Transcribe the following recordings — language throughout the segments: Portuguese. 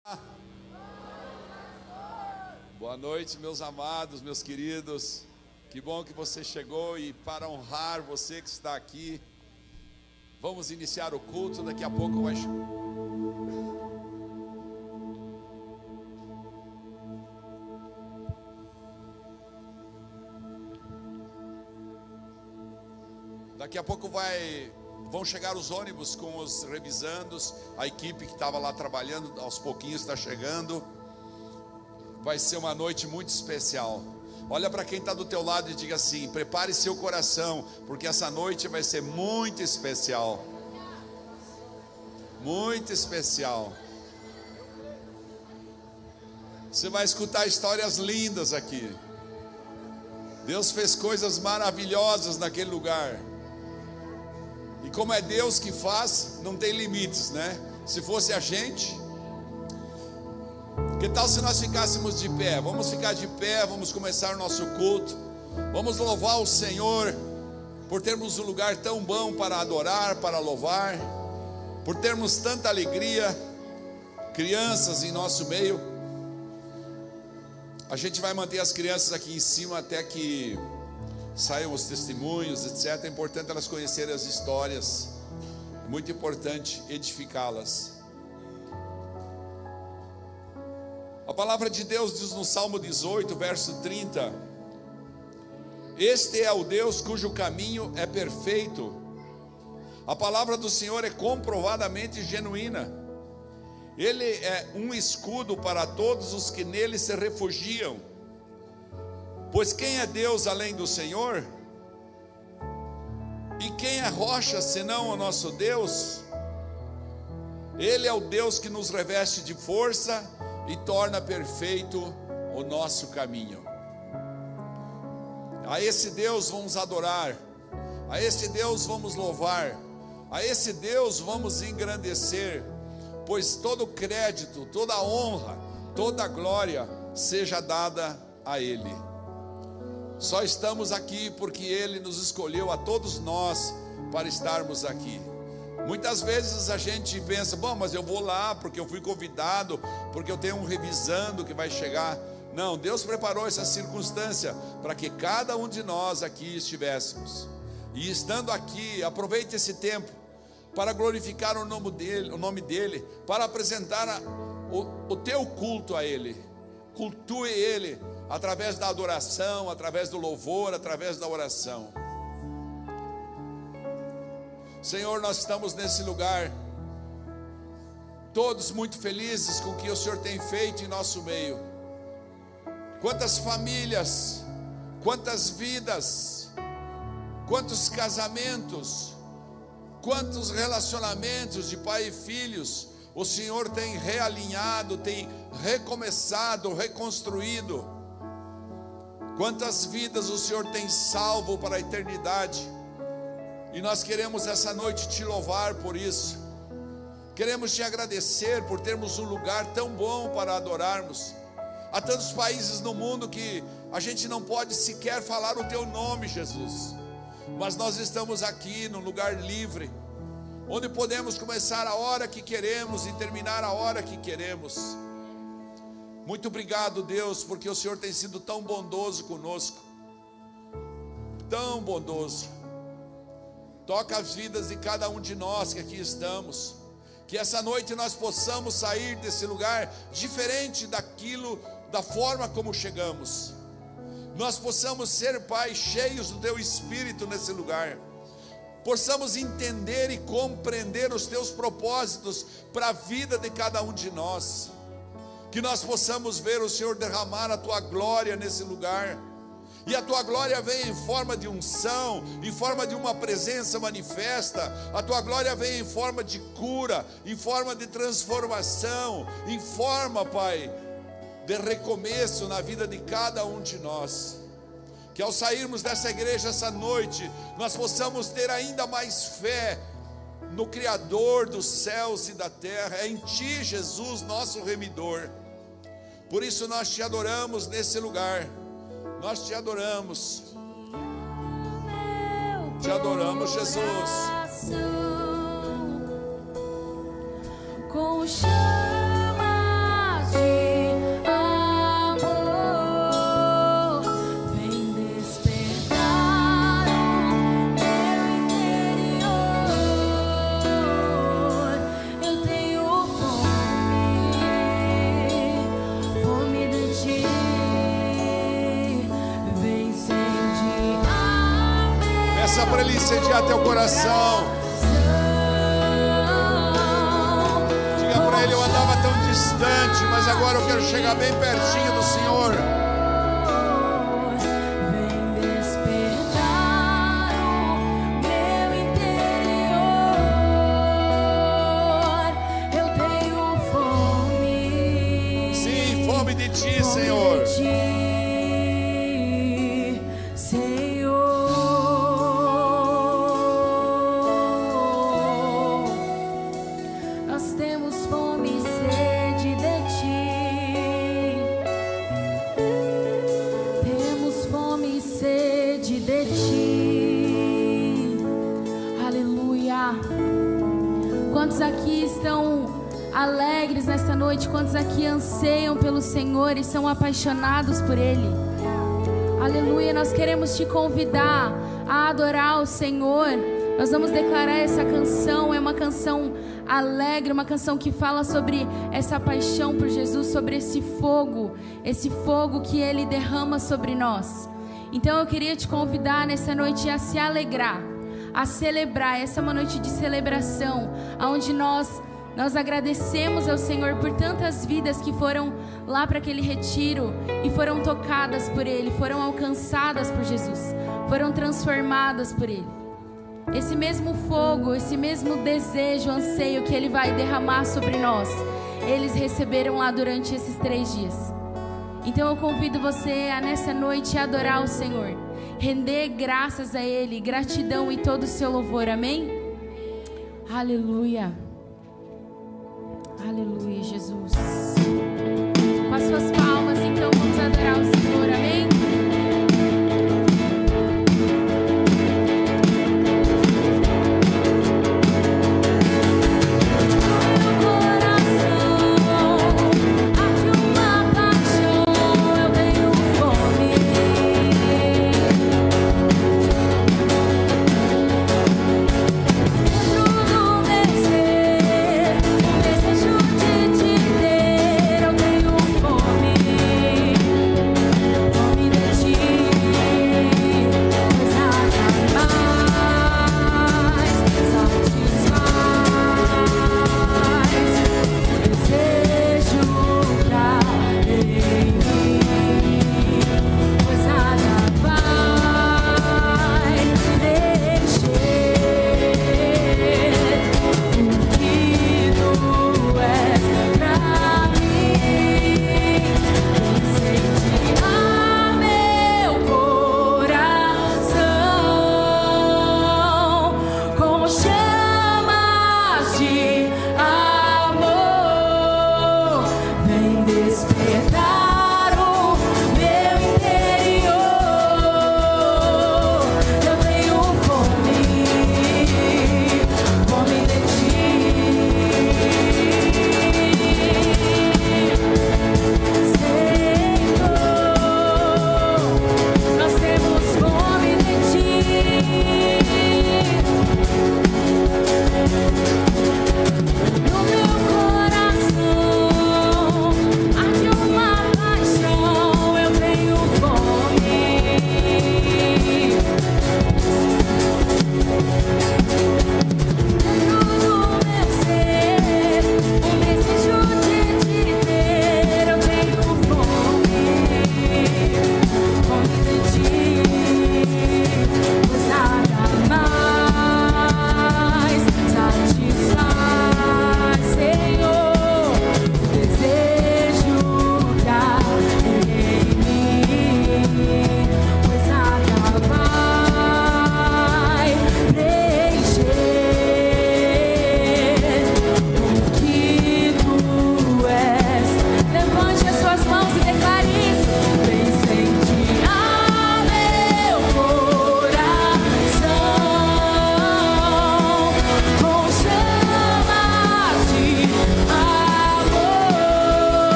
Boa noite, meus amados, meus queridos. Que bom que você chegou, e para honrar você que está aqui, vamos iniciar o culto. Daqui a pouco vai... Daqui a pouco vão chegar os ônibus com os revisandos. A equipe que estava lá trabalhando, aos pouquinhos está chegando. Vai ser uma noite muito especial. Olha para quem está do teu lado e diga assim: prepare seu coração, porque essa noite vai ser muito especial. Muito especial. Você vai escutar histórias lindas aqui. Deus fez coisas maravilhosas naquele lugar. E como é Deus que faz, não tem limites, né? Se fosse a gente... Que tal se nós ficássemos de pé? Vamos ficar de pé, vamos começar o nosso culto. Vamos louvar o Senhor por termos um lugar tão bom para adorar, para louvar, por termos tanta alegria, crianças em nosso meio. A gente vai manter as crianças aqui em cima até que saiam os testemunhos, etc. É importante elas conhecerem as histórias. É muito importante edificá-las. A palavra de Deus diz no Salmo 18, verso 30: Este é o Deus cujo caminho é perfeito. A palavra do Senhor é comprovadamente genuína. Ele é um escudo para todos os que nele se refugiam. Pois quem é Deus além do Senhor? E quem é rocha senão o nosso Deus? Ele é o Deus que nos reveste de força e torna perfeito o nosso caminho. A esse Deus vamos adorar, a esse Deus vamos louvar, a esse Deus vamos engrandecer, pois todo crédito, toda honra, toda glória seja dada a Ele. Só estamos aqui porque Ele nos escolheu a todos nós para estarmos aqui. Muitas vezes a gente pensa: bom, mas eu vou lá porque eu fui convidado, porque eu tenho um revisando que vai chegar. Não, Deus preparou essa circunstância para que cada um de nós aqui estivéssemos. E estando aqui, aproveite esse tempo para glorificar o nome dEle, para apresentar o teu culto a Ele. Cultue Ele através da adoração, através do louvor, através da oração. Senhor, nós estamos nesse lugar, todos muito felizes com o que o Senhor tem feito em nosso meio. Quantas famílias, quantas vidas, quantos casamentos, quantos relacionamentos de pai e filhos o Senhor tem realinhado, tem recomeçado, reconstruído. Quantas vidas o Senhor tem salvo para a eternidade. E nós queremos essa noite te louvar por isso. Queremos te agradecer por termos um lugar tão bom para adorarmos. Há tantos países no mundo que a gente não pode sequer falar o teu nome, Jesus. Mas nós estamos aqui num lugar livre, onde podemos começar a hora que queremos e terminar a hora que queremos. Muito obrigado, Deus, porque o Senhor tem sido tão bondoso conosco. Tão bondoso. Toca as vidas de cada um de nós que aqui estamos. Que essa noite nós possamos sair desse lugar diferente da forma como chegamos. Nós possamos ser, Pai, cheios do Teu Espírito nesse lugar. Possamos entender e compreender os Teus propósitos para a vida de cada um de nós. Que nós possamos ver o Senhor derramar a Tua glória nesse lugar. E a Tua glória vem em forma de unção, em forma de uma presença manifesta. A Tua glória vem em forma de cura, em forma de transformação, em forma, Pai, de recomeço na vida de cada um de nós. Que ao sairmos dessa igreja essa noite, nós possamos ter ainda mais fé no Criador dos céus e da terra. É em Ti, Jesus, nosso remidor. Por isso nós Te adoramos nesse lugar. Nós Te adoramos. Te adoramos, Jesus. Com chama incendiar teu coração. Diga para Ele: eu andava tão distante, mas agora eu quero chegar bem pertinho do Senhor. Senhor, nós temos fome e sede de Ti, temos fome e sede de Ti, aleluia. Quantos aqui estão alegres nesta noite? Quantos aqui anseiam pelo Senhor e são apaixonados por Ele? Aleluia. Nós queremos te convidar a adorar o Senhor. Nós vamos declarar essa canção. É uma canção alegre, uma canção que fala sobre essa paixão por Jesus, sobre esse fogo que Ele derrama sobre nós. Então eu queria te convidar nessa noite a se alegrar, a celebrar. Essa é uma noite de celebração, onde nós agradecemos ao Senhor por tantas vidas que foram lá para aquele retiro e foram tocadas por Ele, foram alcançadas por Jesus, foram transformadas por Ele. Esse mesmo fogo, esse mesmo desejo, anseio que Ele vai derramar sobre nós, eles receberam lá durante esses 3 dias. Então eu convido você a nessa noite adorar o Senhor, render graças a Ele, gratidão e todo o seu louvor, amém? Aleluia. Aleluia, Jesus. Com as suas palmas, então, vamos adorar o Senhor, amém? Desejo de te ter.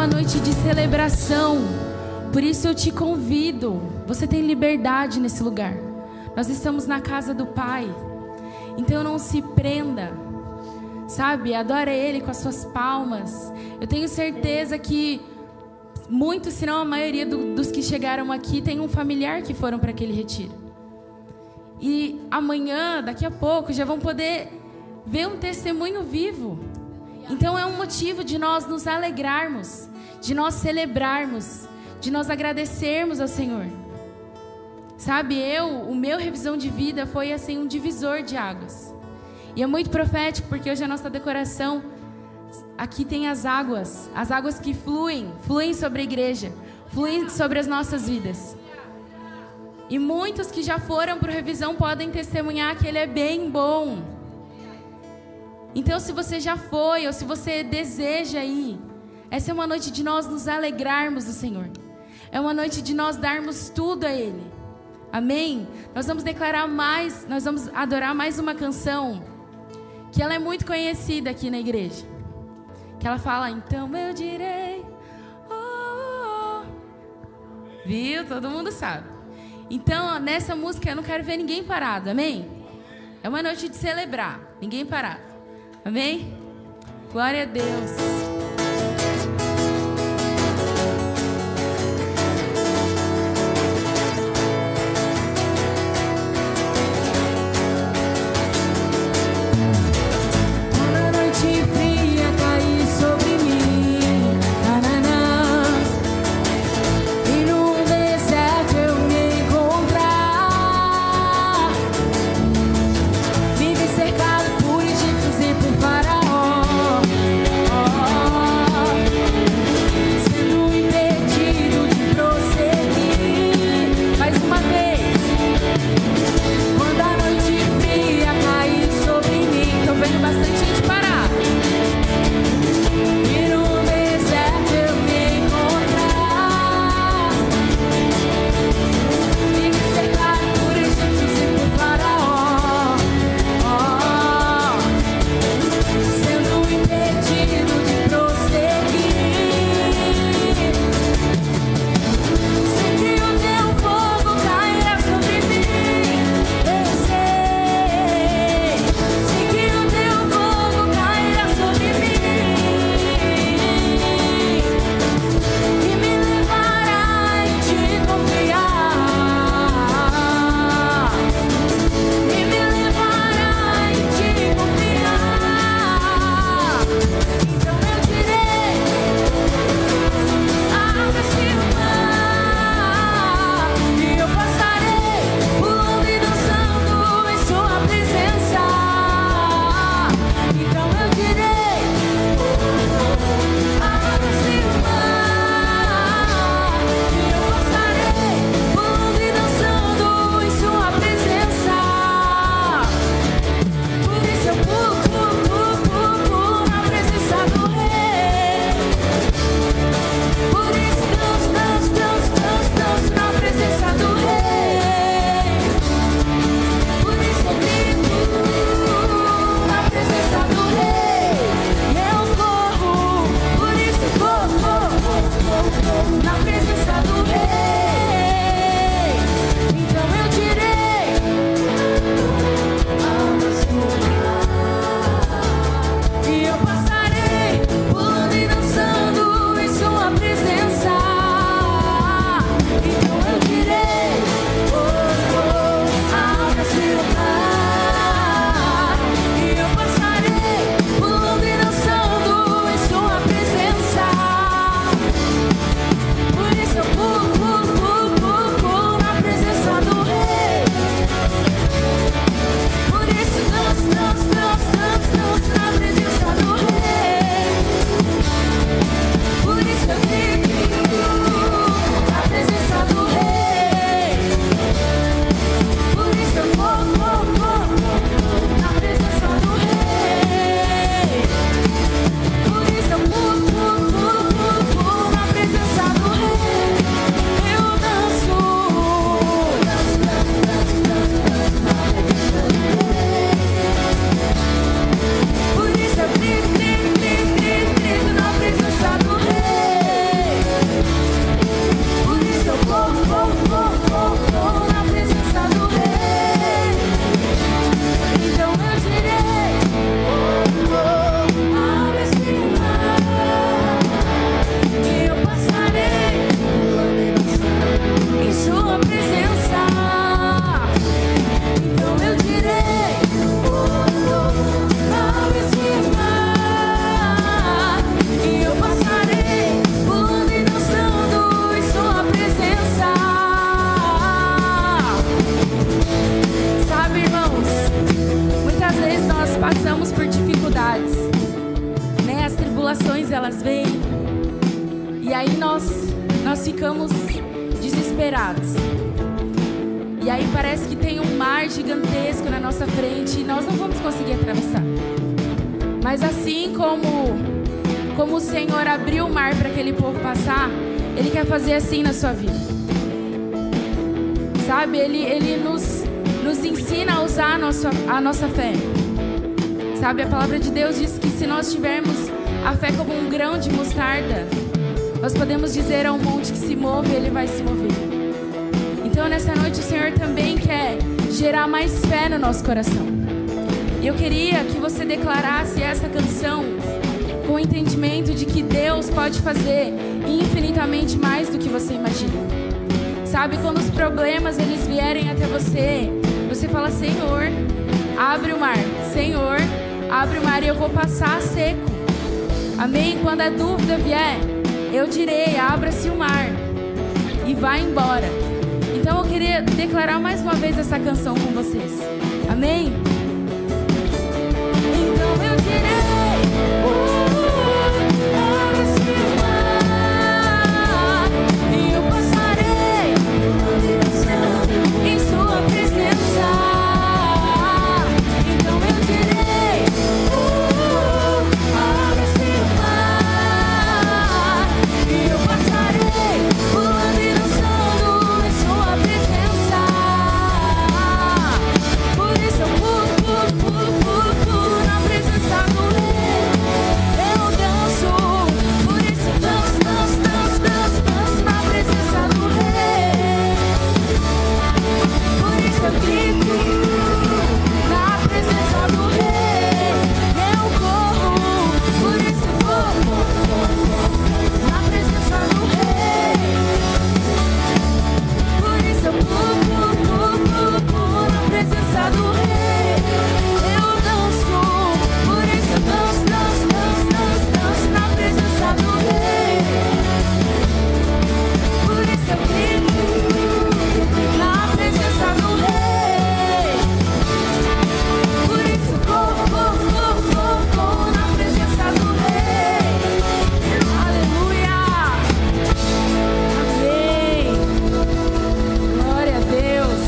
uma noite de celebração. Por isso eu te convido. Você tem liberdade nesse lugar. Nós estamos na casa do Pai. Então não se prenda, sabe? Adora Ele com as suas palmas. Eu tenho certeza que muitos, se não a maioria dos que chegaram aqui, tem um familiar que foram para aquele retiro. E amanhã, daqui a pouco, já vão poder ver um testemunho vivo. Então é um motivo de nós nos alegrarmos, de nós celebrarmos, de nós agradecermos ao Senhor. Sabe, o meu revisão de vida foi assim um divisor de águas. E é muito profético, porque hoje a nossa decoração, aqui tem as águas que fluem sobre a igreja, fluem sobre as nossas vidas. E muitos que já foram para o revisão podem testemunhar que ele é bem bom. Então, se você já foi ou se você deseja ir, essa é uma noite de nós nos alegrarmos do Senhor. É uma noite de nós darmos tudo a Ele. Amém? Nós vamos declarar mais, nós vamos adorar mais uma canção que ela é muito conhecida aqui na igreja. Que ela fala, então eu direi, oh, oh. Viu? Todo mundo sabe. Então, nessa música eu não quero ver ninguém parado, amém? É uma noite de celebrar, ninguém parado. Amém? Glória a Deus. Cercado por egípcios e por faraó. dificuldades, né? As tribulações, elas vêm. E aí nós ficamos desesperados. E aí parece que tem um mar gigantesco na nossa frente e nós não vamos conseguir atravessar. Mas assim como o Senhor abriu o mar para aquele povo passar, Ele quer fazer assim na sua vida. Sabe, Ele nos ensina a usar a nossa fé. Sabe, a palavra de Deus diz que se nós tivermos a fé como um grão de mostarda, nós podemos dizer a um monte que se move, ele vai se mover. Então nessa noite o Senhor também quer gerar mais fé no nosso coração. E eu queria que você declarasse essa canção com o entendimento de que Deus pode fazer infinitamente mais do que você imagina. Sabe, quando os problemas eles vierem até você, você fala: Senhor, abre o mar. Senhor, abre o mar e eu vou passar seco. Amém? Quando a dúvida vier, eu direi: abra-se o mar e vai embora. Então eu queria declarar mais uma vez essa canção com vocês. Amém? Então eu direi: abra-se o mar e eu passarei em sua presença. Então eu direi: abra-se o mar e eu passarei pulando e dançando em sua presença. Por isso eu pulo na presença do Rei. Eu danço, por isso eu danço na presença do Rei. Por isso eu grito na presença do Rei. Eu corro, por isso eu corro na presença do Rei. Por isso eu pulo na presença do Rei. Eu danço, por isso eu danço na presença do Rei. Por isso eu grito na presença do Rei. Por isso eu corro na presença do Rei. Aleluia. Amém. Glória a Deus.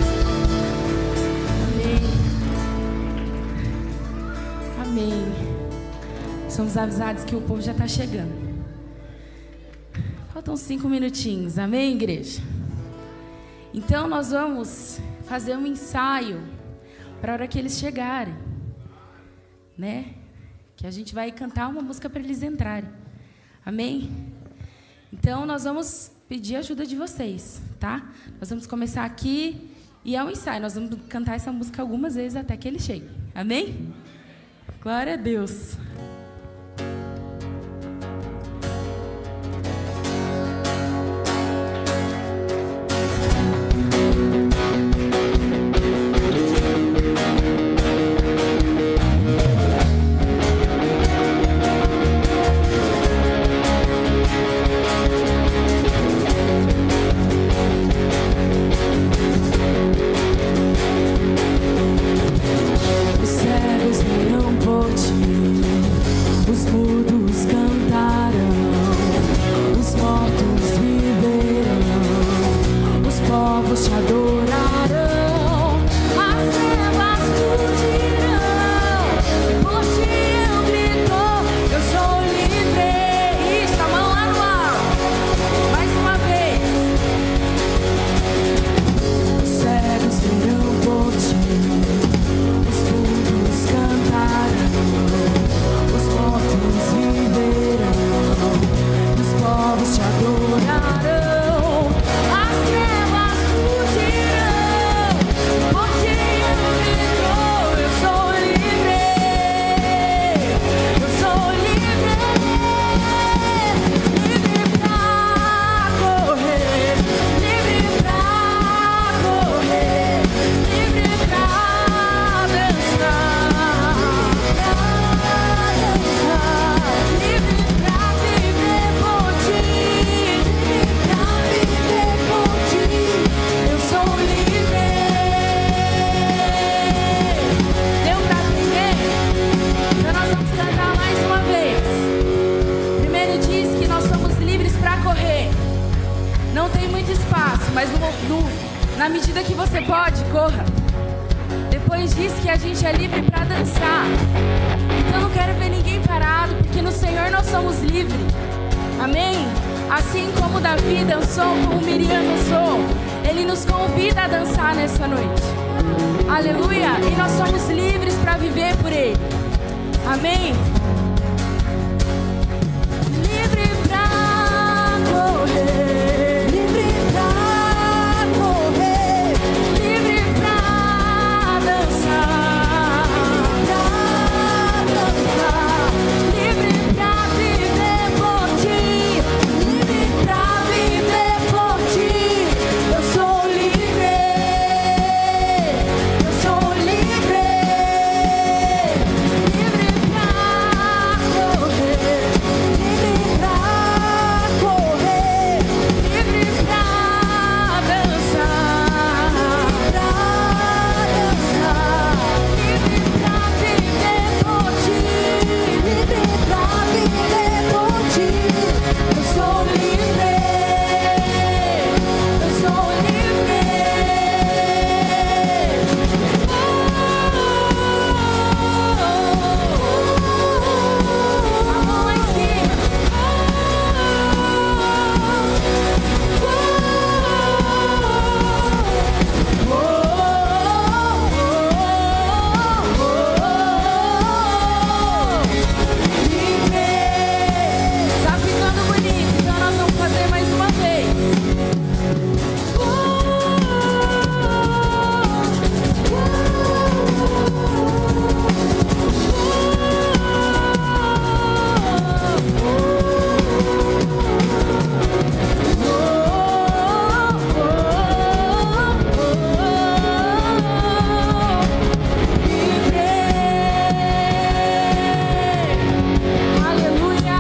Amém. Amém. Somos avisados que o povo já está chegando. Faltam 5 minutinhos. Amém, igreja? Então nós vamos fazer um ensaio para a hora que eles chegarem, né? Que a gente vai cantar uma música para eles entrarem. Amém? Então nós vamos pedir a ajuda de vocês, tá? Nós vamos começar aqui e é um ensaio. Nós vamos cantar essa música algumas vezes até que eles cheguem. Amém? Glória a Deus. Os cegos verão por ti. medida que você pode, corra. Depois diz que a gente é livre para dançar. Então não quero ver ninguém parado, porque no Senhor nós somos livres. Amém? Assim como Davi dançou, como Miriam dançou, Ele nos convida a dançar nessa noite. Aleluia! E nós somos livres para viver por Ele. Amém? Livre pra correr, livre pra correr, livre pra dançar, livre pra viver por Ti, livre pra viver por Ti. Eu sou livre, eu sou livre, livre pra correr, livre pra correr, livre pra dançar, livre pra viver por Ti, livre pra viver por Ti. Eu sou livre, eu sou livre. A mão lá em cima. Livre. Tá ficando bonito, então nós vamos fazer mais uma vez. Aleluia.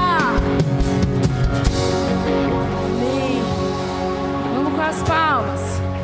Amém. Vamos com as palmas.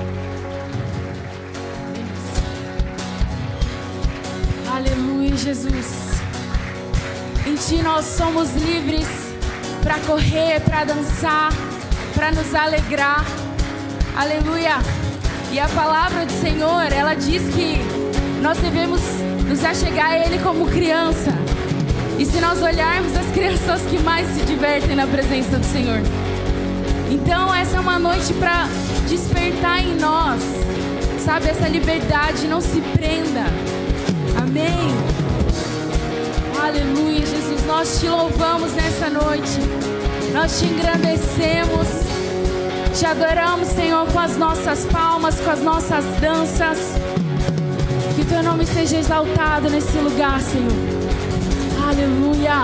Aleluia, Jesus. Em Ti nós somos livres para correr, para dançar, para nos alegrar. Aleluia. E a palavra do Senhor, ela diz que nós devemos nos achegar a Ele como criança. E se nós olharmos, as crianças são as que mais se divertem na presença do Senhor. Então essa é uma noite para despertar em nós, sabe, essa liberdade. Não se prenda. Amém. Aleluia, Jesus. Nós Te louvamos nessa noite. Nós Te engrandecemos. Te adoramos, Senhor, com as nossas palmas, com as nossas danças. Que Teu nome seja exaltado nesse lugar, Senhor. Aleluia.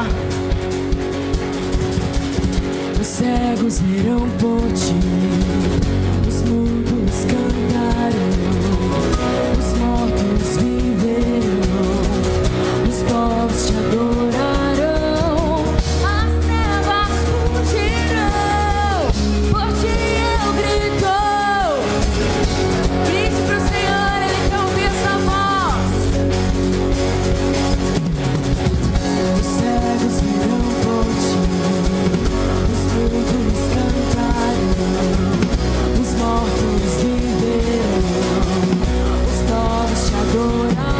Os cegos verão por Ti, os mudos cantarão, os mortos viverão, os povos Te adorarão, as trevas fugirão, por Ti eu grito. Grite pro Senhor, Ele quer ouvir essa voz. Os cegos verão por Ti, os mudos cantarão, os mortos viverão, os povos Te adorarão.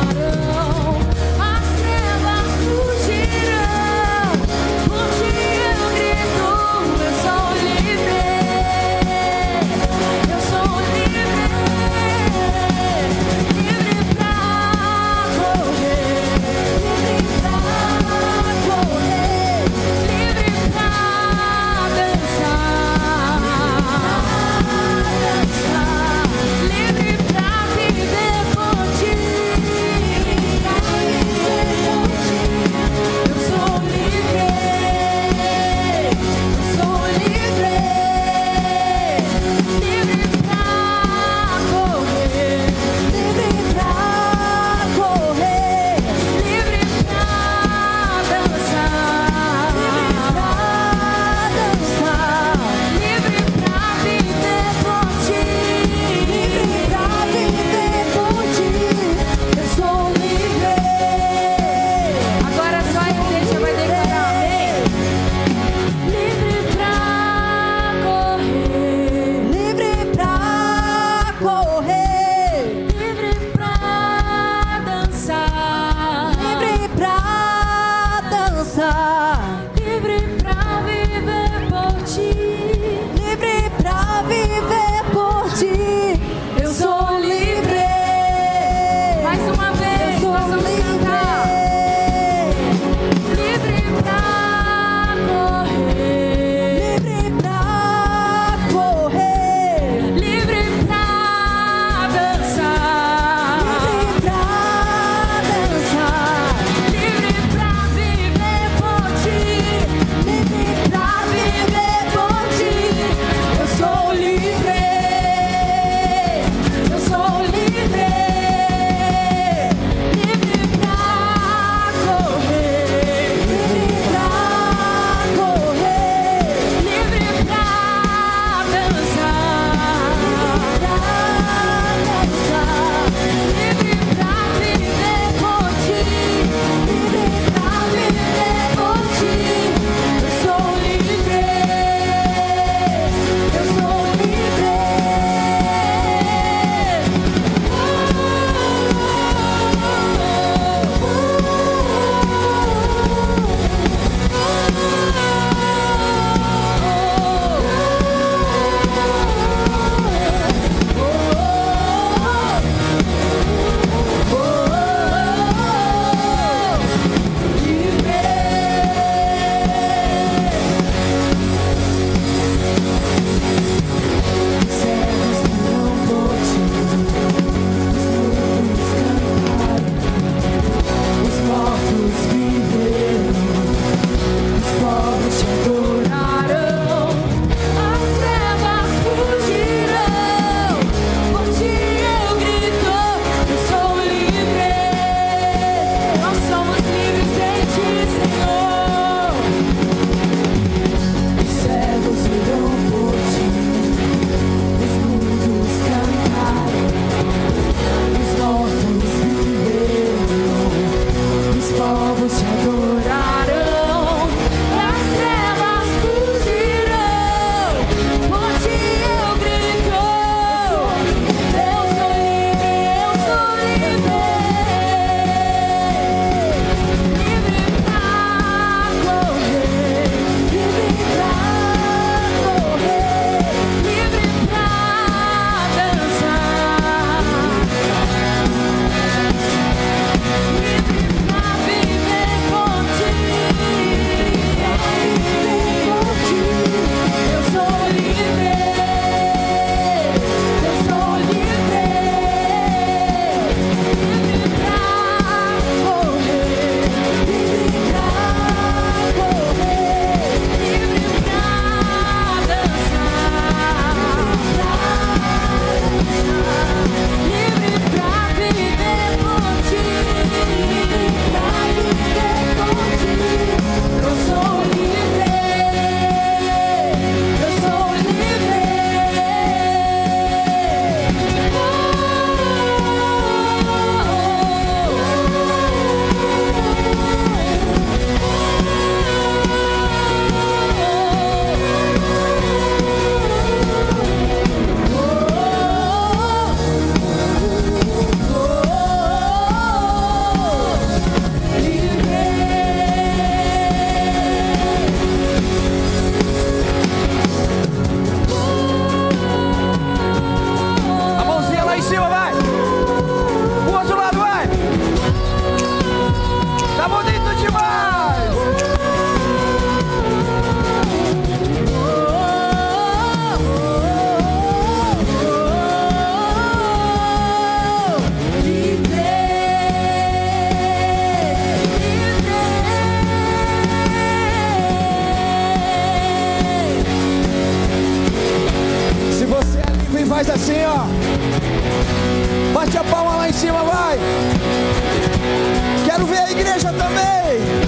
igreja também.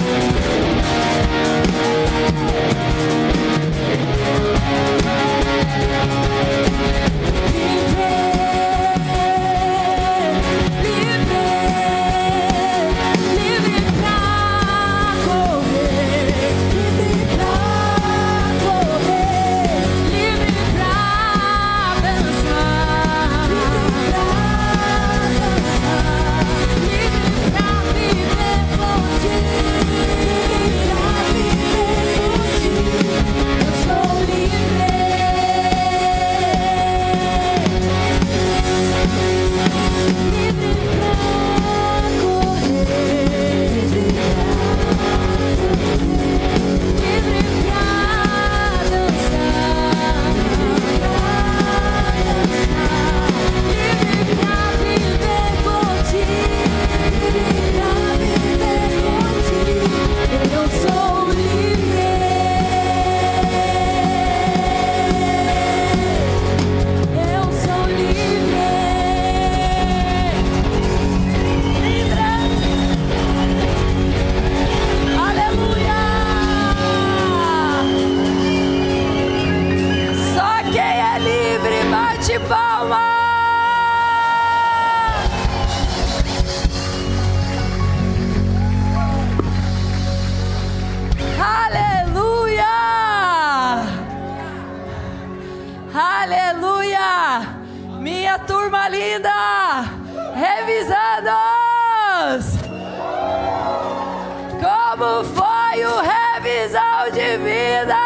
Como foi o revisão de vida?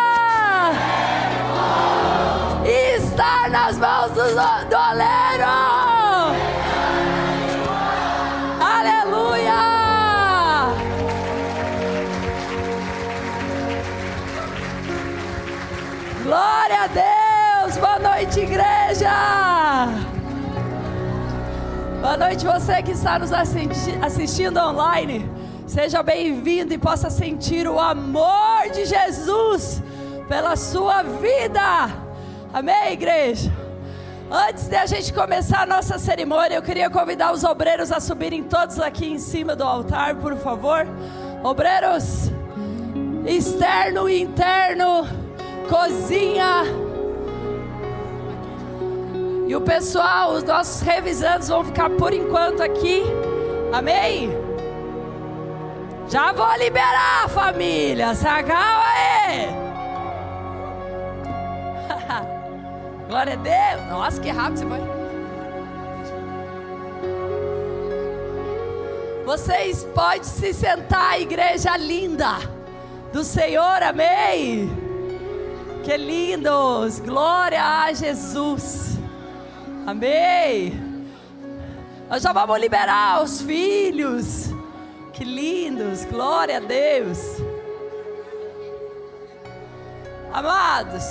Estar nas mãos do oleiro. Aleluia! Glória a Deus! Boa noite, igreja! Boa noite, você que está nos assistindo online. Seja bem-vindo e possa sentir o amor de Jesus pela sua vida. Amém, igreja? Antes de a gente começar a nossa cerimônia, eu queria convidar os obreiros a subirem todos aqui em cima do altar, por favor. Obreiros, externo e interno, cozinha. E o pessoal, os nossos revisantes vão ficar por enquanto aqui. Amém? Já vou liberar, família. Se acalma aí. Glória a Deus. Nossa, que rápido você foi. Vocês podem se sentar, igreja linda do Senhor. Amém. Que lindos. Glória a Jesus. Amém. Nós já vamos liberar os filhos. Que lindos, glória a Deus. Amados,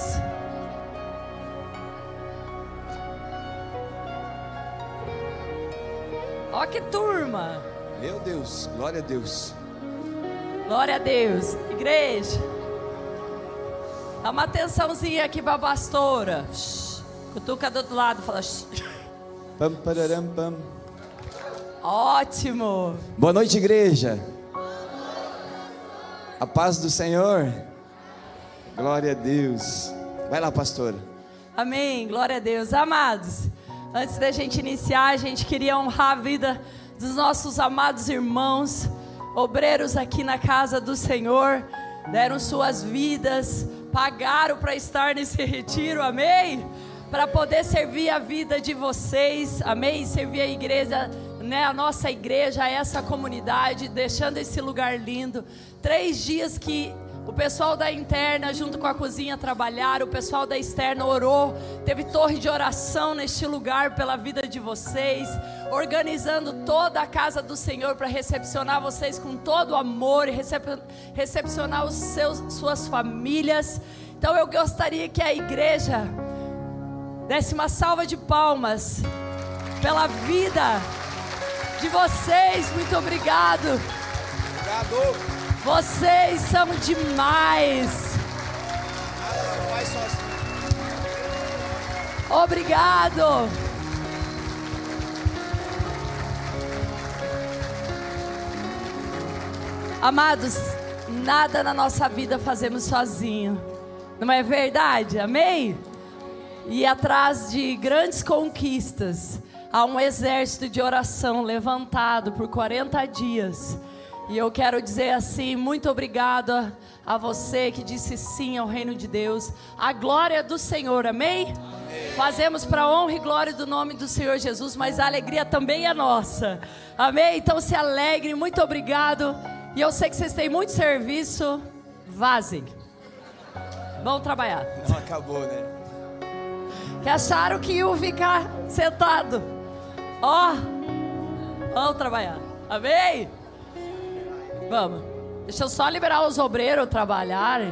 ó que turma. Meu Deus, glória a Deus. Glória a Deus. Igreja, dá uma atençãozinha aqui para a pastora. Cutuca do outro lado, fala. Pam, pararam, pam. Ótimo. Boa noite, igreja. A paz do Senhor. Glória a Deus. Vai lá, pastora. Amém, glória a Deus. Amados, antes da gente iniciar, a gente queria honrar a vida dos nossos amados irmãos, obreiros aqui na casa do Senhor. Deram suas vidas, pagaram para estar nesse retiro, amém? Para poder servir a vida de vocês, amém? Servir a igreja, né, a nossa igreja, essa comunidade, deixando esse lugar lindo. 3 dias que o pessoal da interna junto com a cozinha trabalharam, o pessoal da externa orou, teve torre de oração neste lugar pela vida de vocês, organizando toda a casa do Senhor para recepcionar vocês com todo o amor e recepcionar suas famílias. Então eu gostaria que a igreja desse uma salva de palmas pela vida de vocês. Muito obrigado. Obrigado. Vocês são demais. Obrigado. Amados, nada na nossa vida fazemos sozinho, não é verdade? Amém? E atrás de grandes conquistas, há um exército de oração levantado por 40 dias. E eu quero dizer assim, muito obrigada a você que disse sim ao reino de Deus. A glória do Senhor, amém? Fazemos para a honra e glória do nome do Senhor Jesus, mas a alegria também é nossa, amém? Então se alegre, muito obrigado. E eu sei que vocês têm muito serviço, vazem, vão trabalhar. Não acabou, né? Que acharam que iam ficar sentado, ó, vão trabalhar, amém? Vamos, deixa eu só liberar os obreiros trabalharem.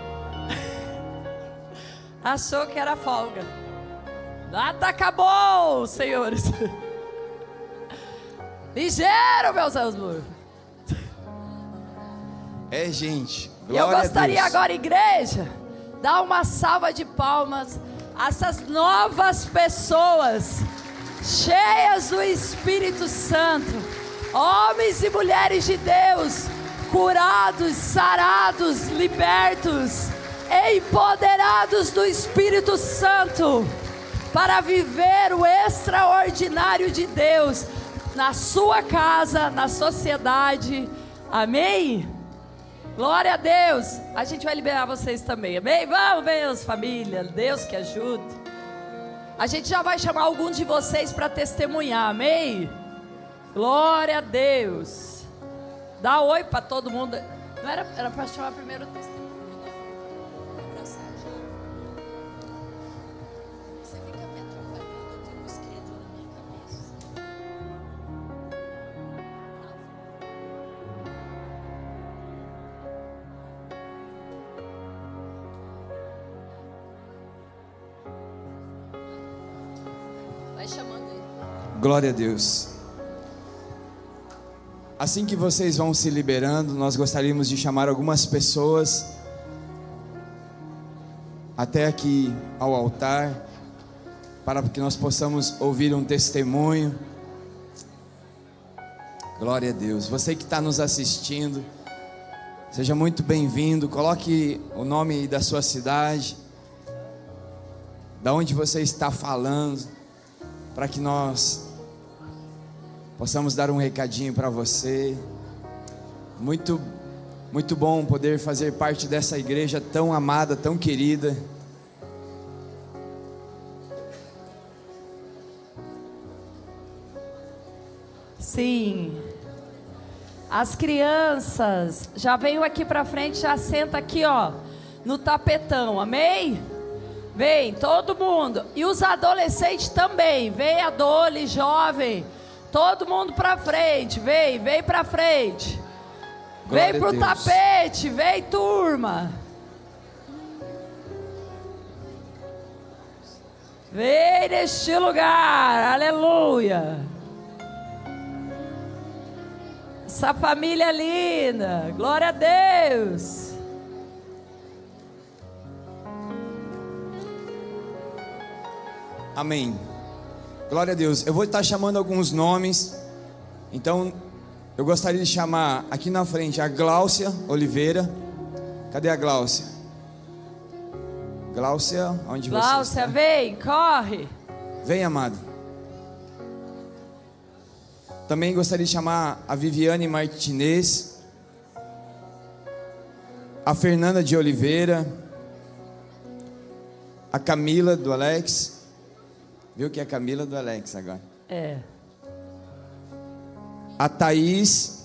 Achou que era folga. Nada acabou, senhores. Ligeiro, meus amores. É, gente. E eu gostaria agora, igreja, dar uma salva de palmas a essas novas pessoas, cheias do Espírito Santo, homens e mulheres de Deus, curados, sarados, libertos, empoderados do Espírito Santo, para viver o extraordinário de Deus na sua casa, na sociedade, amém? Glória a Deus. A gente vai liberar vocês também, amém? Vamos, meus família, Deus que ajude. A gente já vai chamar alguns de vocês para testemunhar, amém? Glória a Deus. Dá oi para todo mundo. Não era para chamar primeiro o testemunho, né? Você fica me atrapalhando, eu tenho um esquerdo na minha cabeça. Vai chamando ele. Glória a Deus. Assim que vocês vão se liberando, nós gostaríamos de chamar algumas pessoas até aqui ao altar, para que nós possamos ouvir um testemunho. Glória a Deus. Você que está nos assistindo, seja muito bem-vindo. Coloque o nome da sua cidade, da onde você está falando, para que nós possamos dar um recadinho para você. Muito, muito bom poder fazer parte dessa igreja tão amada, tão querida. Sim. As crianças já venham aqui para frente, já senta aqui, ó, no tapetão, amém? Vem, todo mundo. E os adolescentes também. Vem, adole, jovem. Todo mundo para frente. Vem para frente. Glória vem pro tapete. Vem, turma. Vem neste lugar. Aleluia. Essa família linda. Glória a Deus. Amém. Glória a Deus. Eu vou estar chamando alguns nomes. Então, eu gostaria de chamar aqui na frente a Gláucia Oliveira. Cadê a Gláucia? Gláucia, onde você está? Gláucia, vem, corre. Vem, amado. Também gostaria de chamar a Viviane Martinez, a Fernanda de Oliveira, a Camila do Alex. Viu que é a Camila do Alex agora? É. A Thaís,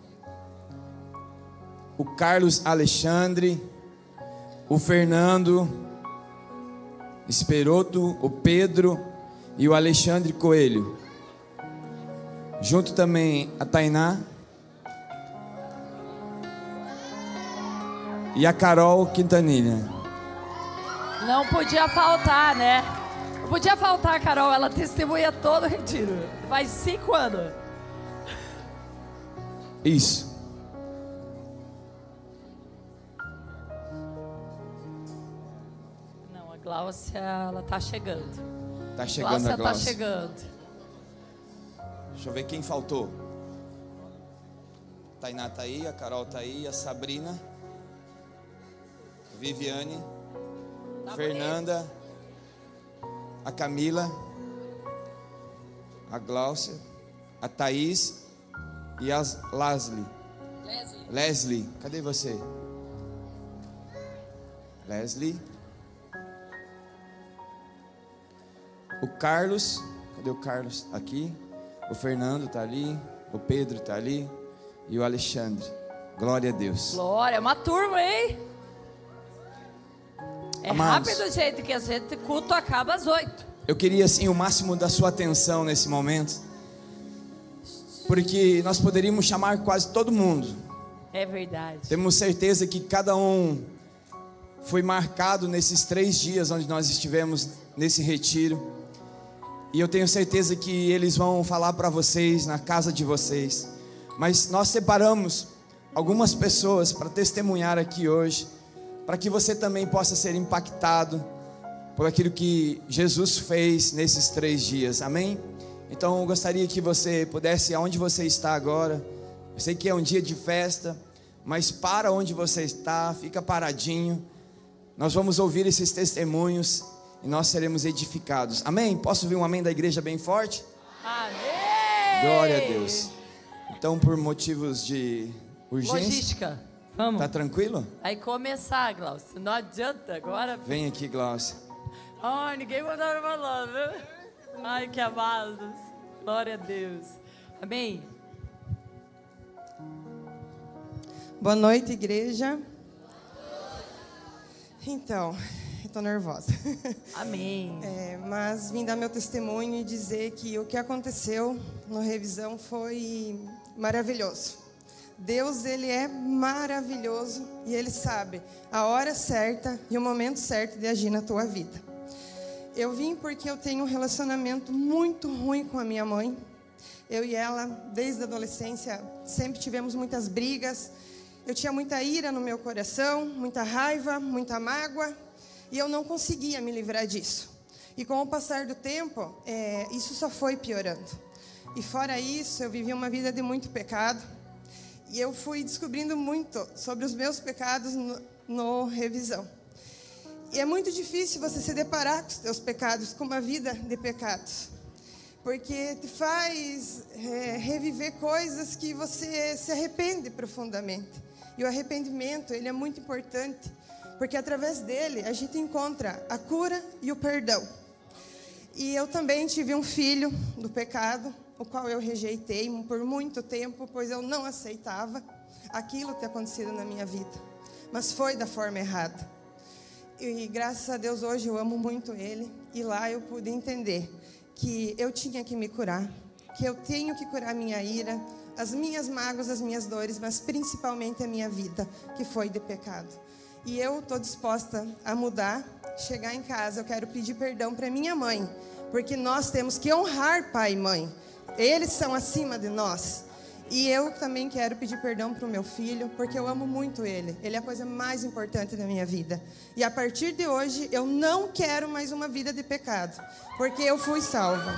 o Carlos Alexandre, o Fernando Esperoto, o Pedro e o Alexandre Coelho. Junto também a Tainá e a Carol Quintanilha. Não podia faltar, né? Não podia faltar a Carol, ela testemunha todo o retiro. Faz 5 anos. Isso. Não, a Gláucia, ela tá chegando. Tá chegando Gláucia a Gláucia. tá chegando. Deixa eu ver quem faltou. Tainá tá aí, a Carol tá aí, a Sabrina, a Viviane, a Fernanda, a Camila, a Gláucia, a Thaís e a Leslie. Cadê você? Leslie. O Carlos, cadê o Carlos? Aqui. O Fernando tá ali, o Pedro tá ali e o Alexandre. Glória a Deus. Glória, uma turma, hein? É Amados, rápido o jeito que a gente culto acaba às 8. Eu queria assim o máximo da sua atenção nesse momento, porque nós poderíamos chamar quase todo mundo. É verdade. Temos certeza que cada um foi marcado nesses 3 dias onde nós estivemos nesse retiro. E eu tenho certeza que eles vão falar para vocês na casa de vocês. Mas nós separamos algumas pessoas para testemunhar aqui hoje, para que você também possa ser impactado por aquilo que Jesus fez nesses 3 dias. Amém? Então eu gostaria que você pudesse, aonde você está agora, eu sei que é um dia de festa, mas para onde você está, fica paradinho. Nós vamos ouvir esses testemunhos e nós seremos edificados. Amém? Posso ouvir um amém da igreja bem forte? Amém! Glória a Deus. Então, por motivos de urgência, logística, vamos. Tá tranquilo? Aí começar, Glaucio. Não adianta agora. Vem aqui, Gláucia. Ai, ninguém mandou falar, viu? Ai, que amados. Glória a Deus. Amém? Boa noite, igreja. Então, eu tô nervosa. Amém. Mas vim dar meu testemunho e dizer que o que aconteceu no Revisão foi maravilhoso. Deus, Ele é maravilhoso e Ele sabe a hora certa e o momento certo de agir na tua vida. Eu vim porque eu tenho um relacionamento muito ruim com a minha mãe. Eu e ela, desde a adolescência, sempre tivemos muitas brigas. Eu tinha muita ira no meu coração, muita raiva, muita mágoa, e eu não conseguia me livrar disso. E com o passar do tempo, isso só foi piorando. E fora isso, eu vivi uma vida de muito pecado, e eu fui descobrindo muito sobre os meus pecados no Revisão. E é muito difícil você se deparar com os teus pecados, com uma vida de pecados, porque te faz reviver coisas que você se arrepende profundamente. E o arrependimento, ele é muito importante, porque através dele a gente encontra a cura e o perdão. E eu também tive um filho do pecado, o qual eu rejeitei por muito tempo, pois eu não aceitava aquilo que tinha acontecido na minha vida. Mas foi da forma errada. E graças a Deus hoje eu amo muito ele, e lá eu pude entender que eu tinha que me curar, que eu tenho que curar minha ira, as minhas mágoas, as minhas dores, mas principalmente a minha vida, que foi de pecado. E eu estou disposta a mudar, chegar em casa, eu quero pedir perdão para minha mãe, porque nós temos que honrar pai e mãe, eles são acima de nós. E eu também quero pedir perdão para o meu filho, porque eu amo muito ele, ele é a coisa mais importante da minha vida. E a partir de hoje, eu não quero mais uma vida de pecado, porque eu fui salva.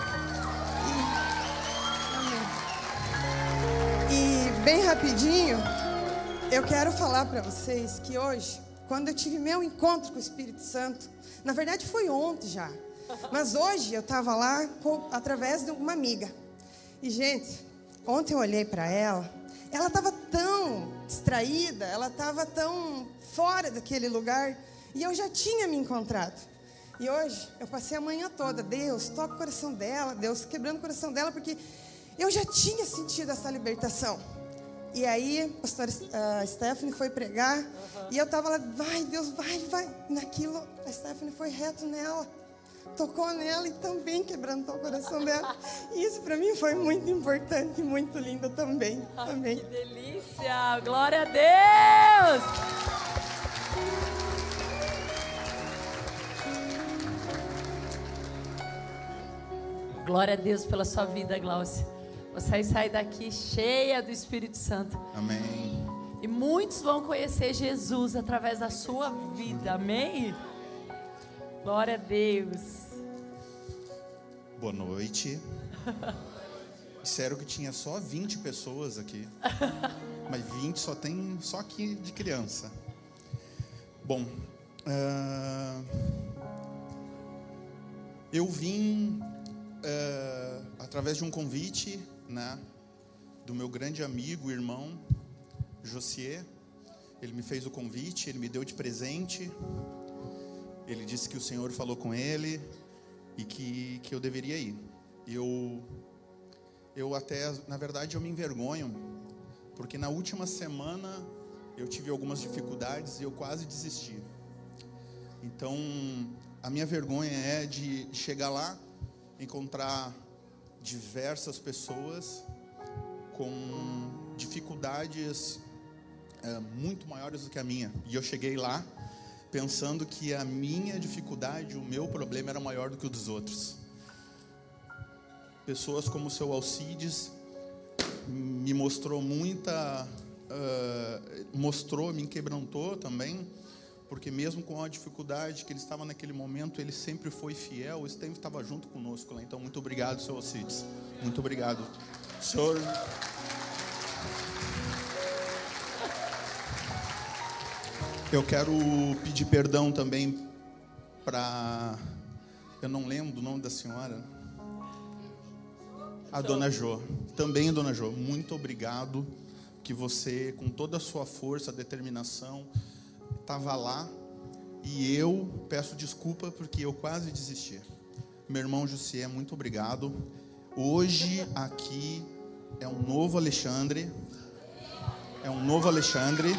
E bem rapidinho, eu quero falar para vocês que hoje, quando eu tive meu encontro com o Espírito Santo, na verdade foi ontem já, mas hoje eu estava lá através de uma amiga. E gente, ontem eu olhei para ela estava tão distraída, ela estava tão fora daquele lugar, e eu já tinha me encontrado. E hoje eu passei a manhã toda, Deus, toca o coração dela, Deus quebrando o coração dela, porque eu já tinha sentido essa libertação. E aí, a pastora Stephanie foi pregar, e eu estava lá, vai Deus, vai. Naquilo, a Stephanie foi reto nela, tocou nela e também quebrantou o coração dela. E isso para mim foi muito importante e muito lindo também. Amém. Que delícia, glória a Deus! Glória a Deus pela sua vida, Gláucia. Você vai sair daqui cheia do Espírito Santo. Amém. E muitos vão conhecer Jesus através da sua vida. Amém? Glória a Deus. Boa noite. Disseram que tinha só 20 pessoas aqui. Mas 20 só tem só aqui de criança. Bom, eu vim através de um convite, né, do meu grande amigo, irmão, Josier. Ele me fez o convite, ele me deu de presente. Ele disse que o Senhor falou com ele e que eu deveria ir. Eu até, na verdade, eu me envergonho, porque na última semana eu tive algumas dificuldades e eu quase desisti. Então, a minha vergonha é de chegar lá, encontrar diversas pessoas com dificuldades muito maiores do que a minha. E eu cheguei lá pensando que a minha dificuldade, o meu problema era maior do que o dos outros. Pessoas como o seu Alcides me mostrou muita... me quebrantou também, porque mesmo com a dificuldade que ele estava naquele momento, ele sempre foi fiel, ele sempre estava junto conosco lá. Então, muito obrigado, seu Alcides. Muito obrigado. Senhor... Eu quero pedir perdão também para... Eu não lembro do nome da senhora. A Dona Jô. Também, Dona Jô, muito obrigado que você, com toda a sua força, determinação, estava lá. E eu peço desculpa porque eu quase desisti. Meu irmão Josié, muito obrigado. Hoje aqui é um novo Alexandre. É um novo Alexandre.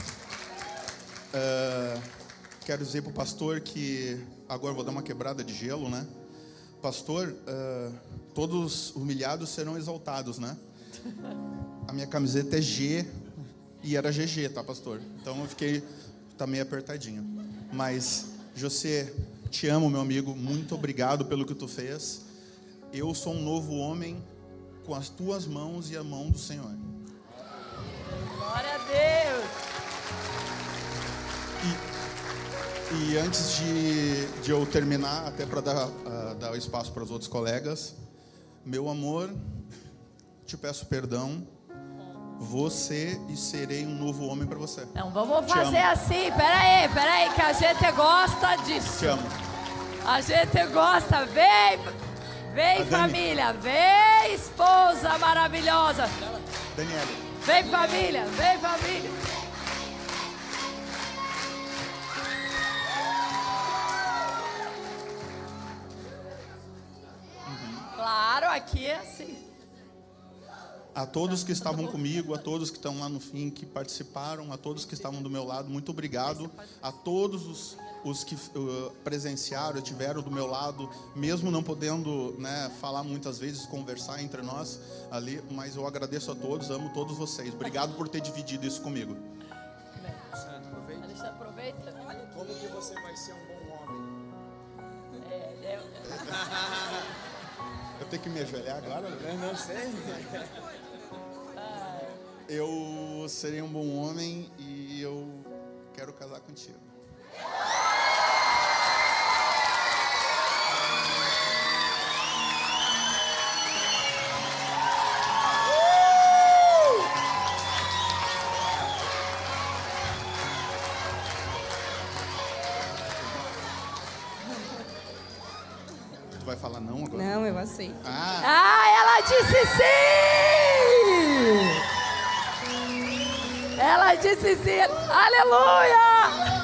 Quero dizer para o pastor que agora vou dar uma quebrada de gelo, né? Pastor, todos humilhados serão exaltados, né? A minha camiseta é G e era GG, tá, pastor? Então eu fiquei, tá meio apertadinho. Mas, José, te amo, meu amigo. Muito obrigado pelo que tu fez. Eu sou um novo homem com as tuas mãos e a mão do Senhor. Glória a Deus. E antes de eu terminar, até para dar espaço para os outros colegas, meu amor, te peço perdão. Você e serei um novo homem para você. Não, vamos fazer assim. Peraí, que a gente gosta disso. Te amo. A gente gosta. Vem família. Vem, esposa maravilhosa. Daniela. Vem família. Claro, aqui é assim. A todos que estavam comigo, a todos que estão lá no fim, que participaram, a todos que estavam do meu lado, muito obrigado. A todos os que presenciaram, estiveram do meu lado, mesmo não podendo, né, falar muitas vezes, conversar entre nós ali, mas eu agradeço a todos, amo todos vocês. Obrigado por ter dividido isso comigo. Aproveita. Como que você vai ser um bom homem? Eu tenho que me ajoelhar agora? Não sei. Eu serei um bom homem e eu quero casar contigo. Tu vai falar não agora? Não, eu aceito. Ela disse sim! Ela disse sim! Aleluia!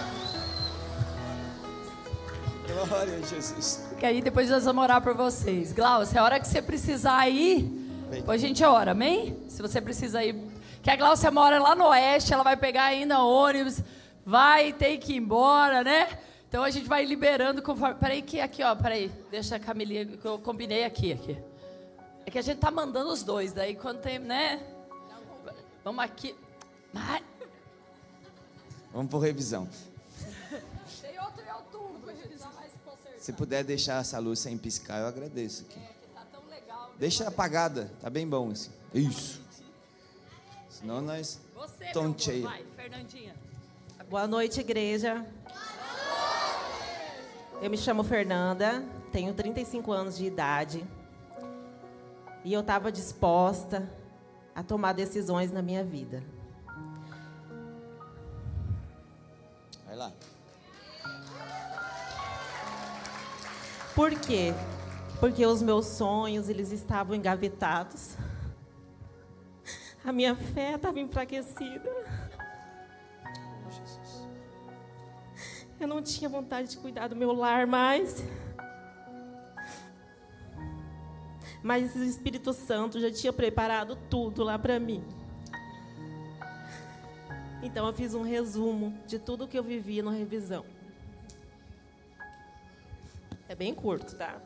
Glória a Jesus. Que aí depois nós vamos orar por vocês. Glaucia, a hora que você precisar ir, depois a gente ora, amém? Se você precisa ir. Que a Glaucia mora lá no oeste, ela vai pegar ainda ônibus, vai ter que ir embora, né? Então a gente vai liberando conforme... Peraí que aqui, ó, peraí. Deixa a Camilinha, que eu combinei aqui. É que a gente tá mandando os dois, daí quando tem, né? Vamos aqui. Vamos por revisão. Tem outro e outro pra revisar mais consertar. Se puder deixar essa luz sem piscar, eu agradeço aqui. Que tá tão legal. Deixa apagada, tá bem bom assim. Isso. Senão nós Você, tonteia. vai, Fernandinha. Boa noite, igreja. Eu me chamo Fernanda, tenho 35 anos de idade. E eu estava disposta a tomar decisões na minha vida. Vai lá. Por quê? Porque os meus sonhos, eles estavam engavetados. A minha fé estava enfraquecida. Eu não tinha vontade de cuidar do meu lar mais. Mas o Espírito Santo já tinha preparado tudo lá para mim. Então eu fiz um resumo de tudo que eu vivi na revisão. É bem curto, tá?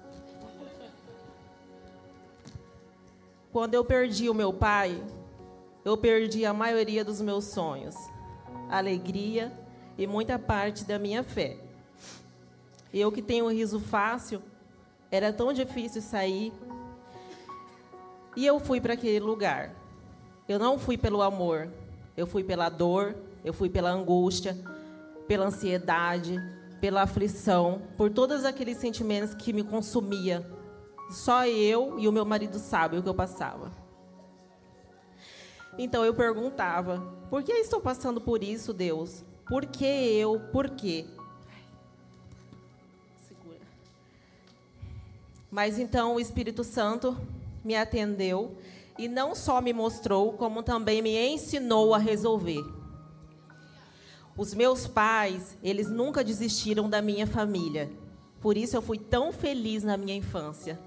Quando eu perdi o meu pai, eu perdi a maioria dos meus sonhos, alegria e muita parte da minha fé. Eu que tenho um riso fácil, era tão difícil sair. E eu fui para aquele lugar. Eu não fui pelo amor, eu fui pela dor, eu fui pela angústia, pela ansiedade, pela aflição, por todos aqueles sentimentos que me consumia. Só eu e o meu marido sabem o que eu passava. Então eu perguntava: por que estou passando por isso, Deus? Por que eu? Por quê? Segura. Mas então o Espírito Santo me atendeu e não só me mostrou, como também me ensinou a resolver. Os meus pais, eles nunca desistiram da minha família. Por isso eu fui tão feliz na minha infância.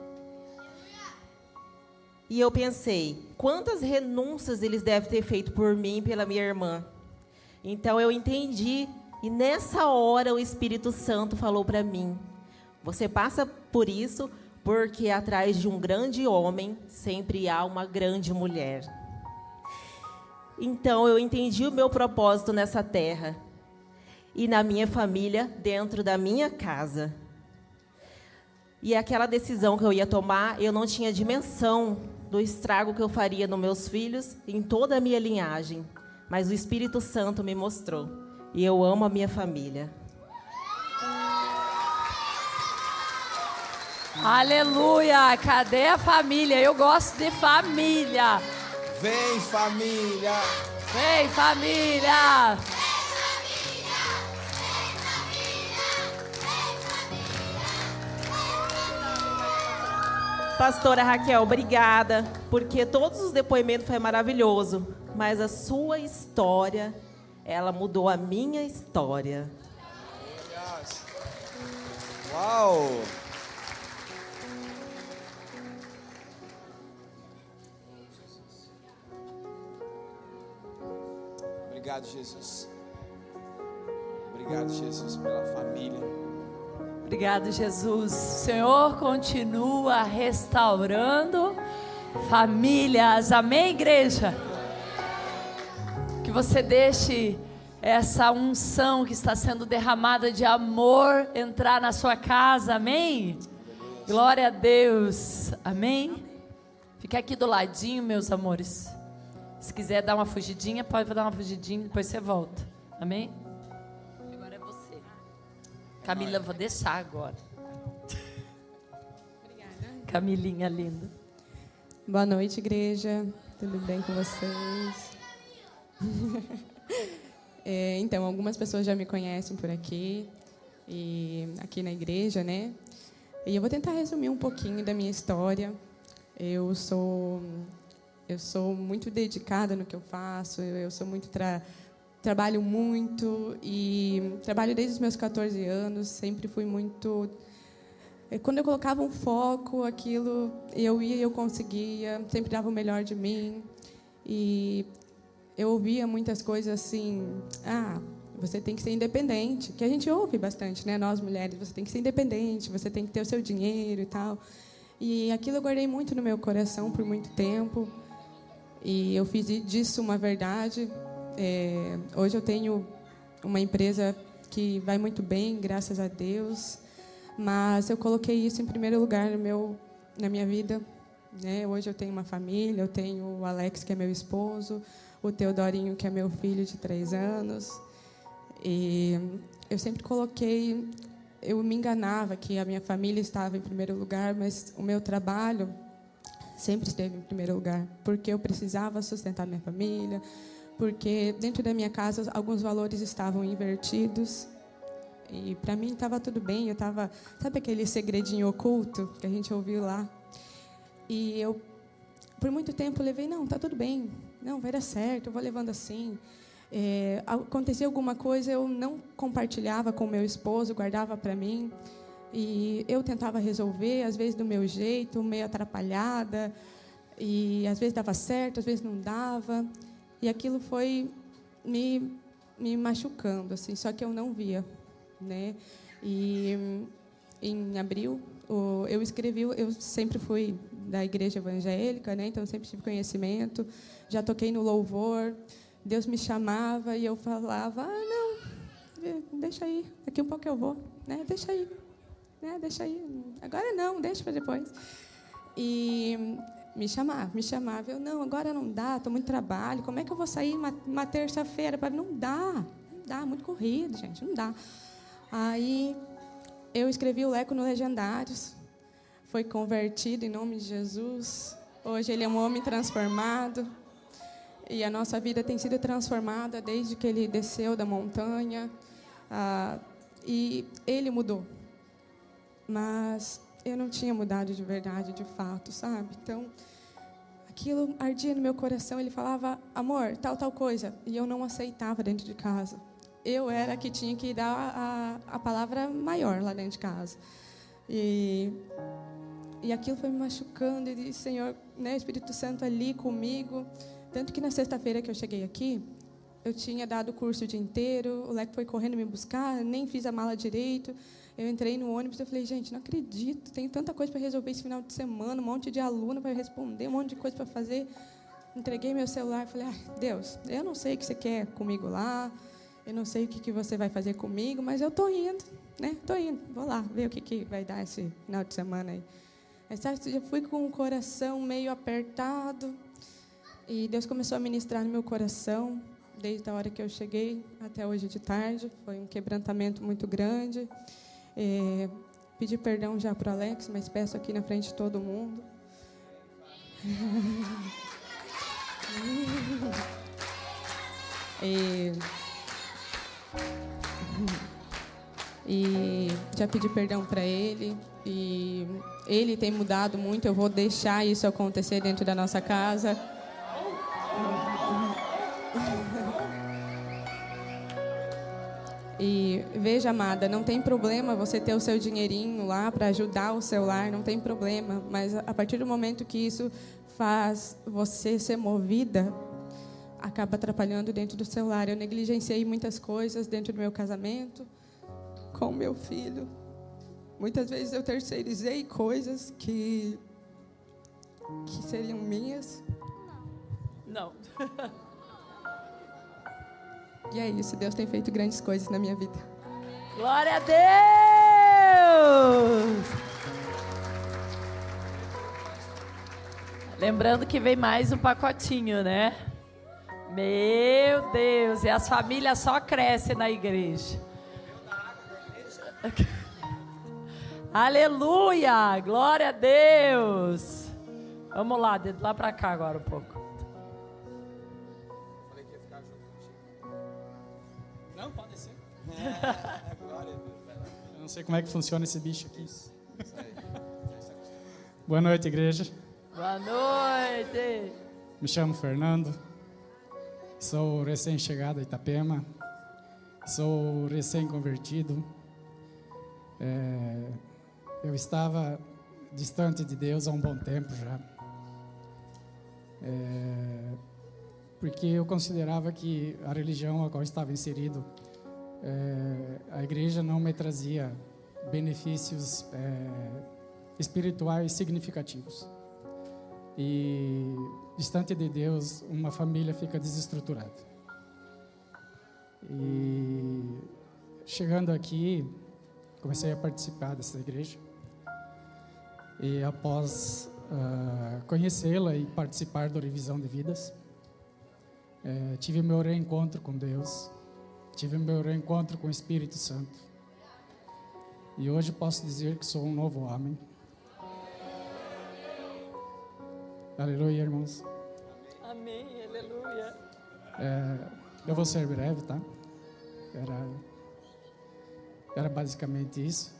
E eu pensei, quantas renúncias eles devem ter feito por mim e pela minha irmã. Então eu entendi, e nessa hora o Espírito Santo falou para mim: você passa por isso porque atrás de um grande homem sempre há uma grande mulher. Então eu entendi o meu propósito nessa terra e na minha família, dentro da minha casa. E aquela decisão que eu ia tomar, eu não tinha dimensão do estrago que eu faria nos meus filhos, em toda a minha linhagem. Mas o Espírito Santo me mostrou. E eu amo a minha família. Aleluia! Cadê a família? Eu gosto de família. Vem, família! Vem, família! Pastora Raquel, obrigada, porque todos os depoimentos foi maravilhoso, mas a sua história, ela mudou a minha história. Uau! Obrigado, Jesus. Obrigado, Jesus, pela família. Obrigado, Jesus. O Senhor continua restaurando famílias. Amém, igreja? Que você deixe essa unção que está sendo derramada de amor entrar na sua casa. Amém? Glória a Deus. Amém? Fica aqui do ladinho, meus amores. Se quiser dar uma fugidinha, pode dar uma fugidinha, depois você volta. Amém? Agora é você. Camila, vou deixar agora. Obrigada. Camilinha linda. Boa noite, igreja. Tudo bem com vocês? Então, algumas pessoas já me conhecem por aqui, e aqui na igreja, né? E eu vou tentar resumir um pouquinho da minha história. Eu sou muito dedicada no que eu faço, eu sou muito trabalho muito e trabalho desde os meus 14 anos, sempre fui muito... Quando eu colocava um foco, aquilo, eu conseguia, sempre dava o melhor de mim. E eu ouvia muitas coisas assim, você tem que ser independente, que a gente ouve bastante, né? Nós mulheres, você tem que ser independente, você tem que ter o seu dinheiro e tal. E aquilo eu guardei muito no meu coração por muito tempo. E eu fiz disso uma verdade. Hoje eu tenho uma empresa que vai muito bem, graças a Deus. Mas eu coloquei isso em primeiro lugar na minha vida. Né? Hoje eu tenho uma família, eu tenho o Alex, que é meu esposo, o Teodorinho, que é meu filho de 3 anos. E eu sempre coloquei... Eu me enganava que a minha família estava em primeiro lugar, mas o meu trabalho sempre esteve em primeiro lugar, porque eu precisava sustentar minha família, porque dentro da minha casa alguns valores estavam invertidos. E para mim estava tudo bem, eu estava, sabe aquele segredinho oculto que a gente ouviu lá? E eu, por muito tempo, levei, não, tá tudo bem, não, vai dar certo, eu vou levando assim. Acontecia alguma coisa, eu não compartilhava com meu esposo, guardava para mim. E eu tentava resolver, às vezes do meu jeito, meio atrapalhada. E às vezes dava certo, às vezes não dava. E aquilo foi me machucando, assim, só que eu não via, né? E em abril, eu escrevi, eu sempre fui da igreja evangélica, né? Então sempre tive conhecimento, já toquei no louvor, Deus me chamava e eu falava, não, deixa aí, daqui um pouco eu vou, né? Deixa aí, agora não, deixa para depois. E me chamava, eu, não, agora não dá, estou muito trabalho, como é que eu vou sair uma terça-feira? Não dá, muito corrido, gente, não dá. Aí eu escrevi o Leco no Legendários, foi convertido em nome de Jesus. Hoje ele é um homem transformado e a nossa vida tem sido transformada desde que ele desceu da montanha. E ele mudou, mas eu não tinha mudado de verdade, de fato, sabe? Então, aquilo ardia no meu coração. Ele falava, amor, tal coisa, e eu não aceitava dentro de casa. Eu era a que tinha que dar a palavra maior lá dentro de casa. E aquilo foi me machucando. E disse, Senhor, né, Espírito Santo ali comigo. Tanto que na sexta-feira que eu cheguei aqui, eu tinha dado o curso o dia inteiro. O Leco foi correndo me buscar, nem fiz a mala direito. Eu entrei no ônibus e falei, gente, não acredito. Tenho tanta coisa para resolver esse final de semana, um monte de aluno para responder, um monte de coisa para fazer. Entreguei meu celular e falei, Deus, eu não sei o que você quer comigo lá. Eu não sei o que você vai fazer comigo, mas eu estou indo, né? Estou indo, vou lá ver o que vai dar esse final de semana aí. Eu fui com o coração meio apertado e Deus começou a ministrar no meu coração desde a hora que eu cheguei até hoje de tarde. Foi um quebrantamento muito grande. Pedi perdão já para o Alex, mas peço aqui na frente de todo mundo. E já pedi perdão para ele. E ele tem mudado muito. Eu vou deixar isso acontecer dentro da nossa casa. E veja, amada, não tem problema você ter o seu dinheirinho lá para ajudar o seu lar, não tem problema. Mas a partir do momento que isso faz você ser movida, acaba atrapalhando dentro do seu lar. Eu negligenciei muitas coisas dentro do meu casamento, com o meu filho. Muitas vezes eu terceirizei coisas que seriam minhas. Não. E é isso, Deus tem feito grandes coisas na minha vida. Glória a Deus! Lembrando que vem mais um pacotinho, né? Meu Deus, e as famílias só crescem na igreja. Aleluia, glória a Deus. Vamos lá, dedo lá para cá agora um pouco. Falei que ia ficar junto contigo. Não, pode ser. Glória a Deus. Eu não sei como é que funciona esse bicho aqui. Boa noite, igreja. Boa noite. Me chamo Fernando. Sou recém-chegado a Itapema. Sou recém-convertido. Eu estava distante de Deus há um bom tempo já. Porque eu considerava que a religião a qual estava inserido, a igreja não me trazia benefícios espirituais significativos. E distante de Deus, uma família fica desestruturada. E chegando aqui, comecei a participar dessa igreja. E após conhecê-la e participar da revisão de vidas, tive meu reencontro com Deus, tive meu reencontro com o Espírito Santo. E hoje posso dizer que sou um novo homem. Aleluia, irmãos. Amém, aleluia. Eu vou ser breve, tá? Era basicamente isso.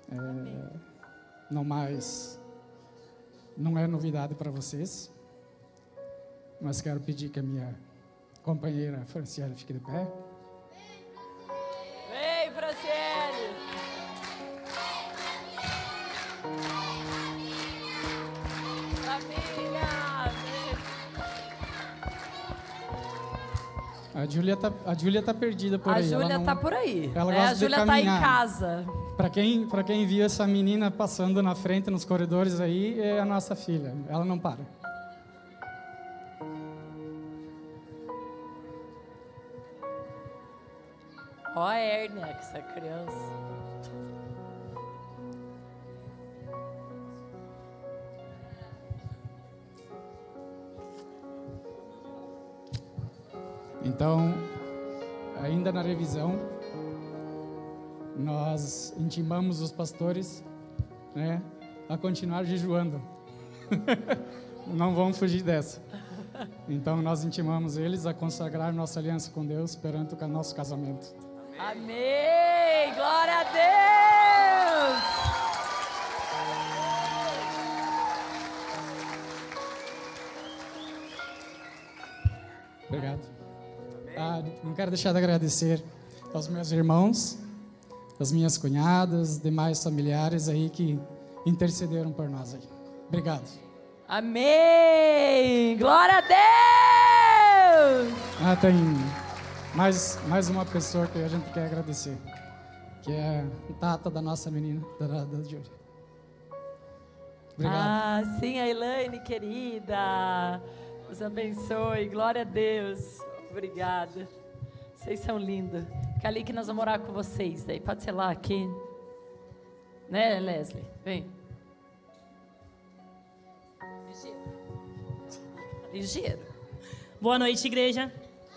Não é novidade para vocês, mas quero pedir que a minha companheira Franciele fique de pé. Vem, Franciele! Família! A Júlia tá perdida por aí. A Júlia tá por aí. Ela gosta a Júlia de tá em caminhar. casa. Para quem viu essa menina passando na frente nos corredores aí, é a nossa filha. Ela não para. Ó a hérnia que essa criança. Então, ainda na revisão, nós intimamos os pastores, né, a continuar jejuando. Não vão fugir dessa. Então, nós intimamos eles a consagrar nossa aliança com Deus perante o nosso casamento. Amém! Glória a Deus! Obrigado. Não quero deixar de agradecer aos meus irmãos, às minhas cunhadas, demais familiares aí que intercederam por nós aí. Obrigado. Amém! Glória a Deus! Tem mais uma pessoa que a gente quer agradecer, que é a Tata da nossa menina, da Júlia. Obrigado. Sim, a Elaine, querida. Deus abençoe. Glória a Deus. Obrigada. Vocês são lindos. Fica ali que nós vamos orar com vocês. Daí pode ser lá aqui. Né, Leslie? Vem. Ligeiro. Boa noite, igreja.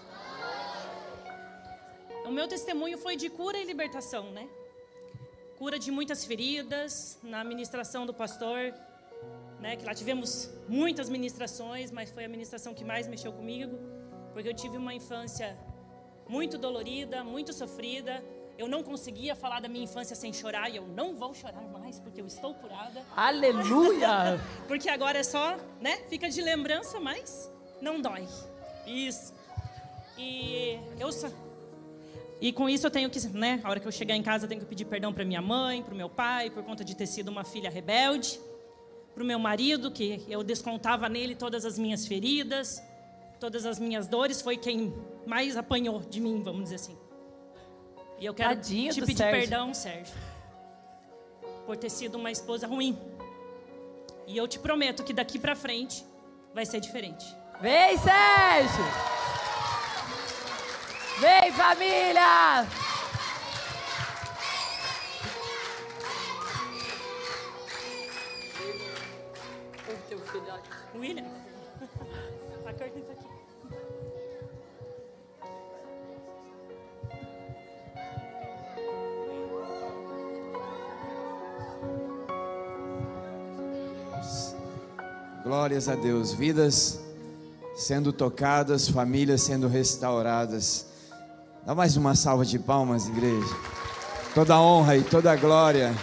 O meu testemunho foi de cura e libertação, né? Cura de muitas feridas, na ministração do pastor, né? Que lá tivemos muitas ministrações, mas foi a ministração que mais mexeu comigo, porque eu tive uma infância muito dolorida, muito sofrida. Eu não conseguia falar da minha infância sem chorar, e eu não vou chorar mais, porque eu estou curada. Aleluia! Porque agora é só, né? Fica de lembrança, mas não dói. Isso. E com isso eu tenho que, né? A hora que eu chegar em casa eu tenho que pedir perdão para minha mãe, para o meu pai, por conta de ter sido uma filha rebelde. Para o meu marido, que eu descontava nele todas as minhas feridas, todas as minhas dores. Foi quem mais apanhou de mim, vamos dizer assim. E eu quero te pedir perdão, Sérgio, por ter sido uma esposa ruim. E eu te prometo que daqui pra frente vai ser diferente. Vem, Sérgio! Vem, família! O teu filhote. William, a Courtney tá aqui. Glórias a Deus, vidas sendo tocadas, famílias sendo restauradas. Dá mais uma salva de palmas, igreja. Toda a honra e toda a glória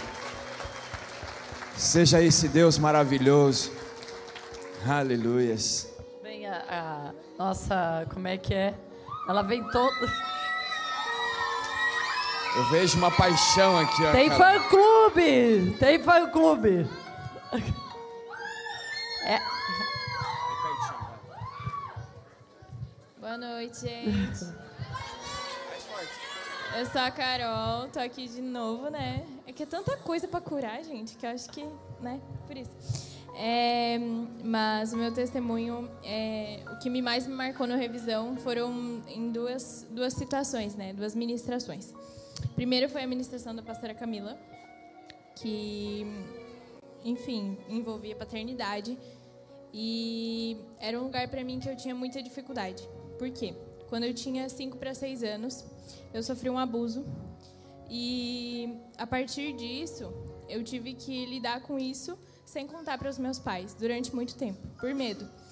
seja esse Deus maravilhoso. Aleluias. Vem a nossa, como é que é? Ela vem toda. Eu vejo uma paixão aqui, ó. Tem fã-clube! Tem fã-clube! Boa noite, gente. Eu sou a Carol, tô aqui de novo, né? É que é tanta coisa pra curar, gente, que eu acho que, né, por isso. Mas o meu testemunho, o que mais me marcou na revisão foram em duas situações, né? Duas ministrações. Primeiro foi a ministração da pastora Camila, que, enfim, envolvia paternidade. E era um lugar para mim que eu tinha muita dificuldade. Por quê? Quando eu tinha 5 para 6 anos, eu sofri um abuso. E a partir disso, eu tive que lidar com isso sem contar para os meus pais durante muito tempo, por medo.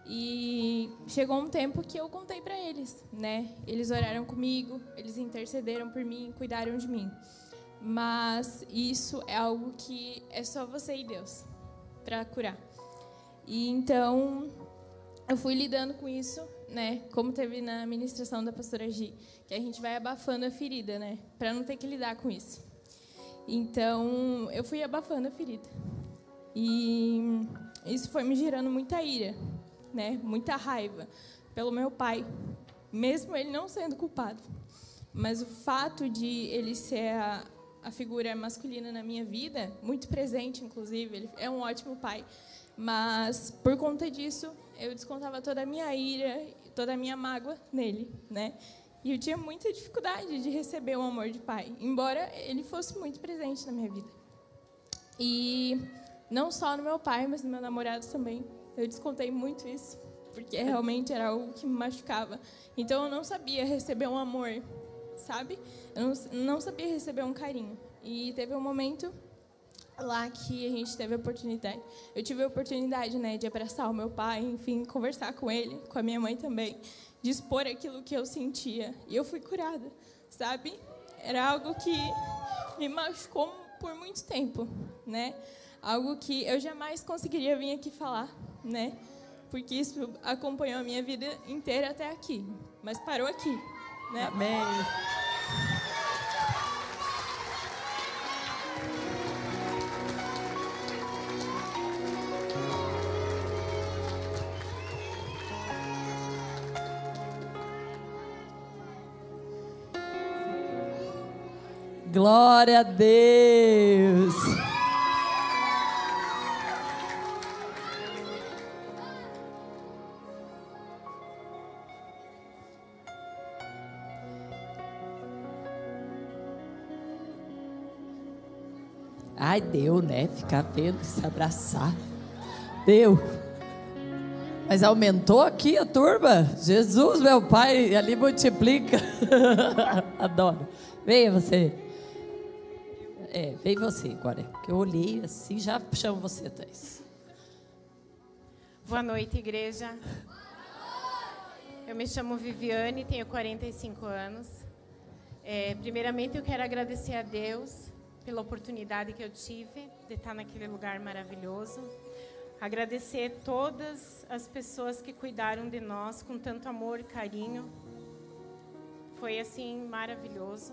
E chegou um tempo que eu contei para eles, né? Eles oraram comigo, eles intercederam por mim, cuidaram de mim. Mas isso é algo que é só você e Deus para curar. E então eu fui lidando com isso, né? Como teve na ministração da pastora Gi, que a gente vai abafando a ferida, né? Para não ter que lidar com isso. Então eu fui abafando a ferida. E isso foi me gerando muita ira, né? Muita raiva pelo meu pai, mesmo ele não sendo culpado. Mas o fato de ele ser a figura masculina na minha vida, muito presente, inclusive, ele é um ótimo pai. Mas, por conta disso, eu descontava toda a minha ira, toda a minha mágoa nele, né? E eu tinha muita dificuldade de receber o amor de pai, embora ele fosse muito presente na minha vida. E não só no meu pai, mas no meu namorado também. Eu descontei muito isso, porque realmente era algo que me machucava. Então, eu não sabia receber um amor, sabe? Eu não sabia receber um carinho. E teve um momento lá que a gente teve a oportunidade. Eu tive a oportunidade, né, de abraçar o meu pai, enfim, conversar com ele, com a minha mãe também, de expor aquilo que eu sentia. E eu fui curada, sabe? Era algo que me machucou por muito tempo, né? Algo que eu jamais conseguiria vir aqui falar, né? Porque isso acompanhou a minha vida inteira até aqui. Mas parou aqui, né? Amém. Glória a Deus. Ai, deu, né? Ficar vendo, se abraçar. Deu. Mas aumentou aqui a turma. Jesus, meu pai, ali multiplica. Adoro. Venha você. Vem você agora. Que eu olhei assim, já chamo você, Thais. Boa noite, igreja. Eu me chamo Viviane, tenho 45 anos. Primeiramente, eu quero agradecer a Deus pela oportunidade que eu tive de estar naquele lugar maravilhoso. Agradecer todas as pessoas que cuidaram de nós com tanto amor e carinho. Foi, assim, maravilhoso.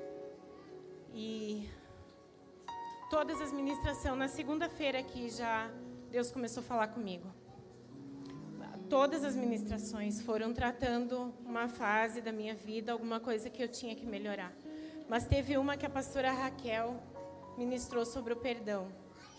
E todas as ministrações, na segunda-feira aqui já Deus começou a falar comigo. Todas as ministrações foram tratando uma fase da minha vida, alguma coisa que eu tinha que melhorar. Mas teve uma que a pastora Raquel ministrou sobre o perdão.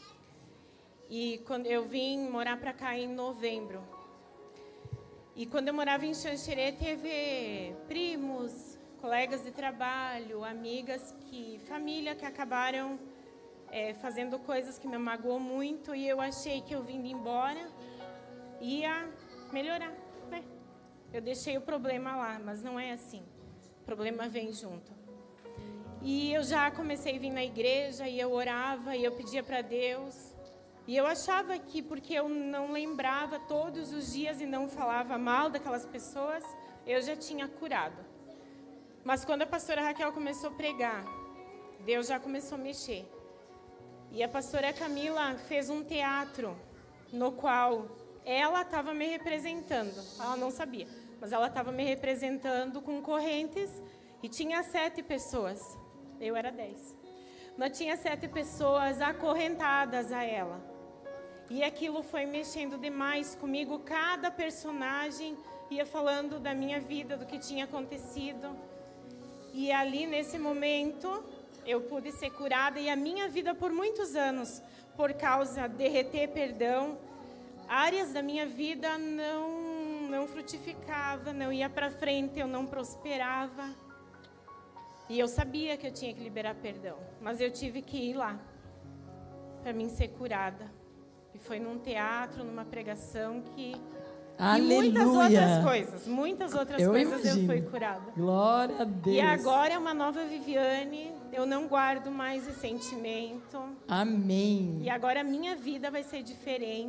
E quando eu vim morar para cá em novembro. E quando eu morava em Xanxerê, teve primos, colegas de trabalho, amigas, família que acabaram fazendo coisas que me magoou muito. E eu achei que eu vindo embora ia melhorar, né? Eu deixei o problema lá, mas não é assim. O problema vem junto. E eu já comecei a vir na igreja, e eu orava, e eu pedia para Deus. E eu achava que, porque eu não lembrava todos os dias e não falava mal daquelas pessoas, eu já tinha curado. Mas quando a pastora Raquel começou a pregar, Deus já começou a mexer. E a pastora Camila fez um teatro, no qual ela estava me representando. Ela não sabia, mas ela estava me representando com correntes, e tinha 7 pessoas. Eu era 10. Mas tinha 7 pessoas acorrentadas a ela. E aquilo foi mexendo demais comigo. Cada personagem ia falando da minha vida, do que tinha acontecido. E ali, nesse momento, eu pude ser curada. E a minha vida, por muitos anos, por causa de reter perdão, áreas da minha vida não frutificava, não ia para frente, eu não prosperava. E eu sabia que eu tinha que liberar perdão, mas eu tive que ir lá para mim ser curada. E foi num teatro, numa pregação que... Aleluia. E muitas outras coisas eu fui curada. Glória a Deus. E agora é uma nova Viviane, eu não guardo mais ressentimento. Amém. E agora a minha vida vai ser diferente.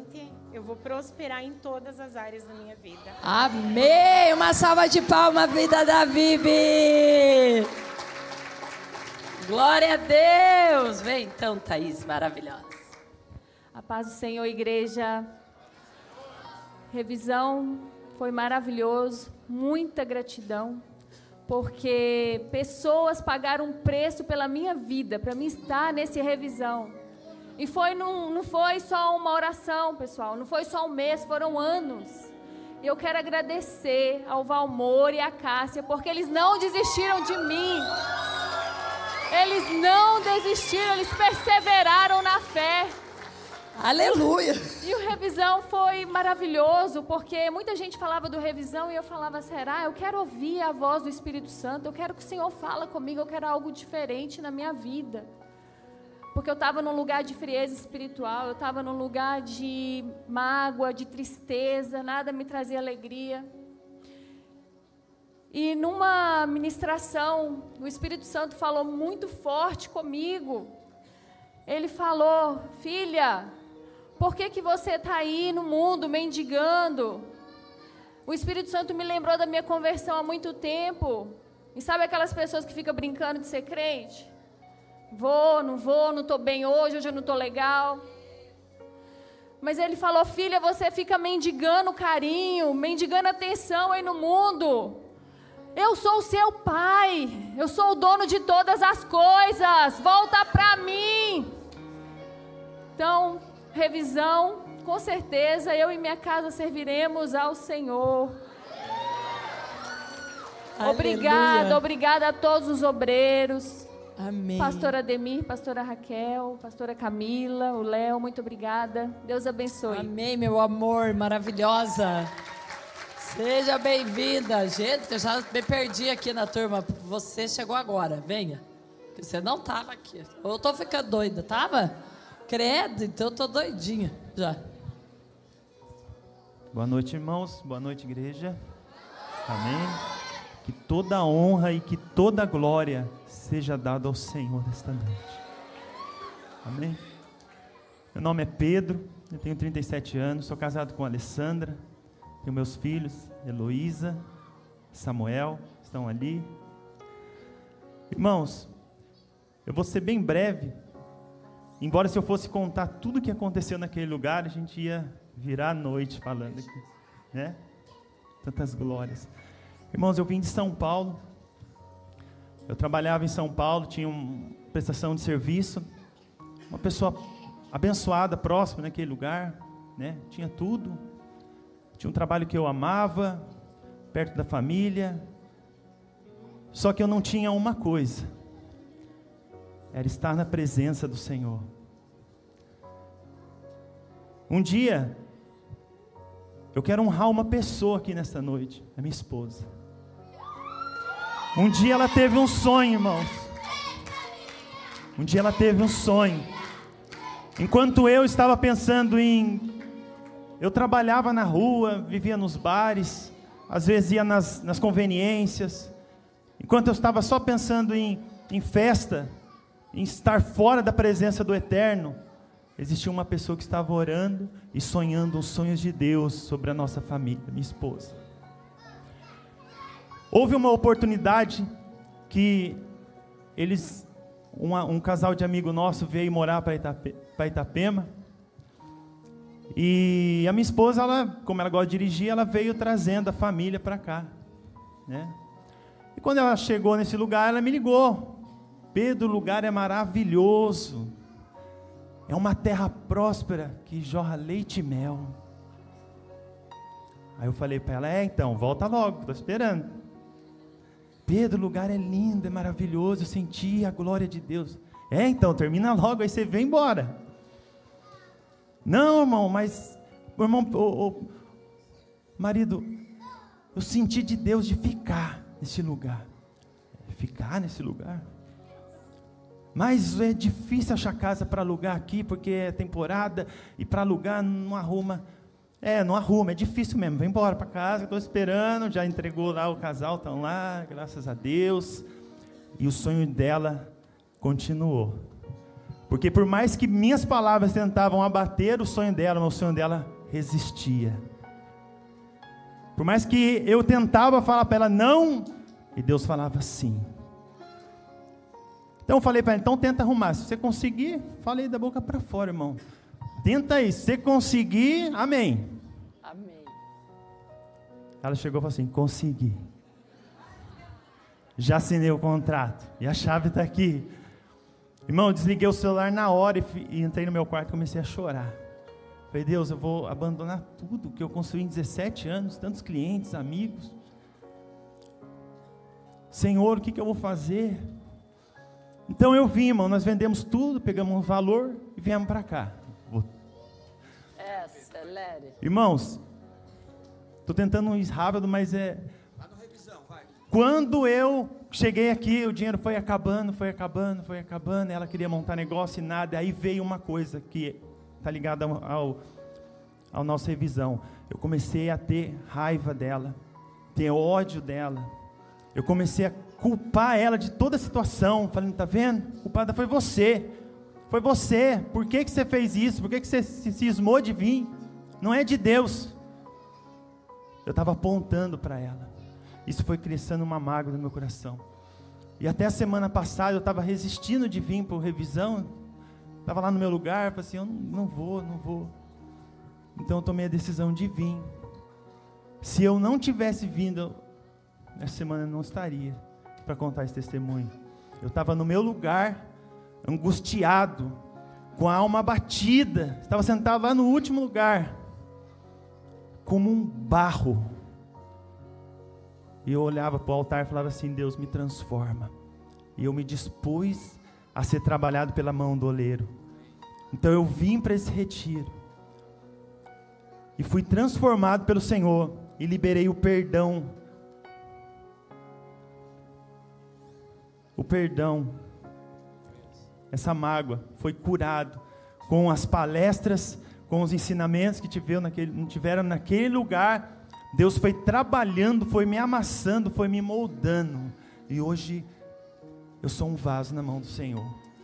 eu vou prosperar em todas as áreas da minha vida. Amém! Uma salva de palmas, vida da Bibi! Glória a Deus! Vem então, Thaís, maravilhosa. A paz do Senhor, igreja. Revisão foi maravilhoso, muita gratidão, porque pessoas pagaram um preço pela minha vida, para mim estar nesse revisão. E não foi só uma oração, pessoal, não foi só um mês, foram anos. E eu quero agradecer ao Valmor e à Cássia, porque eles não desistiram de mim. Eles não desistiram, eles perseveraram na fé. Aleluia! E o revisão foi maravilhoso, porque muita gente falava do revisão e eu falava, será? Eu quero ouvir a voz do Espírito Santo, eu quero que o Senhor fale comigo, eu quero algo diferente na minha vida. Porque eu estava num lugar de frieza espiritual, eu estava num lugar de mágoa, de tristeza, nada me trazia alegria. E numa ministração, o Espírito Santo falou muito forte comigo. Ele falou, filha, por que você está aí no mundo mendigando? O Espírito Santo me lembrou da minha conversão há muito tempo. E sabe aquelas pessoas que ficam brincando de ser crente? Vou, não estou bem hoje eu não estou legal. Mas ele falou, filha, você fica mendigando carinho, mendigando atenção aí no mundo. Eu sou o seu pai, eu sou o dono de todas as coisas, volta para mim. Então, revisão, com certeza, eu e minha casa serviremos ao Senhor. Obrigada, obrigada a todos os obreiros. Amém. Pastora Ademir, pastora Raquel, pastora Camila, o Léo, muito obrigada. Deus abençoe. Amém, meu amor, maravilhosa. Seja bem-vinda. Gente, eu já me perdi aqui na turma. Você chegou agora, venha. Porque você não estava aqui. Eu estou ficando doida, estava? Credo, então eu estou doidinha já. Boa noite, irmãos. Boa noite, igreja. Amém. Que toda honra e que toda glória seja dada ao Senhor nesta noite. Amém. Meu nome é Pedro, eu tenho 37 anos, sou casado com a Alessandra. Tenho meus filhos, Heloísa, Samuel, estão ali. Irmãos, eu vou ser bem breve. Embora se eu fosse contar tudo o que aconteceu naquele lugar, a gente ia virar a noite falando aqui, né? Tantas glórias. Irmãos, eu vim de São Paulo. Eu trabalhava em São Paulo, tinha uma prestação de serviço. Uma pessoa abençoada, próxima naquele lugar, né? Tinha tudo. Tinha um trabalho que eu amava, perto da família. Só que eu não tinha uma coisa. Era estar na presença do Senhor. Um dia, eu quero honrar uma pessoa aqui nesta noite, a minha esposa. Um dia ela teve um sonho, irmãos. Um dia ela teve um sonho. Enquanto eu estava pensando em... Eu trabalhava na rua, vivia nos bares, às vezes ia nas conveniências. Enquanto eu estava só pensando em festa, em estar fora da presença do Eterno, existia uma pessoa que estava orando e sonhando os sonhos de Deus sobre a nossa família, minha esposa. Houve uma oportunidade que um casal de amigo nosso veio morar para Itapema. E a minha esposa, como ela gosta de dirigir, ela veio trazendo a família para cá, né? E quando ela chegou nesse lugar, ela me ligou. Pedro, o lugar é maravilhoso. É uma terra próspera que jorra leite e mel. Aí eu falei para ela, então, volta logo, estou esperando. Pedro, o lugar é lindo, é maravilhoso, eu senti a glória de Deus. Então, termina logo, aí você vem embora. Não, irmão, mas, marido, eu senti de Deus de ficar nesse lugar. Ficar nesse lugar? Mas é difícil achar casa para alugar aqui, porque é temporada, e para alugar não arruma. Não arruma, é difícil mesmo. Vem embora para casa, estou esperando, já entregou lá, o casal estão lá, graças a Deus. E o sonho dela continuou. Porque por mais que minhas palavras tentavam abater o sonho dela, mas o sonho dela resistia. Por mais que eu tentava falar para ela não, e Deus falava sim. Então eu falei para ela, então tenta arrumar. Se você conseguir, falei da boca para fora, irmão. Tenta aí, se você conseguir, amém. Amém. Ela chegou e falou assim, consegui. Já assinei o contrato. E a chave está aqui. Irmão, desliguei o celular na hora e entrei no meu quarto e comecei a chorar. Falei, Deus, eu vou abandonar tudo que eu construí em 17 anos, tantos clientes, amigos. Senhor, o que eu vou fazer? Então eu vim, irmão, nós vendemos tudo, pegamos um valor e viemos para cá. Acelere. Irmãos, estou tentando ir rápido, mas é... Quando eu cheguei aqui, o dinheiro foi acabando, ela queria montar negócio e nada, aí veio uma coisa que está ligada ao nossa revisão. Eu comecei a ter raiva dela, ter ódio dela, eu comecei a culpar ela de toda a situação, falando, tá vendo? Culpada foi você, por que você fez isso, por que você se cismou de vir, não é de Deus. Eu estava apontando para ela, isso foi crescendo uma mágoa no meu coração, e até a semana passada eu estava resistindo de vir para a revisão, estava lá no meu lugar, falei assim, eu não vou, então eu tomei a decisão de vir. Se eu não tivesse vindo, essa semana eu não estaria para contar esse testemunho. Eu estava no meu lugar, angustiado, com a alma abatida, estava sentado lá no último lugar, como um barro, e eu olhava para o altar e falava assim, Deus me transforma, e eu me dispus a ser trabalhado pela mão do oleiro. Então eu vim para esse retiro, e fui transformado pelo Senhor, e liberei o perdão, essa mágoa foi curado com as palestras, com os ensinamentos que tiveram naquele lugar. Deus foi trabalhando, foi me amassando, foi me moldando, e hoje eu sou um vaso na mão do Senhor.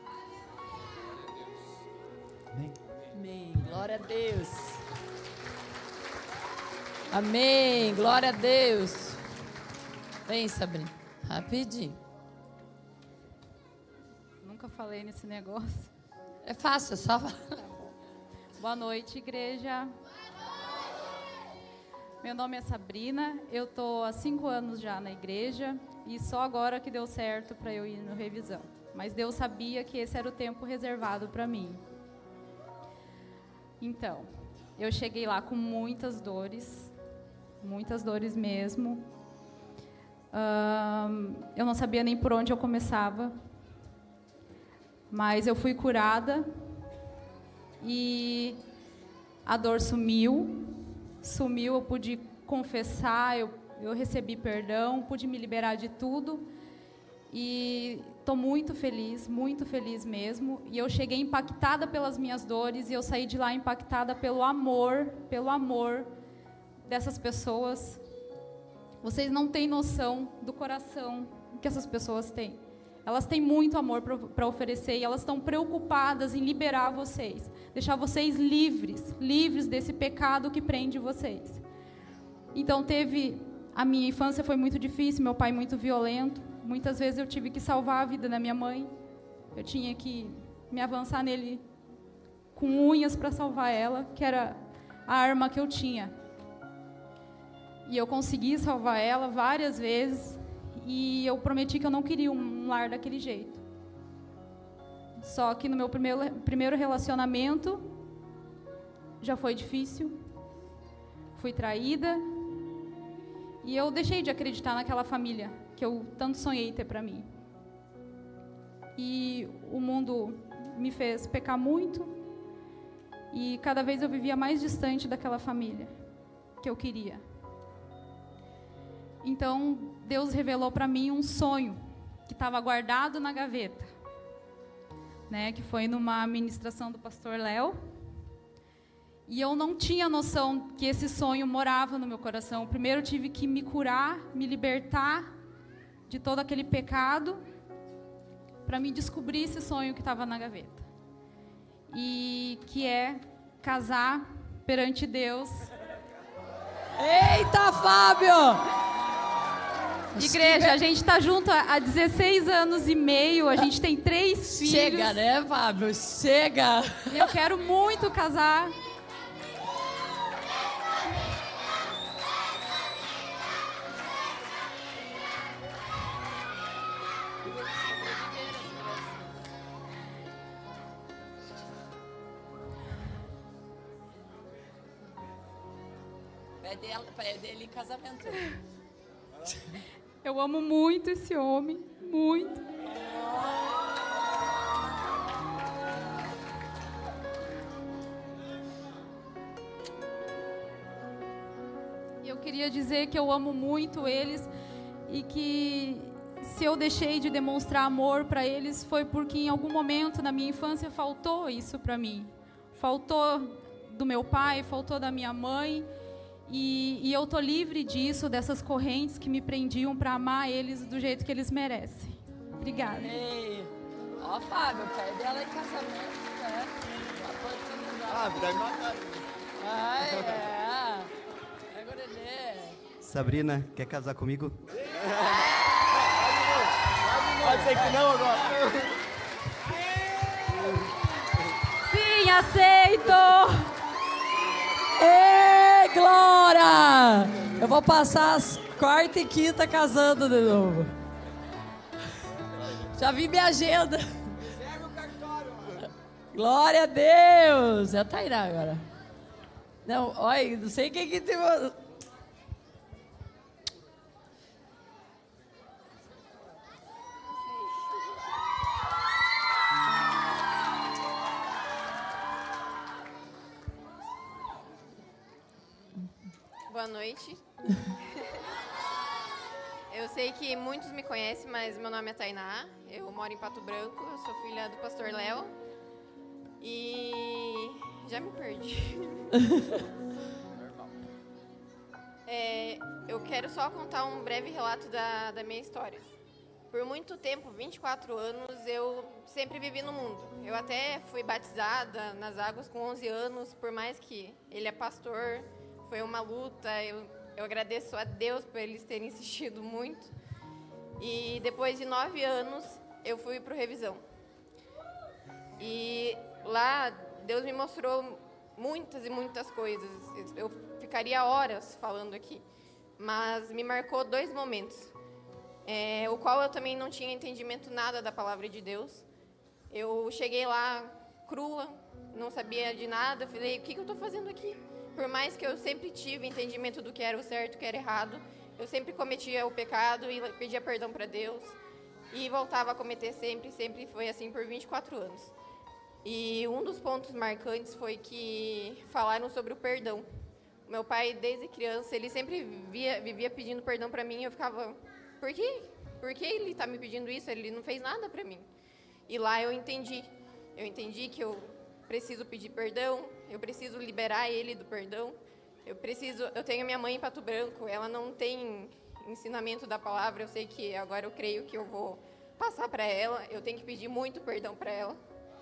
Amém. Amém. Glória a Deus. Amém. Glória a Deus. Vem, Sabrina. Rapidinho. Nunca falei nesse negócio. É fácil, é só falar. Boa noite, igreja. Meu nome é Sabrina, eu estou há 5 anos já na igreja e só agora que deu certo para eu ir no revisão. Mas Deus sabia que esse era o tempo reservado para mim. Então, eu cheguei lá com muitas dores mesmo. Eu não sabia nem por onde eu começava, mas eu fui curada e a dor sumiu, eu pude confessar, eu recebi perdão, pude me liberar de tudo e estou muito feliz mesmo. E eu cheguei impactada pelas minhas dores e eu saí de lá impactada pelo amor dessas pessoas. Vocês não têm noção do coração que essas pessoas têm. Elas têm muito amor para oferecer e elas estão preocupadas em liberar vocês, deixar vocês livres desse pecado que prende vocês. Então a minha infância foi muito difícil, meu pai muito violento, muitas vezes eu tive que salvar a vida da minha mãe, eu tinha que me avançar nele com unhas para salvar ela, que era a arma que eu tinha. E eu consegui salvar ela várias vezes. E eu prometi que eu não queria um lar daquele jeito. Só que no meu primeiro relacionamento já foi difícil. Fui traída. E eu deixei de acreditar naquela família que eu tanto sonhei ter para mim. E o mundo me fez pecar muito. E cada vez eu vivia mais distante daquela família que eu queria. Então, Deus revelou para mim um sonho que estava guardado na gaveta, né, que foi numa ministração do pastor Léo. E eu não tinha noção que esse sonho morava no meu coração. Primeiro eu tive que me curar, me libertar de todo aquele pecado, para me descobrir esse sonho que estava na gaveta. E que é casar perante Deus. Eita, Fábio! Igreja, a gente está junto há 16 anos e meio, a gente tem 3 filhos. Chega, né, Fábio? Chega! Eu quero muito casar. Pede dele em casamento. Eu amo muito esse homem, muito. E eu queria dizer que eu amo muito eles e que se eu deixei de demonstrar amor para eles foi porque em algum momento na minha infância faltou isso para mim. Faltou do meu pai, faltou da minha mãe. E eu tô livre disso, dessas correntes que me prendiam para amar eles do jeito que eles merecem. Obrigada. Ei, ó, Fábio, pede ela em casamento, né? Sabrina, quer casar comigo? Pode ser que não agora. Sim, aceito! Ei, Glória! Eu vou passar as quarta e quinta casando de novo. Já vi minha agenda. Glória a Deus! É a Tainá agora. Não, olha, não sei quem que tem... Boa noite. Eu sei que muitos me conhecem, mas meu nome é Tainá. Eu moro em Pato Branco, eu sou filha do pastor Léo. E já me perdi. Eu quero só contar um breve relato da minha história. Por muito tempo, 24 anos, eu sempre vivi no mundo. Eu até fui batizada nas águas com 11 anos, por mais que ele é pastor. Foi uma luta, eu agradeço a Deus por eles terem insistido muito. E depois de 9 anos, eu fui para o Revisão. E lá, Deus me mostrou muitas e muitas coisas. Eu ficaria horas falando aqui. Mas me marcou 2 momentos. O qual eu também não tinha entendimento nada da palavra de Deus. Eu cheguei lá crua, não sabia de nada. Falei, o que eu estou fazendo aqui? Por mais que eu sempre tive entendimento do que era o certo e o que era errado, eu sempre cometia o pecado e pedia perdão para Deus. E voltava a cometer sempre foi assim por 24 anos. E um dos pontos marcantes foi que falaram sobre o perdão. O meu pai, desde criança, ele sempre vivia pedindo perdão para mim e eu ficava, por quê? Por que ele está me pedindo isso? Ele não fez nada para mim. E lá eu entendi que eu preciso pedir perdão, eu preciso liberar ele do perdão. Eu tenho a minha mãe em Pato Branco, ela não tem ensinamento da palavra, eu sei que agora eu creio que eu vou passar para ela, eu tenho que pedir muito perdão para ela.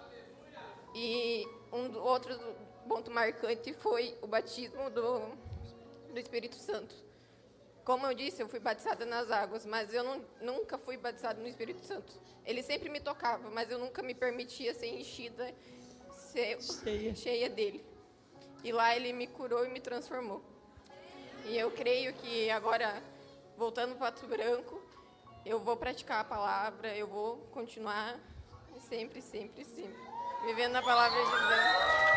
E outro ponto marcante foi o batismo do Espírito Santo. Como eu disse, eu fui batizada nas águas, mas eu nunca fui batizada no Espírito Santo. Ele sempre me tocava, mas eu nunca me permitia ser enchida, ser cheia dele. E lá ele me curou e me transformou. E eu creio que agora, voltando para Pato Branco, eu vou praticar a palavra, eu vou continuar sempre vivendo a palavra de Deus.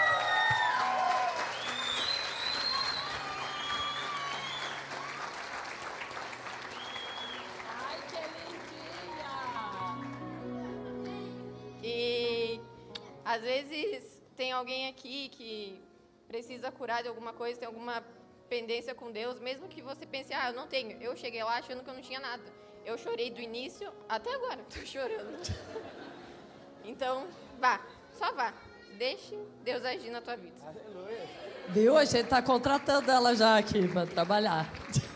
E às vezes tem alguém aqui que precisa curar de alguma coisa, tem alguma pendência com Deus, mesmo que você pense, eu não tenho. Eu cheguei lá achando que eu não tinha nada. Eu chorei do início até agora, estou chorando. Então, só vá. Deixe Deus agir na tua vida. Aleluia. Viu? A gente está contratando ela já aqui para trabalhar.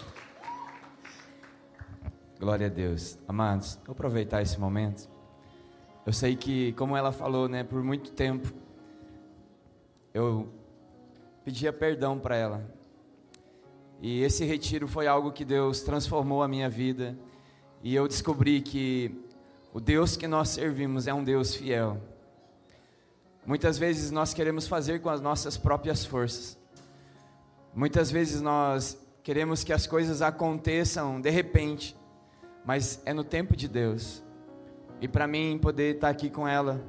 Glória a Deus. Amados, vou aproveitar esse momento. Eu sei que, como ela falou, por muito tempo, eu pedia perdão para ela. E esse retiro foi algo que Deus transformou a minha vida. E eu descobri que o Deus que nós servimos é um Deus fiel. Muitas vezes nós queremos fazer com as nossas próprias forças. Muitas vezes nós queremos que as coisas aconteçam de repente, mas é no tempo de Deus. E para mim poder estar aqui com ela,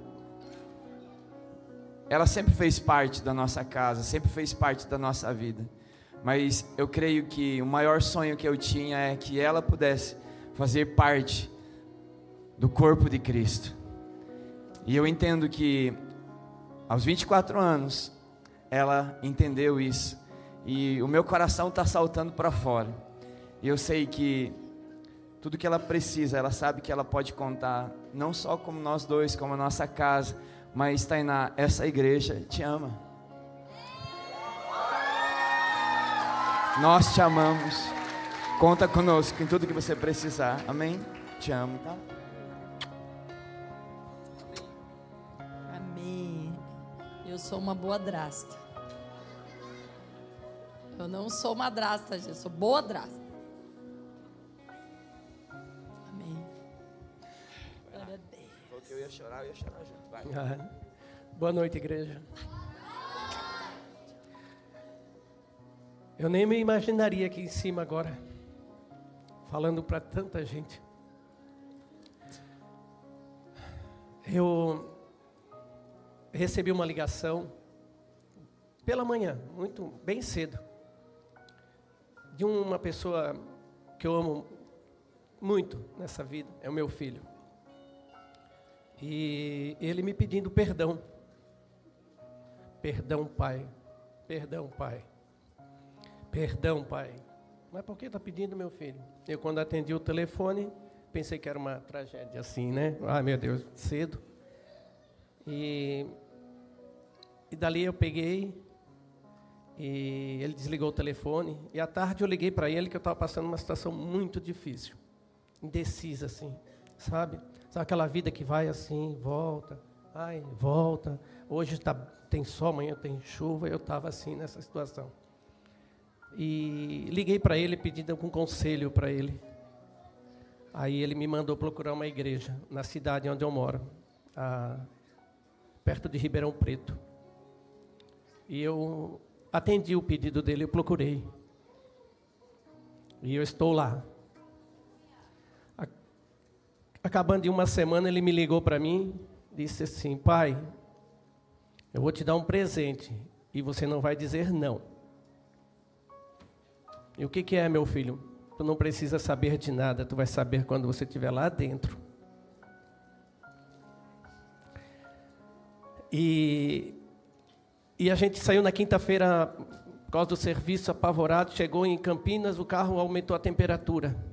ela sempre fez parte da nossa casa, sempre fez parte da nossa vida. Mas eu creio que o maior sonho que eu tinha é que ela pudesse fazer parte do corpo de Cristo. E eu entendo que aos 24 anos ela entendeu isso. E o meu coração está saltando para fora. E eu sei que tudo que ela precisa, ela sabe que ela pode contar, não só como nós dois, como a nossa casa, mas Tainá, essa igreja te ama. Nós te amamos. Conta conosco em tudo que você precisar. Amém? Te amo, tá? Amém. Eu sou uma boadrasta. Eu não sou madrasta, gente. Eu sou boadrasta. Amém. Glória a Deus. Falou que eu ia chorar junto. Vai. Boa noite, igreja. Eu nem me imaginaria aqui em cima agora, falando para tanta gente. Eu recebi uma ligação pela manhã, bem cedo, de uma pessoa que eu amo muito nessa vida, é o meu filho. E ele me pedindo perdão. Perdão, pai. Perdão, pai. Perdão, pai. Mas por que está pedindo, meu filho? Eu, quando atendi o telefone, pensei que era uma tragédia assim, né? Ai, meu Deus, cedo. E dali eu peguei, e ele desligou o telefone. E à tarde eu liguei para ele que eu estava passando uma situação muito difícil. Indecisa, assim, sabe? Sabe aquela vida que vai assim, volta, vai, volta. Hoje tem sol, amanhã tem chuva. Eu estava assim nessa situação. E liguei para ele pedindo algum conselho para ele. Aí ele me mandou procurar uma igreja na cidade onde eu moro, perto de Ribeirão Preto. E eu atendi o pedido dele, eu procurei. E eu estou lá. Acabando de uma semana, ele me ligou para mim, disse assim: pai, eu vou te dar um presente e você não vai dizer não. E o que é, meu filho? Tu não precisa saber de nada, tu vai saber quando você estiver lá dentro. E a gente saiu na quinta-feira, por causa do serviço, apavorado, chegou em Campinas, o carro aumentou a temperatura.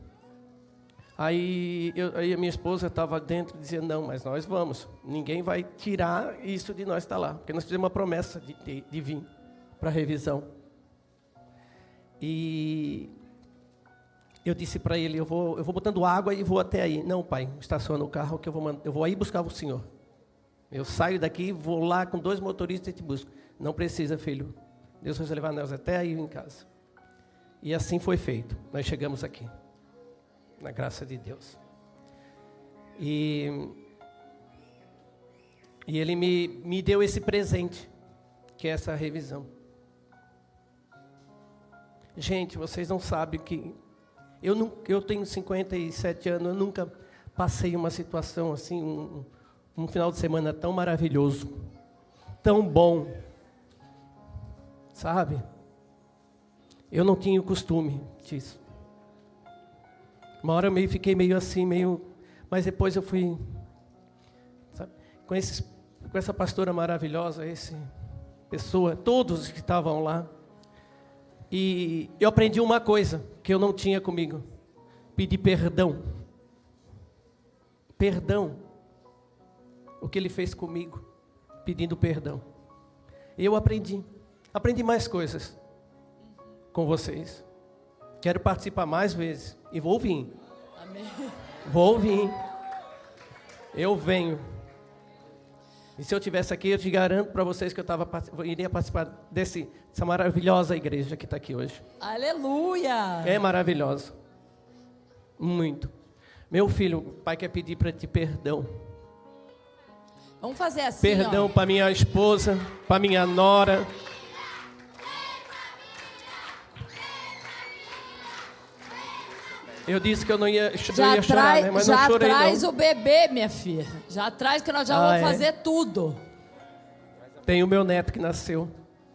Aí a minha esposa estava dentro dizendo: não, mas nós vamos, ninguém vai tirar isso de nós estar lá, porque nós fizemos uma promessa de vir para a revisão. E eu disse para ele: eu vou botando água e vou até aí. Não, pai, estaciona o carro que eu vou aí buscar o senhor. Eu saio daqui, vou lá com 2 motoristas e te busco. Não precisa, filho, Deus vai levar nós até aí em casa. E assim foi feito, nós chegamos aqui, na graça de Deus. E ele me deu esse presente, que é essa revisão. Gente, vocês não sabem que eu tenho 57 anos, eu nunca passei uma situação assim, um final de semana tão maravilhoso, tão bom, sabe? Eu não tinha o costume disso. Uma hora eu fiquei meio assim, mas depois eu fui, sabe, com essa pastora maravilhosa, pessoa, todos que estavam lá. E eu aprendi uma coisa que eu não tinha comigo: pedir perdão. Perdão. O que ele fez comigo, pedindo perdão. Eu aprendi mais coisas com vocês. Quero participar mais vezes. E vou vir. Amém. Vou vir. Eu venho. E se eu estivesse aqui, eu te garanto para vocês que eu iria participar dessa maravilhosa igreja que está aqui hoje. Aleluia! É maravilhosa. Muito. Meu filho, o pai quer pedir para ti perdão. Vamos fazer assim, Perdão para minha esposa, para minha nora. Eu disse que eu não ia, chorar, né? Mas não chorei, traz não. o bebê, minha filha. Já traz que nós já vamos fazer tudo. Tem o meu neto que nasceu.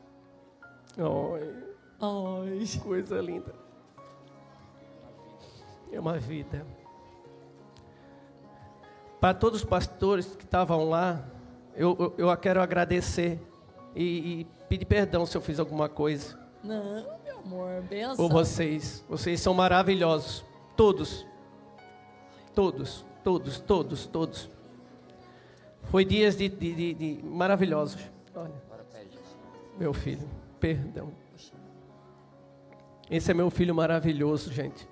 Ai, coisa linda. É uma vida. Para todos os pastores que estavam lá, eu quero agradecer e pedir perdão se eu fiz alguma coisa. Não, meu amor, benção. Por vocês. Vocês são maravilhosos. Todos. Todos. Todos. Todos. Todos. Foi dias de maravilhosos. Olha, meu filho, perdão. Esse é meu filho maravilhoso, gente.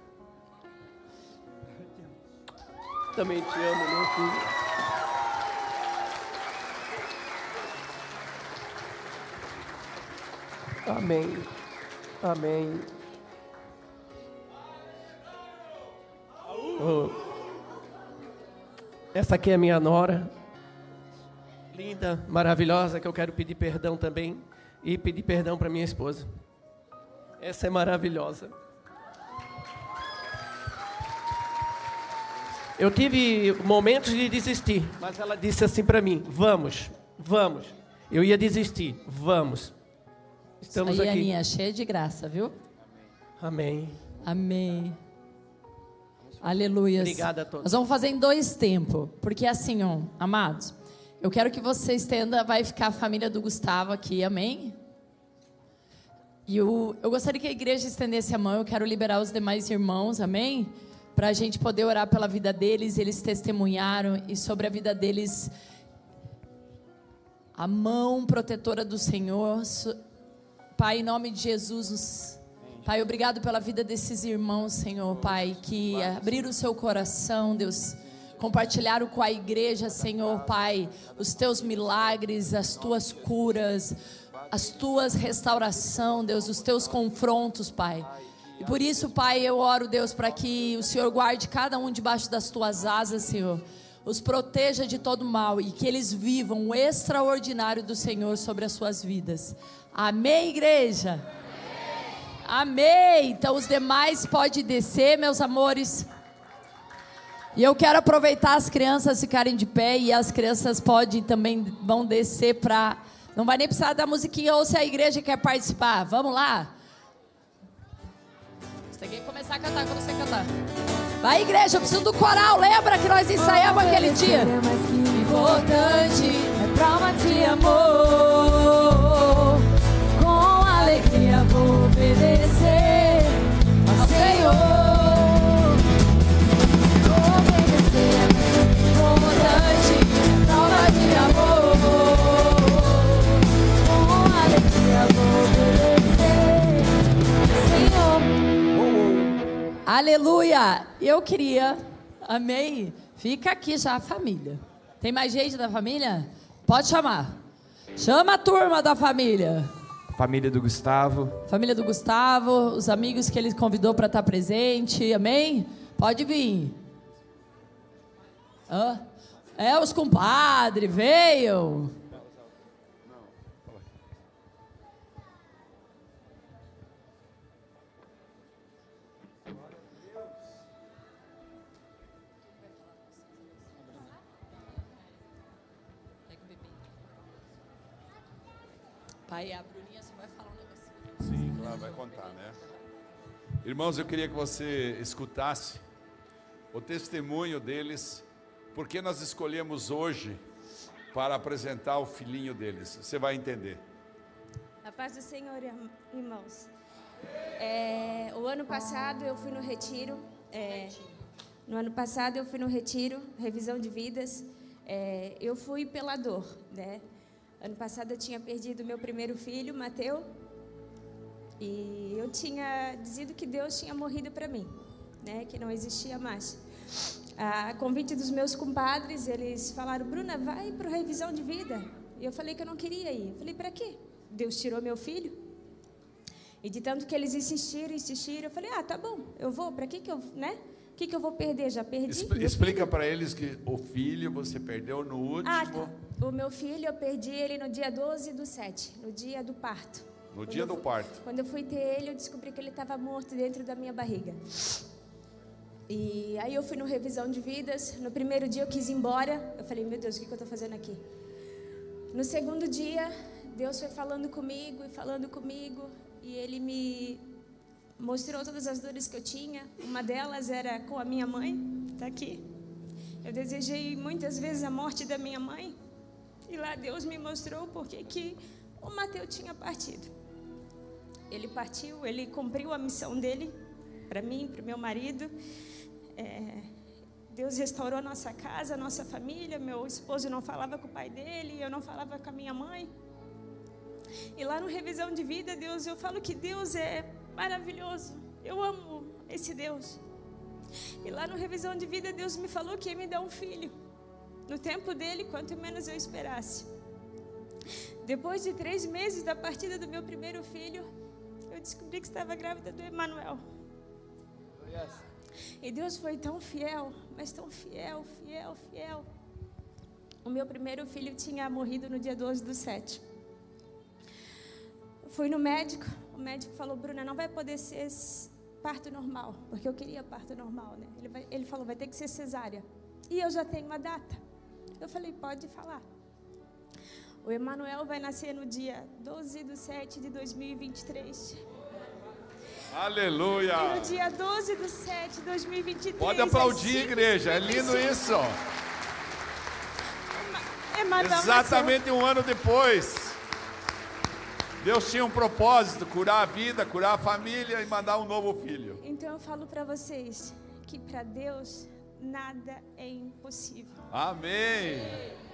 Também te amo, meu filho. Amém. Amém. Oh. Essa aqui é minha nora. Linda, maravilhosa, que eu quero pedir perdão também. E pedir perdão para minha esposa. Essa é maravilhosa. Eu tive momentos de desistir, mas ela disse assim para mim: vamos, vamos. Eu ia desistir, vamos. Estamos aí, aqui. Aninha, cheia de graça, viu? Amém. Amém. Aleluia. Obrigada a todos. Nós vamos fazer em 2 tempos, porque assim, ó, amados, eu quero que você estenda, vai ficar a família do Gustavo aqui, amém? E eu gostaria que a igreja estendesse a mão, eu quero liberar os demais irmãos, amém? Para a gente poder orar pela vida deles, eles testemunharam, e sobre a vida deles, a mão protetora do Senhor. Pai, em nome de Jesus, Pai, obrigado pela vida desses irmãos, Senhor, Pai, que abriram o seu coração, Deus, compartilharam com a igreja, Senhor, Pai, os teus milagres, as tuas curas, as tuas restauração, Deus, os teus confrontos, Pai. E por isso, Pai, eu oro, Deus, para que o Senhor guarde cada um debaixo das tuas asas, Senhor, os proteja de todo mal e que eles vivam o extraordinário do Senhor sobre as suas vidas. Amém, igreja? Amém. Então os demais podem descer, meus amores. E eu quero aproveitar as crianças ficarem de pé e as crianças vão descer para... Não vai nem precisar da musiquinha, ou se a igreja quer participar. Vamos lá. Você tem que começar a cantar quando você cantar. Vai, igreja, eu preciso do coral. Lembra que nós ensaiamos aquele dia? Importante é prova de amor. Com alegria vou obedecer ao Senhor. Obedecer é importante é prova de amor. Com alegria vou obedecer ao Senhor. Aleluia! Eu queria, amém? Fica aqui já a família. Tem mais gente da família? Pode chamar. Chama a turma da família. Família do Gustavo. Família do Gustavo, os amigos que ele convidou para estar presente, amém? Pode vir. Os compadres, veio. Pai, a Bruninha só vai falar um negocinho. Sim, claro, vai contar, né? Irmãos, eu queria que você escutasse o testemunho deles, porque nós escolhemos hoje para apresentar o filhinho deles. Você vai entender. A paz do Senhor, irmãos. O ano passado eu fui no retiro. Revisão de vidas. Eu fui pela dor, né? Ano passado eu tinha perdido meu primeiro filho, Mateus, e eu tinha dizido que Deus tinha morrido para mim, né? Que não existia mais. A convite dos meus compadres, eles falaram: Bruna, vai para revisão de vida. E eu falei que eu não queria ir. Eu falei: para quê? Deus tirou meu filho. E de tanto que eles insistiram, eu falei: ah, tá bom, eu vou. Para que eu, né? O que eu vou perder? Já perdi. Explica para eles que o filho você perdeu no último. Ah, tá. O meu filho, eu perdi ele no dia 12/7, no dia do parto. No dia do parto. Quando eu fui ter ele, eu descobri que ele estava morto dentro da minha barriga. E aí eu fui no revisão de vidas. No primeiro dia eu quis ir embora. Eu falei: meu Deus, o que eu estou fazendo aqui? No segundo dia, Deus foi falando comigo. E Ele me mostrou todas as dores que eu tinha. Uma delas era com a minha mãe. Está aqui. Eu desejei muitas vezes a morte da minha mãe. E lá Deus me mostrou porque que o Mateus tinha partido. Ele partiu, ele cumpriu a missão dele para mim, para o meu marido. Deus restaurou a nossa casa, a nossa família. Meu esposo não falava com o pai dele, eu não falava com a minha mãe. E lá no revisão de vida, eu falo que Deus é maravilhoso. Eu amo esse Deus. E lá no revisão de vida, Deus me falou que ia me dar um filho. No tempo dele, quanto menos eu esperasse. Depois de 3 meses da partida do meu primeiro filho, eu descobri que estava grávida do Emanuel. E Deus foi tão fiel, mas tão fiel. O meu primeiro filho tinha morrido no dia 12/7. Fui no médico, o médico falou: Bruna, não vai poder ser parto normal, porque eu queria parto normal, né? Ele falou: vai ter que ser cesárea. E eu já tenho uma data. Eu falei: pode falar. O Emanuel vai nascer no dia 12/7 de 2023. Aleluia! E no dia 12/7 de 2023. Pode aplaudir, igreja. É lindo isso. Exatamente um ano depois. Deus tinha um propósito: curar a vida, curar a família e mandar um novo filho. Então eu falo para vocês que para Deus nada é impossível. Amém.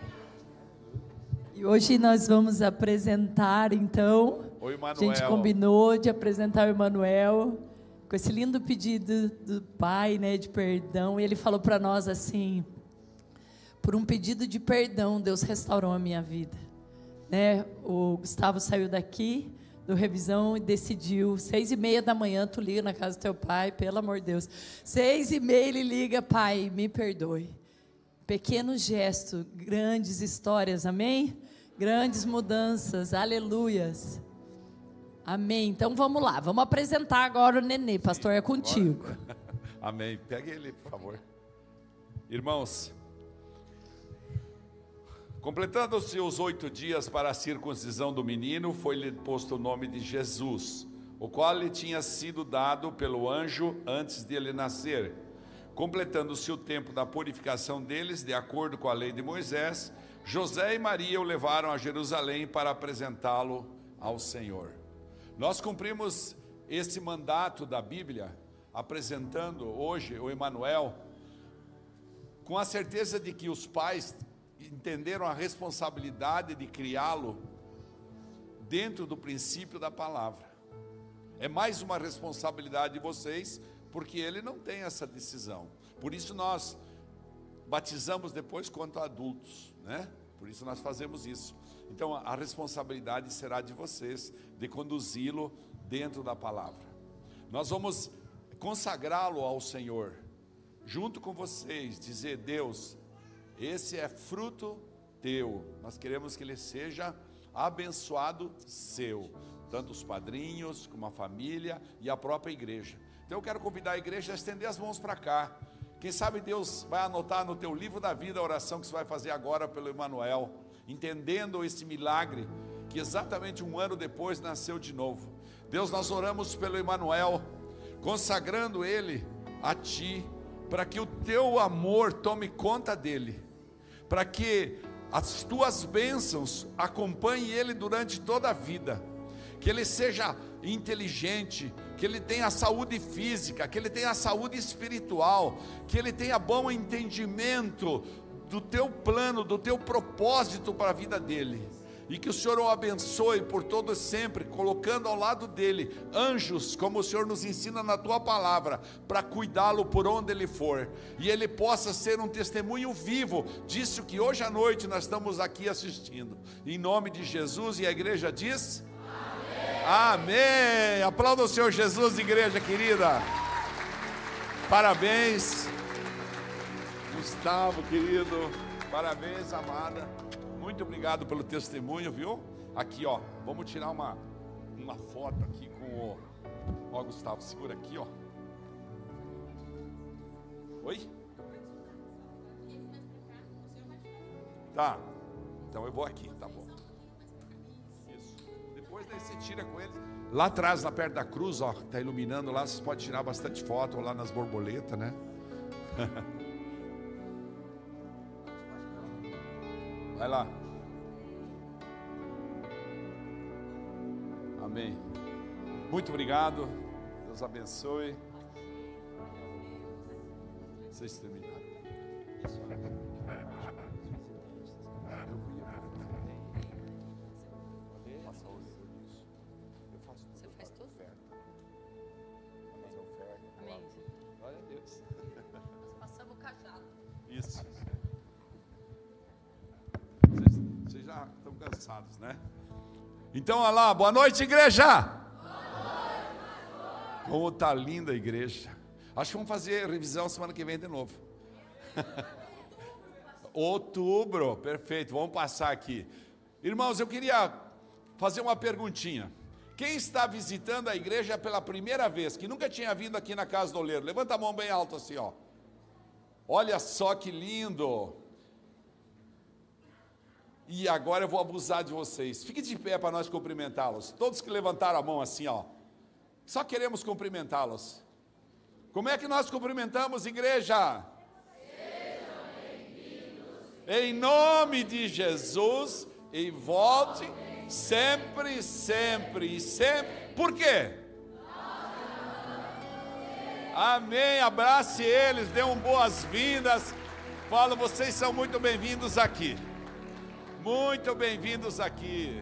E hoje nós vamos apresentar, então, o Emanuel. A gente combinou de apresentar o Emanuel com esse lindo pedido do pai, né, de perdão. E ele falou para nós assim: por um pedido de perdão, Deus restaurou a minha vida. Né? O Gustavo saiu daqui do revisão e decidiu, 6:30 da manhã, tu liga na casa do teu pai, pelo amor de Deus. 6:30 ele liga: pai, me perdoe. Pequeno gesto, grandes histórias, amém? Grandes mudanças, aleluias. Amém. Então vamos lá, vamos apresentar agora o nenê. Pastor, é contigo. Amém. Pegue ele, por favor. Irmãos, completando-se os 8 dias para a circuncisão do menino, foi-lhe posto o nome de Jesus, o qual lhe tinha sido dado pelo anjo antes de ele nascer. Completando-se o tempo da purificação deles, de acordo com a lei de Moisés, José e Maria o levaram a Jerusalém para apresentá-lo ao Senhor. Nós cumprimos esse mandato da Bíblia, apresentando hoje o Emanuel, com a certeza de que os pais entenderam a responsabilidade de criá-lo dentro do princípio da palavra. É mais uma responsabilidade de vocês, porque ele não tem essa decisão. Por isso nós batizamos depois quanto adultos, né? Por isso nós fazemos isso. Então a responsabilidade será de vocês, de conduzi-lo dentro da palavra. Nós vamos consagrá-lo ao Senhor, junto com vocês, dizer: Deus, esse é fruto teu. Nós queremos que ele seja abençoado seu, tanto os padrinhos, como a família e a própria igreja. Então eu quero convidar a igreja a estender as mãos para cá. Quem sabe Deus vai anotar no teu livro da vida a oração que você vai fazer agora pelo Emanuel, entendendo esse milagre que exatamente um ano depois nasceu de novo. Deus, nós oramos pelo Emanuel, consagrando ele a ti, para que o teu amor tome conta dele, para que as tuas bênçãos acompanhem ele durante toda a vida, que ele seja inteligente, que ele tenha saúde física, que ele tenha saúde espiritual, que ele tenha bom entendimento do teu plano, do teu propósito para a vida dele, E que o Senhor o abençoe por todo sempre, colocando ao lado dele anjos, como o Senhor nos ensina na tua palavra, para cuidá-lo por onde ele for. E ele possa ser um testemunho vivo disso que hoje à noite nós estamos aqui assistindo. Em nome de Jesus, e a igreja diz: amém. Amém. Aplauda o Senhor Jesus, igreja querida. Parabéns, Gustavo, querido. Parabéns, amada. Muito obrigado pelo testemunho, viu? Aqui, ó, vamos tirar uma foto aqui com o... Ó, Gustavo, segura aqui, ó. Oi? Tá, então eu vou aqui, tá bom. Isso. Depois daí você tira com eles. Lá atrás, lá perto da cruz, ó, tá iluminando lá, vocês podem tirar bastante foto, ou lá nas borboletas, né? Vai lá. Amém. Muito obrigado. Deus abençoe. Vocês terminaram. Você faz tudo? Amém. Glória a Deus. Nós passamos o cajado. Isso. Vocês já estão cansados, né? Então, olha lá, boa noite, igreja! Boa noite, como está linda a igreja. Acho que vamos fazer revisão semana que vem de novo. Outubro, perfeito, vamos passar aqui. Irmãos, eu queria fazer uma perguntinha. Quem está visitando a igreja pela primeira vez, que nunca tinha vindo aqui na Casa do Oleiro, levanta a mão bem alto assim, ó. Olha só que lindo. E agora eu vou abusar de vocês. Fique de pé para nós cumprimentá-los. Todos que levantaram a mão assim, ó. Só queremos cumprimentá-los. Como é que nós cumprimentamos, igreja? Sejam bem-vindos. Em nome de Jesus. E volte sempre, sempre e sempre. Por quê? Amém. Abrace eles, dê boas-vindas. Fala, vocês são muito bem-vindos aqui. Muito bem-vindos aqui.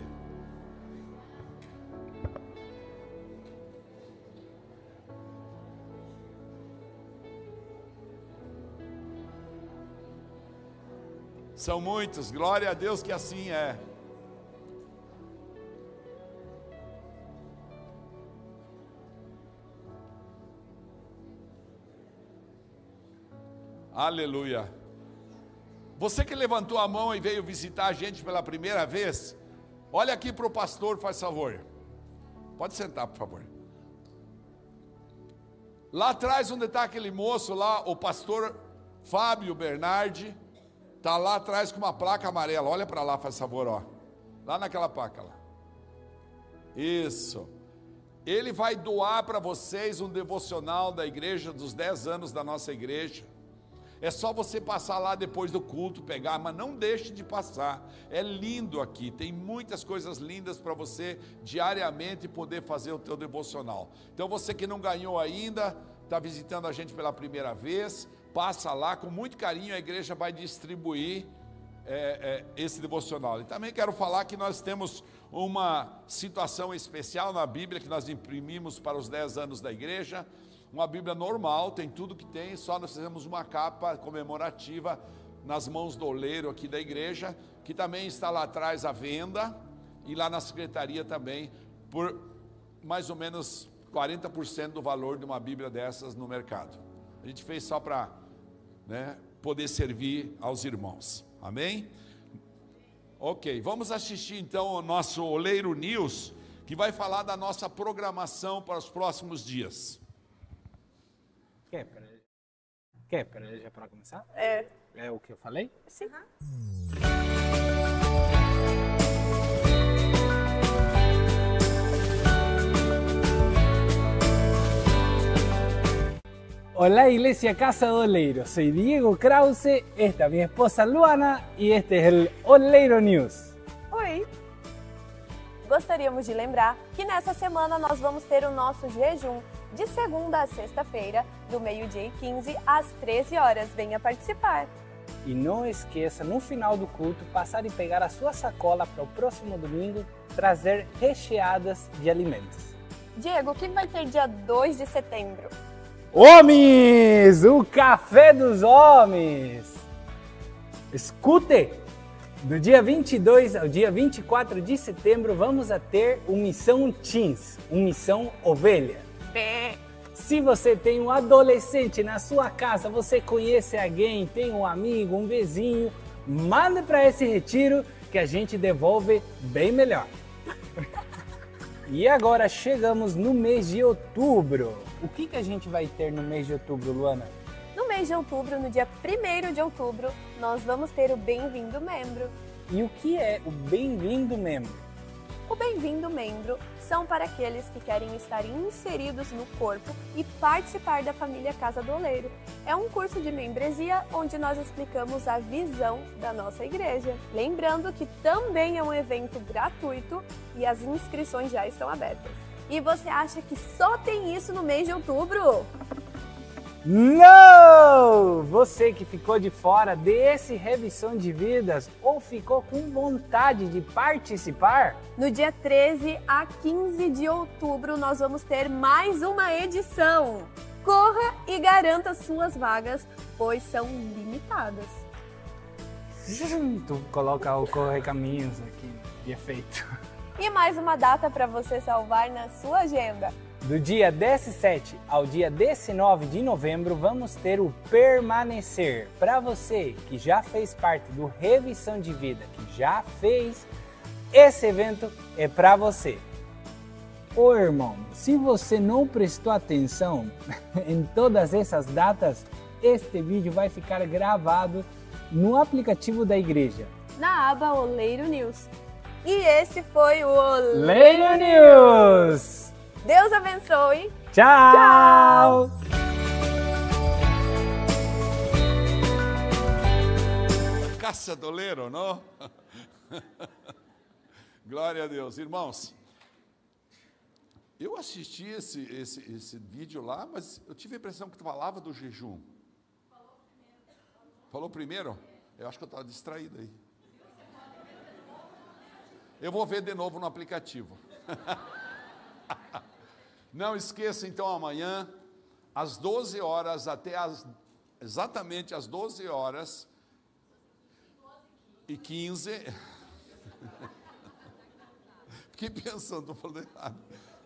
São muitos, glória a Deus que assim é. Aleluia. Você que levantou a mão e veio visitar a gente pela primeira vez, olha aqui para o pastor, faz favor. Pode sentar, por favor. Lá atrás, onde está aquele moço lá, o pastor Fábio Bernardi, está lá atrás com uma placa amarela. Olha para lá, faz favor, ó. Lá naquela placa lá. Isso. Ele vai doar para vocês um devocional da igreja, dos 10 anos da nossa igreja. É só você passar lá depois do culto, pegar, mas não deixe de passar. É lindo aqui, tem muitas coisas lindas para você diariamente poder fazer o teu devocional. Então você que não ganhou ainda, está visitando a gente pela primeira vez, passa lá, com muito carinho a igreja vai distribuir esse devocional. E também quero falar que nós temos uma situação especial na Bíblia que nós imprimimos para os 10 anos da igreja. Uma Bíblia normal, tem tudo que tem, só nós fizemos uma capa comemorativa nas mãos do oleiro aqui da igreja, que também está lá atrás à venda, e lá na secretaria também, por mais ou menos 40% do valor de uma Bíblia dessas no mercado. A gente fez só para poder servir aos irmãos, amém? Ok, vamos assistir então o nosso Oleiro News, que vai falar da nossa programação para os próximos dias. Quer já para começar? É o que eu falei? Sim. Hola Iglesia Casa do Oleiro, soy Diego Krause, esta es mi esposa Luana y este es el Oleiro News. Oi! Gostaríamos de lembrar que nessa semana nós vamos ter o nosso jejum de segunda a sexta-feira, do meio-dia e 15 às 13 horas. Venha participar! E não esqueça, no final do culto, passar e pegar a sua sacola para o próximo domingo trazer recheadas de alimentos. Diego, o que vai ter dia 2 de setembro? Homens! O Café dos Homens! Escute! Do dia 22 ao dia 24 de setembro, vamos a ter o Missão Teens, o Missão Ovelha. Se você tem um adolescente na sua casa, você conhece alguém, tem um amigo, um vizinho, manda para esse retiro que a gente devolve bem melhor. E agora chegamos no mês de outubro. O que a gente vai ter no mês de outubro, Luana? No mês de outubro, no dia 1º de outubro, nós vamos ter o Bem-vindo Membro. E o que é o Bem-vindo Membro? O Bem-vindo Membro são para aqueles que querem estar inseridos no corpo e participar da família Casa do Oleiro. É um curso de membresia onde nós explicamos a visão da nossa igreja. Lembrando que também é um evento gratuito e as inscrições já estão abertas. E você acha que só tem isso no mês de outubro? Não! Você que ficou de fora desse Revisão de Vidas ou ficou com vontade de participar? No dia 13 a 15 de outubro nós vamos ter mais uma edição. Corra e garanta suas vagas, pois são limitadas. Tu coloca o corre-caminhos aqui de efeito. E mais uma data para você salvar na sua agenda. Do dia 17 ao dia 19 de novembro, vamos ter o Permanecer. Para você que já fez parte do Revisão de Vida, que já fez, esse evento é para você. Ô irmão, se você não prestou atenção em todas essas datas, este vídeo vai ficar gravado no aplicativo da igreja. Na aba Oleiro News. E esse foi o Oleiro News! Deus abençoe. Tchau! Casa do Oleiro, não? Glória a Deus. Irmãos, eu assisti esse vídeo lá, mas eu tive a impressão que tu falava do jejum. Falou primeiro? Eu acho que eu estava distraído aí. Eu vou ver de novo no aplicativo. Não esqueça, então, amanhã, às 12 horas, exatamente às 12 horas e 15. Fiquei pensando, estou falando errado.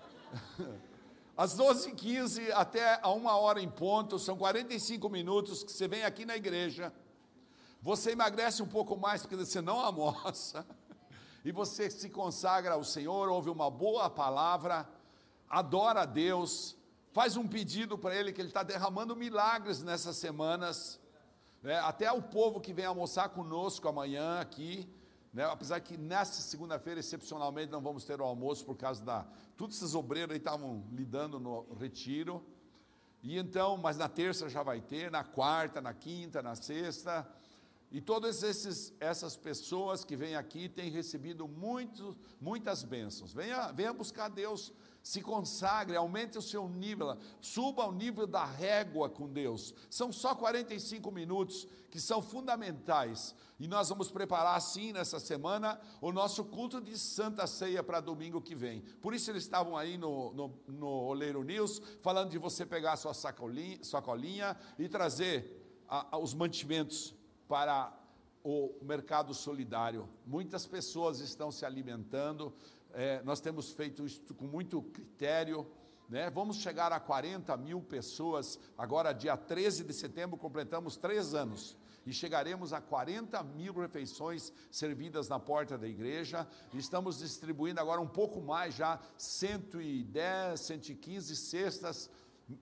Às 12h15 até a 1h em ponto, são 45 minutos que você vem aqui na igreja. Você emagrece um pouco mais, porque você não almoça. E você se consagra ao Senhor, ouve uma boa palavra, adora a Deus, faz um pedido para Ele, que Ele está derramando milagres nessas semanas, né? Até o povo que vem almoçar conosco amanhã aqui, né? Apesar que nessa segunda-feira, excepcionalmente, não vamos ter o almoço, por causa todos esses obreiros aí estavam lidando no retiro, e então, mas na terça já vai ter, na quarta, na quinta, na sexta, e todas essas pessoas que vêm aqui têm recebido muitas bênçãos. Venha buscar Deus, se consagre, aumente o seu nível, suba ao nível da régua com Deus. São só 45 minutos que são fundamentais. E nós vamos preparar assim nessa semana o nosso culto de Santa Ceia para domingo que vem. Por isso eles estavam aí no Oleiro News, falando de você pegar a sua sacolinha e trazer os mantimentos para o mercado solidário. Muitas pessoas estão se alimentando, nós temos feito isso com muito critério, né? Vamos chegar a 40 mil pessoas, agora dia 13 de setembro completamos 3 anos, e chegaremos a 40 mil refeições servidas na porta da igreja. Estamos distribuindo agora um pouco mais já, 110, 115 cestas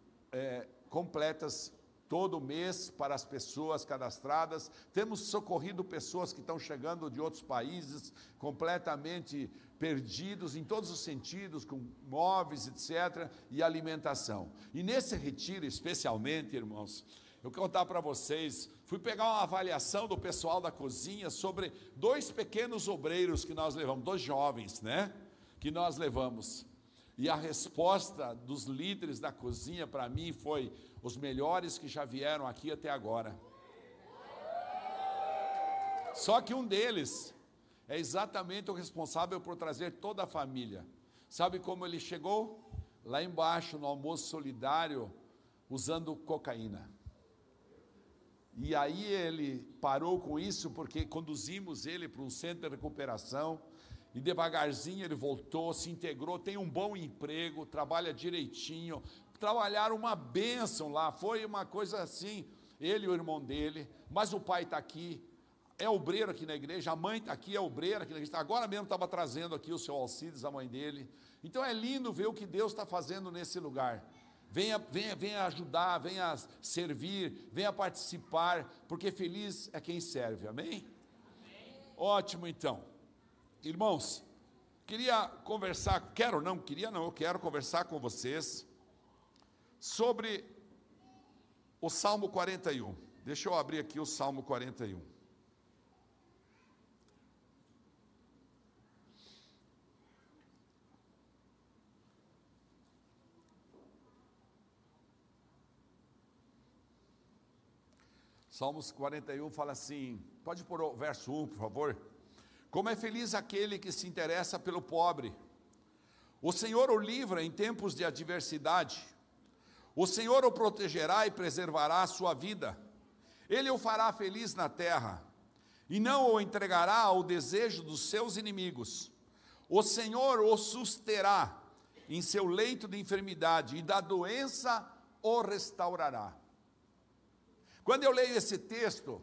completas todo mês para as pessoas cadastradas. Temos socorrido pessoas que estão chegando de outros países, completamente perdidos em todos os sentidos, com móveis, etc., e alimentação. E nesse retiro, especialmente, irmãos, eu quero contar para vocês, fui pegar uma avaliação do pessoal da cozinha sobre 2 pequenos obreiros que nós levamos, 2 jovens, né, que nós levamos. E a resposta dos líderes da cozinha para mim foi: os melhores que já vieram aqui até agora. Só que um deles é exatamente o responsável por trazer toda a família. Sabe como ele chegou? Lá embaixo, no almoço solidário, usando cocaína. E aí ele parou com isso, porque conduzimos ele para um centro de recuperação, e devagarzinho ele voltou, se integrou, tem um bom emprego, trabalha direitinho, trabalharam uma bênção lá, foi uma coisa assim, ele e o irmão dele, mas o pai está aqui, é obreiro aqui na igreja, a mãe está aqui, é obreira aqui na igreja, agora mesmo estava trazendo aqui o seu Alcides, a mãe dele. Então é lindo ver o que Deus está fazendo nesse lugar. Venha ajudar, venha servir, venha participar, porque feliz é quem serve, amém? Ótimo, então. Irmãos, eu quero conversar com vocês sobre o Salmo 41. Deixa eu abrir aqui o Salmo 41. Salmos 41 fala assim, pode pôr o verso 1, por favor? Como é feliz aquele que se interessa pelo pobre. O Senhor o livra em tempos de adversidade. O Senhor o protegerá e preservará a sua vida. Ele o fará feliz na terra, e não o entregará ao desejo dos seus inimigos. O Senhor o susterá em seu leito de enfermidade, e da doença o restaurará. Quando eu leio esse texto,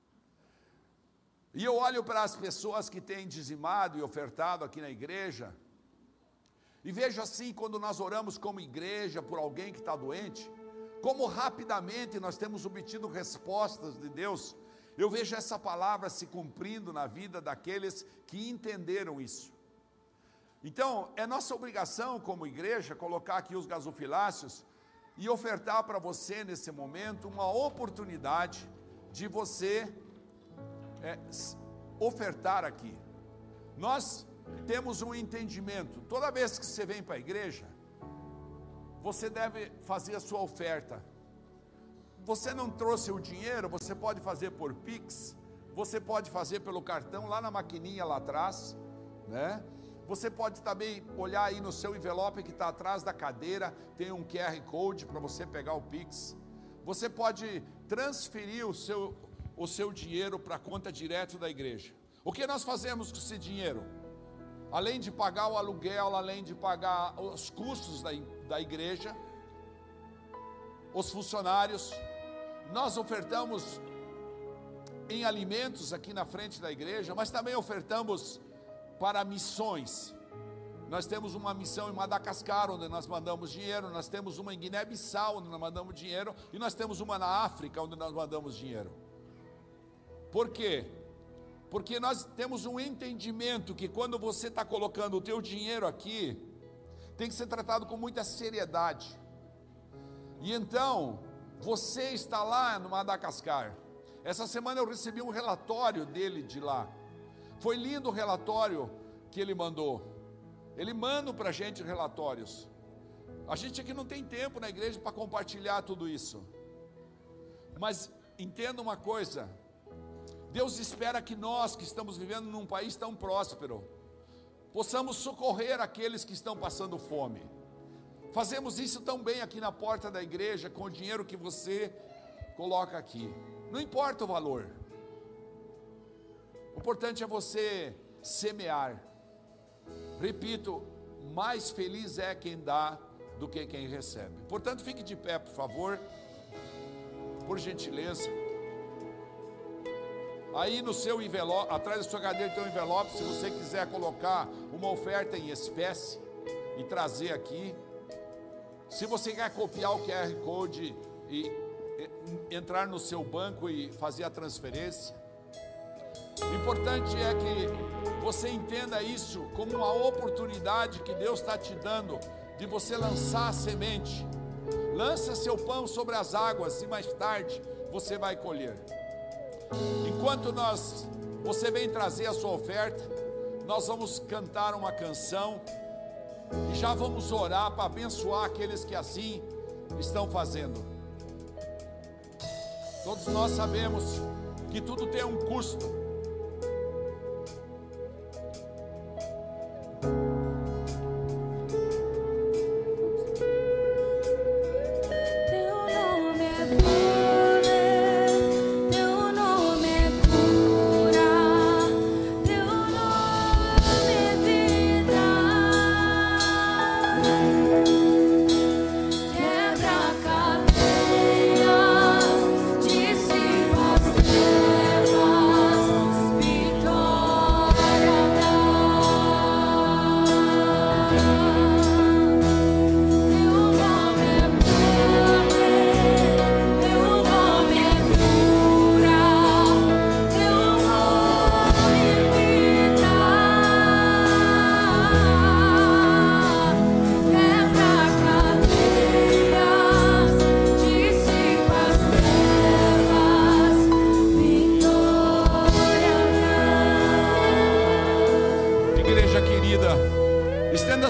e eu olho para as pessoas que têm dizimado e ofertado aqui na igreja, e vejo assim, quando nós oramos como igreja por alguém que está doente, como rapidamente nós temos obtido respostas de Deus. Eu vejo essa palavra se cumprindo na vida daqueles que entenderam isso. Então, é nossa obrigação como igreja colocar aqui os gasofiláceos e ofertar para você nesse momento uma oportunidade de você ofertar aqui. Nós temos um entendimento, toda vez que você vem para a igreja, você deve fazer a sua oferta. Você não trouxe o dinheiro, você pode fazer por Pix, você pode fazer pelo cartão lá na maquininha lá atrás, né? Você pode também olhar aí no seu envelope que está atrás da cadeira, tem um QR Code para você pegar o Pix. Você pode transferir o seu dinheiro para a conta direto da igreja. O que nós fazemos com esse dinheiro? Além de pagar o aluguel, além de pagar os custos da igreja, os funcionários, nós ofertamos em alimentos aqui na frente da igreja, mas também ofertamos para missões. Nós temos uma missão em Madagascar, onde nós mandamos dinheiro, nós temos uma em Guiné-Bissau, onde nós mandamos dinheiro, e nós temos uma na África, onde nós mandamos dinheiro. Por quê? Porque nós temos um entendimento que quando você está colocando o teu dinheiro aqui, tem que ser tratado com muita seriedade. E então, você está lá no Madagascar. Essa semana eu recebi um relatório dele de lá. Foi lindo o relatório que ele mandou. Ele manda para a gente relatórios. A gente aqui não tem tempo na igreja para compartilhar tudo isso. Mas entenda uma coisa: Deus espera que nós, que estamos vivendo num país tão próspero, possamos socorrer aqueles que estão passando fome. Fazemos isso tão bem aqui na porta da igreja, com o dinheiro que você coloca aqui. Não importa o valor. O importante é você semear. Repito, mais feliz é quem dá do que quem recebe. Portanto, fique de pé, por favor, por gentileza. Aí no seu envelope, atrás da sua cadeira tem um envelope, se você quiser colocar uma oferta em espécie e trazer aqui. Se você quer copiar o QR Code e entrar no seu banco e fazer a transferência. O importante é que você entenda isso como uma oportunidade que Deus está te dando de você lançar a semente. Lança seu pão sobre as águas e mais tarde você vai colher. Enquanto você vem trazer a sua oferta, nós vamos cantar uma canção e já vamos orar para abençoar aqueles que assim estão fazendo. Todos nós sabemos que tudo tem um custo.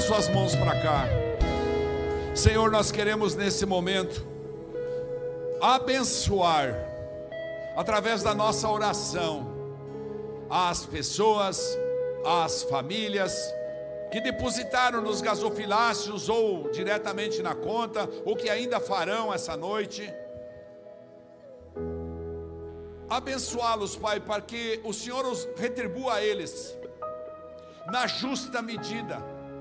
suas mãos para cá. Senhor, nós queremos nesse momento abençoar, através da nossa oração, as pessoas, as famílias que depositaram nos gasofiláceos ou diretamente na conta, ou que ainda farão essa noite. Abençoá-los, Pai, para que o Senhor os retribua a eles na justa medida.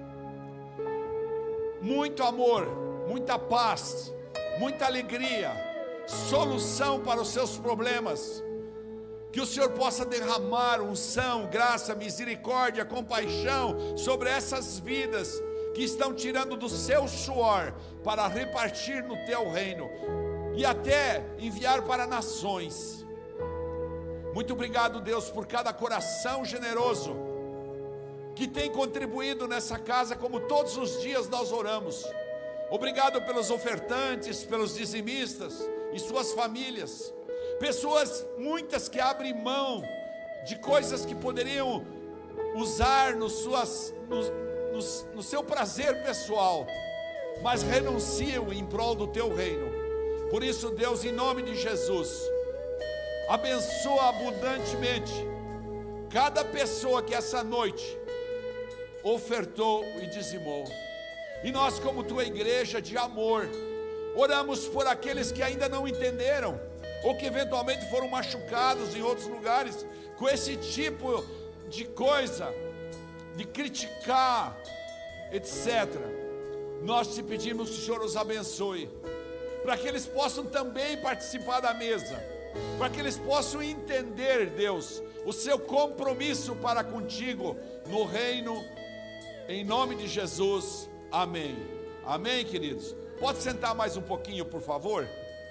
Muito amor, muita paz, muita alegria, solução para os seus problemas. Que o Senhor possa derramar unção, graça, misericórdia, compaixão sobre essas vidas que estão tirando do seu suor para repartir no teu reino e até enviar para nações. Muito obrigado, Deus, por cada coração generoso que tem contribuído nessa casa, como todos os dias nós oramos. Obrigado pelos ofertantes, pelos dizimistas e suas famílias. Pessoas muitas que abrem mão de coisas que poderiam usar no seu prazer pessoal, mas renunciam em prol do teu reino. Por isso, Deus, em nome de Jesus, abençoa abundantemente cada pessoa que essa noite ofertou e dizimou. E nós, como tua igreja de amor, oramos por aqueles que ainda não entenderam, ou que eventualmente foram machucados em outros lugares, com esse tipo de coisa, de criticar, etc. Nós te pedimos que o Senhor os abençoe, para que eles possam também participar da mesa, para que eles possam entender, Deus, o seu compromisso para contigo no reino, em nome de Jesus, amém. Amém, queridos? Pode sentar mais um pouquinho, por favor?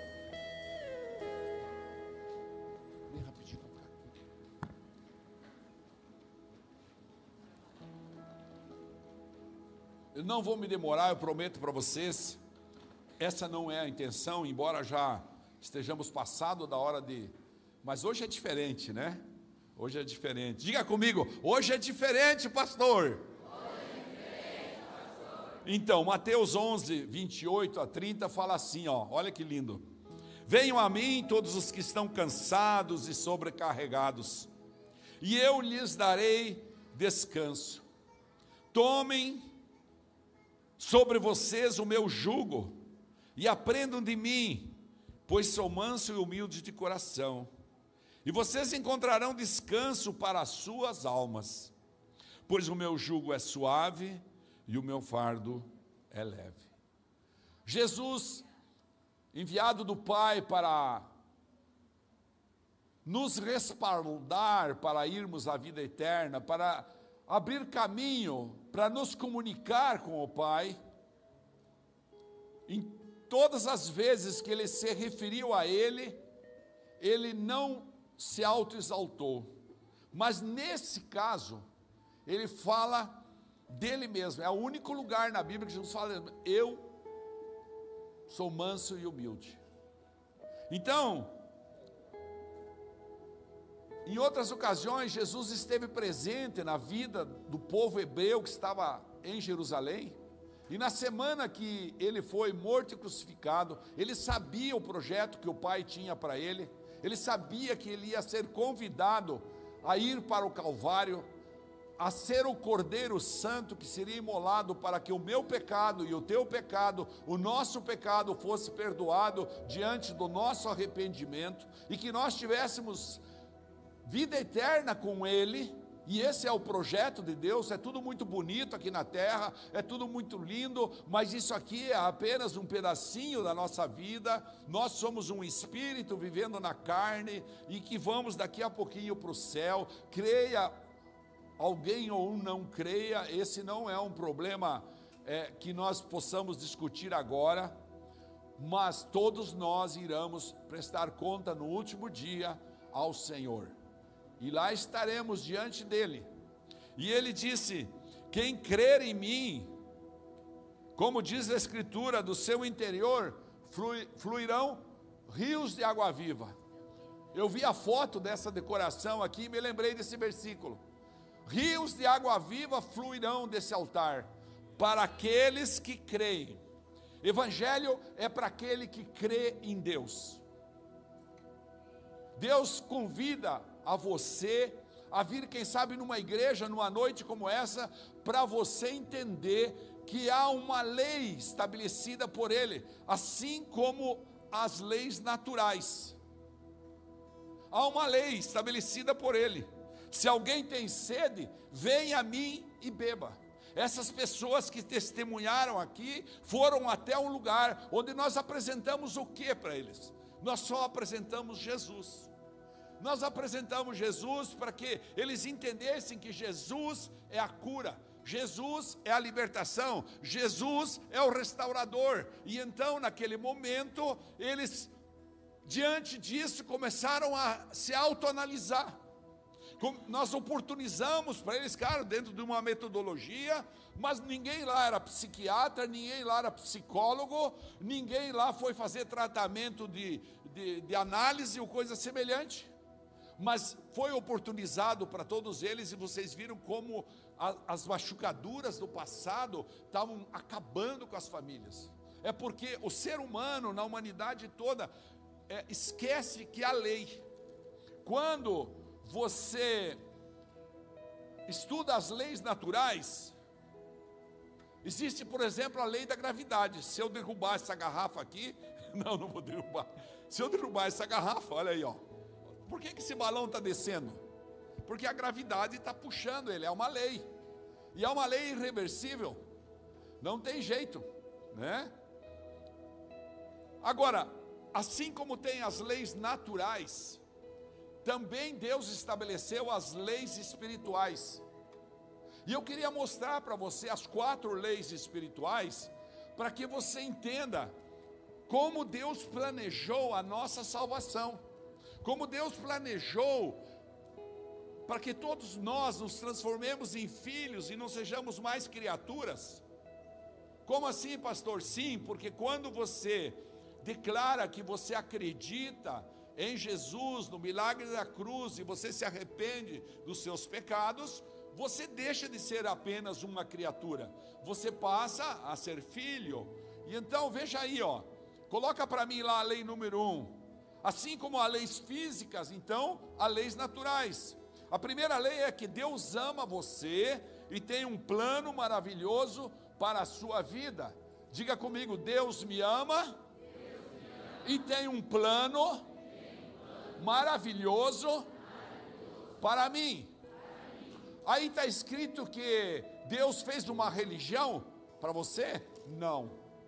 Eu não vou me demorar, eu prometo para vocês. Essa não é a intenção, embora já estejamos passado da hora de... Mas hoje é diferente, né? Hoje é diferente. Diga comigo, hoje é diferente, pastor. Então, Mateus 11, 28 a 30 fala assim, ó, olha que lindo. Venham a mim todos os que estão cansados e sobrecarregados, e eu lhes darei descanso. Tomem sobre vocês o meu jugo e aprendam de mim, pois sou manso e humilde de coração, e vocês encontrarão descanso para as suas almas, pois o meu jugo é suave e o meu fardo é leve. Jesus, enviado do Pai para nos respaldar para irmos à vida eterna, para abrir caminho, para nos comunicar com o Pai, em todas as vezes que ele se referiu a ele, ele não se autoexaltou, mas nesse caso, ele fala dele mesmo. É o único lugar na Bíblia que Jesus fala, eu sou manso e humilde. Então, em outras ocasiões, Jesus esteve presente na vida do povo hebreu que estava em Jerusalém, e na semana que ele foi morto e crucificado, ele sabia o projeto que o Pai tinha para ele, ele sabia que ele ia ser convidado a ir para o Calvário, a ser o Cordeiro Santo que seria imolado para que o meu pecado e o teu pecado, o nosso pecado fosse perdoado diante do nosso arrependimento, e que nós tivéssemos vida eterna com Ele. E esse é o projeto de Deus. É tudo muito bonito aqui na terra, é tudo muito lindo, mas isso aqui é apenas um pedacinho da nossa vida. Nós somos um espírito vivendo na carne, e que vamos daqui a pouquinho para o céu. Creia alguém ou não creia, esse não é um problema que nós possamos discutir agora, mas todos nós iremos prestar conta no último dia ao Senhor, e lá estaremos diante dele. E ele disse, quem crer em mim, como diz a Escritura, do seu interior fluirão rios de água viva. Eu vi a foto dessa decoração aqui e me lembrei desse versículo. Rios de água viva fluirão desse altar. para aqueles que creem. Evangelho é para aquele que crê em Deus. Deus convida a você a vir, quem sabe, numa igreja, numa noite como essa, para você entender que há uma lei estabelecida por Ele, assim como as leis naturais. Há uma lei estabelecida por Ele. Se alguém tem sede, venha a mim e beba. Essas pessoas que testemunharam aqui foram até um lugar onde nós apresentamos o que para eles? Nós só apresentamos Jesus. Nós apresentamos Jesus para que eles entendessem que Jesus é a cura, Jesus é a libertação, Jesus é o restaurador. E então, naquele momento, eles, diante disso, começaram a se autoanalisar. Nós oportunizamos para eles, claro, dentro de uma metodologia, mas ninguém lá era psiquiatra, ninguém lá era psicólogo, ninguém lá foi fazer tratamento de análise ou coisa semelhante, mas foi oportunizado para todos eles, e vocês viram como as machucaduras do passado estavam acabando com as famílias. É porque o ser humano, na humanidade toda, esquece que a lei, quando você estuda as leis naturais, existe, por exemplo, a lei da gravidade. Se eu derrubar essa garrafa aqui, não vou derrubar. Se eu derrubar essa garrafa, olha aí, ó. Por que esse balão está descendo? Porque a gravidade está puxando ele, é uma lei. E é uma lei irreversível. Não tem jeito, né? Agora, assim como tem as leis naturais, também Deus estabeleceu as leis espirituais. E eu queria mostrar para você as 4 leis espirituais, para que você entenda como Deus planejou a nossa salvação, como Deus planejou para que todos nós nos transformemos em filhos e não sejamos mais criaturas. Como assim, pastor? Sim, porque quando você declara que você acredita em Jesus, no milagre da cruz, e você se arrepende dos seus pecados, você deixa de ser apenas uma criatura, você passa a ser filho. E então veja aí, ó, coloca para mim lá a lei número 1. Assim como há leis físicas, então há leis naturais. A primeira lei é que Deus ama você e tem um plano maravilhoso para a sua vida. Diga comigo: Deus me ama e tem um plano maravilhoso para mim. Aí está escrito que Deus fez uma religião para você? Não.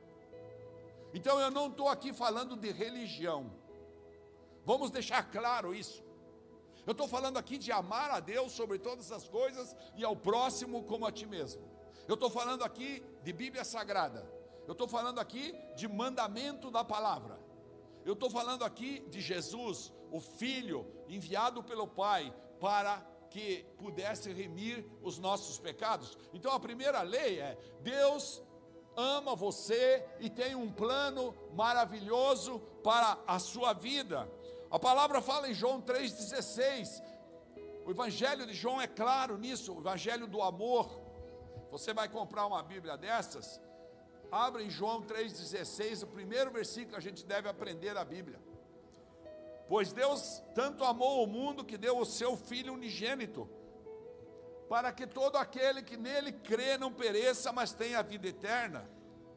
Então eu não estou aqui falando de religião. Vamos deixar claro isso. Eu estou falando aqui de amar a Deus sobre todas as coisas e ao próximo como a ti mesmo. Eu estou falando aqui de Bíblia Sagrada. Eu estou falando aqui de mandamento da palavra. Eu estou falando aqui de Jesus, o Filho enviado pelo Pai para que pudesse remir os nossos pecados. Então a primeira lei é: Deus ama você e tem um plano maravilhoso para a sua vida. A palavra fala em João 3,16. O Evangelho de João é claro nisso, o Evangelho do amor. Você vai comprar uma Bíblia dessas? Abre em João 3,16, o primeiro versículo que a gente deve aprender a Bíblia. Pois Deus tanto amou o mundo que deu o seu Filho unigênito, para que todo aquele que nele crê não pereça, mas tenha a vida eterna.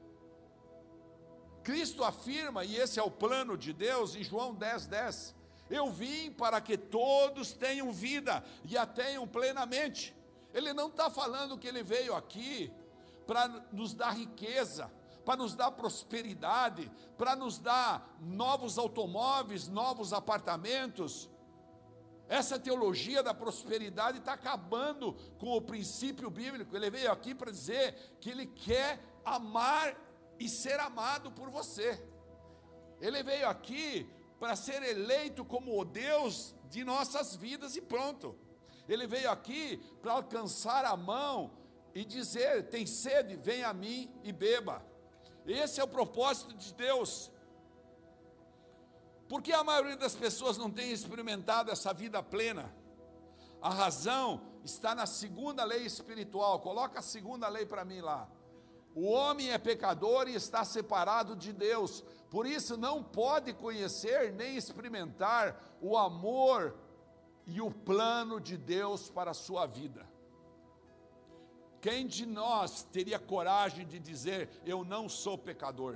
Cristo afirma, e esse é o plano de Deus, em João 10:10, eu vim para que todos tenham vida e a tenham plenamente. Ele não está falando que ele veio aqui para nos dar riqueza, para nos dar prosperidade, para nos dar novos automóveis, novos apartamentos. Essa teologia da prosperidade está acabando com o princípio bíblico. Ele veio aqui para dizer que ele quer amar e ser amado por você. Ele veio aqui para ser eleito como o Deus de nossas vidas e pronto. Ele veio aqui para alcançar a mão e dizer: tem sede, vem a mim e beba. Esse é o propósito de Deus. Por que a maioria das pessoas não tem experimentado essa vida plena? A razão está na segunda lei espiritual. Coloca a segunda lei para mim lá. O homem é pecador e está separado de Deus, por isso não pode conhecer nem experimentar o amor e o plano de Deus para a sua vida. Quem de nós teria coragem de dizer, eu não sou pecador?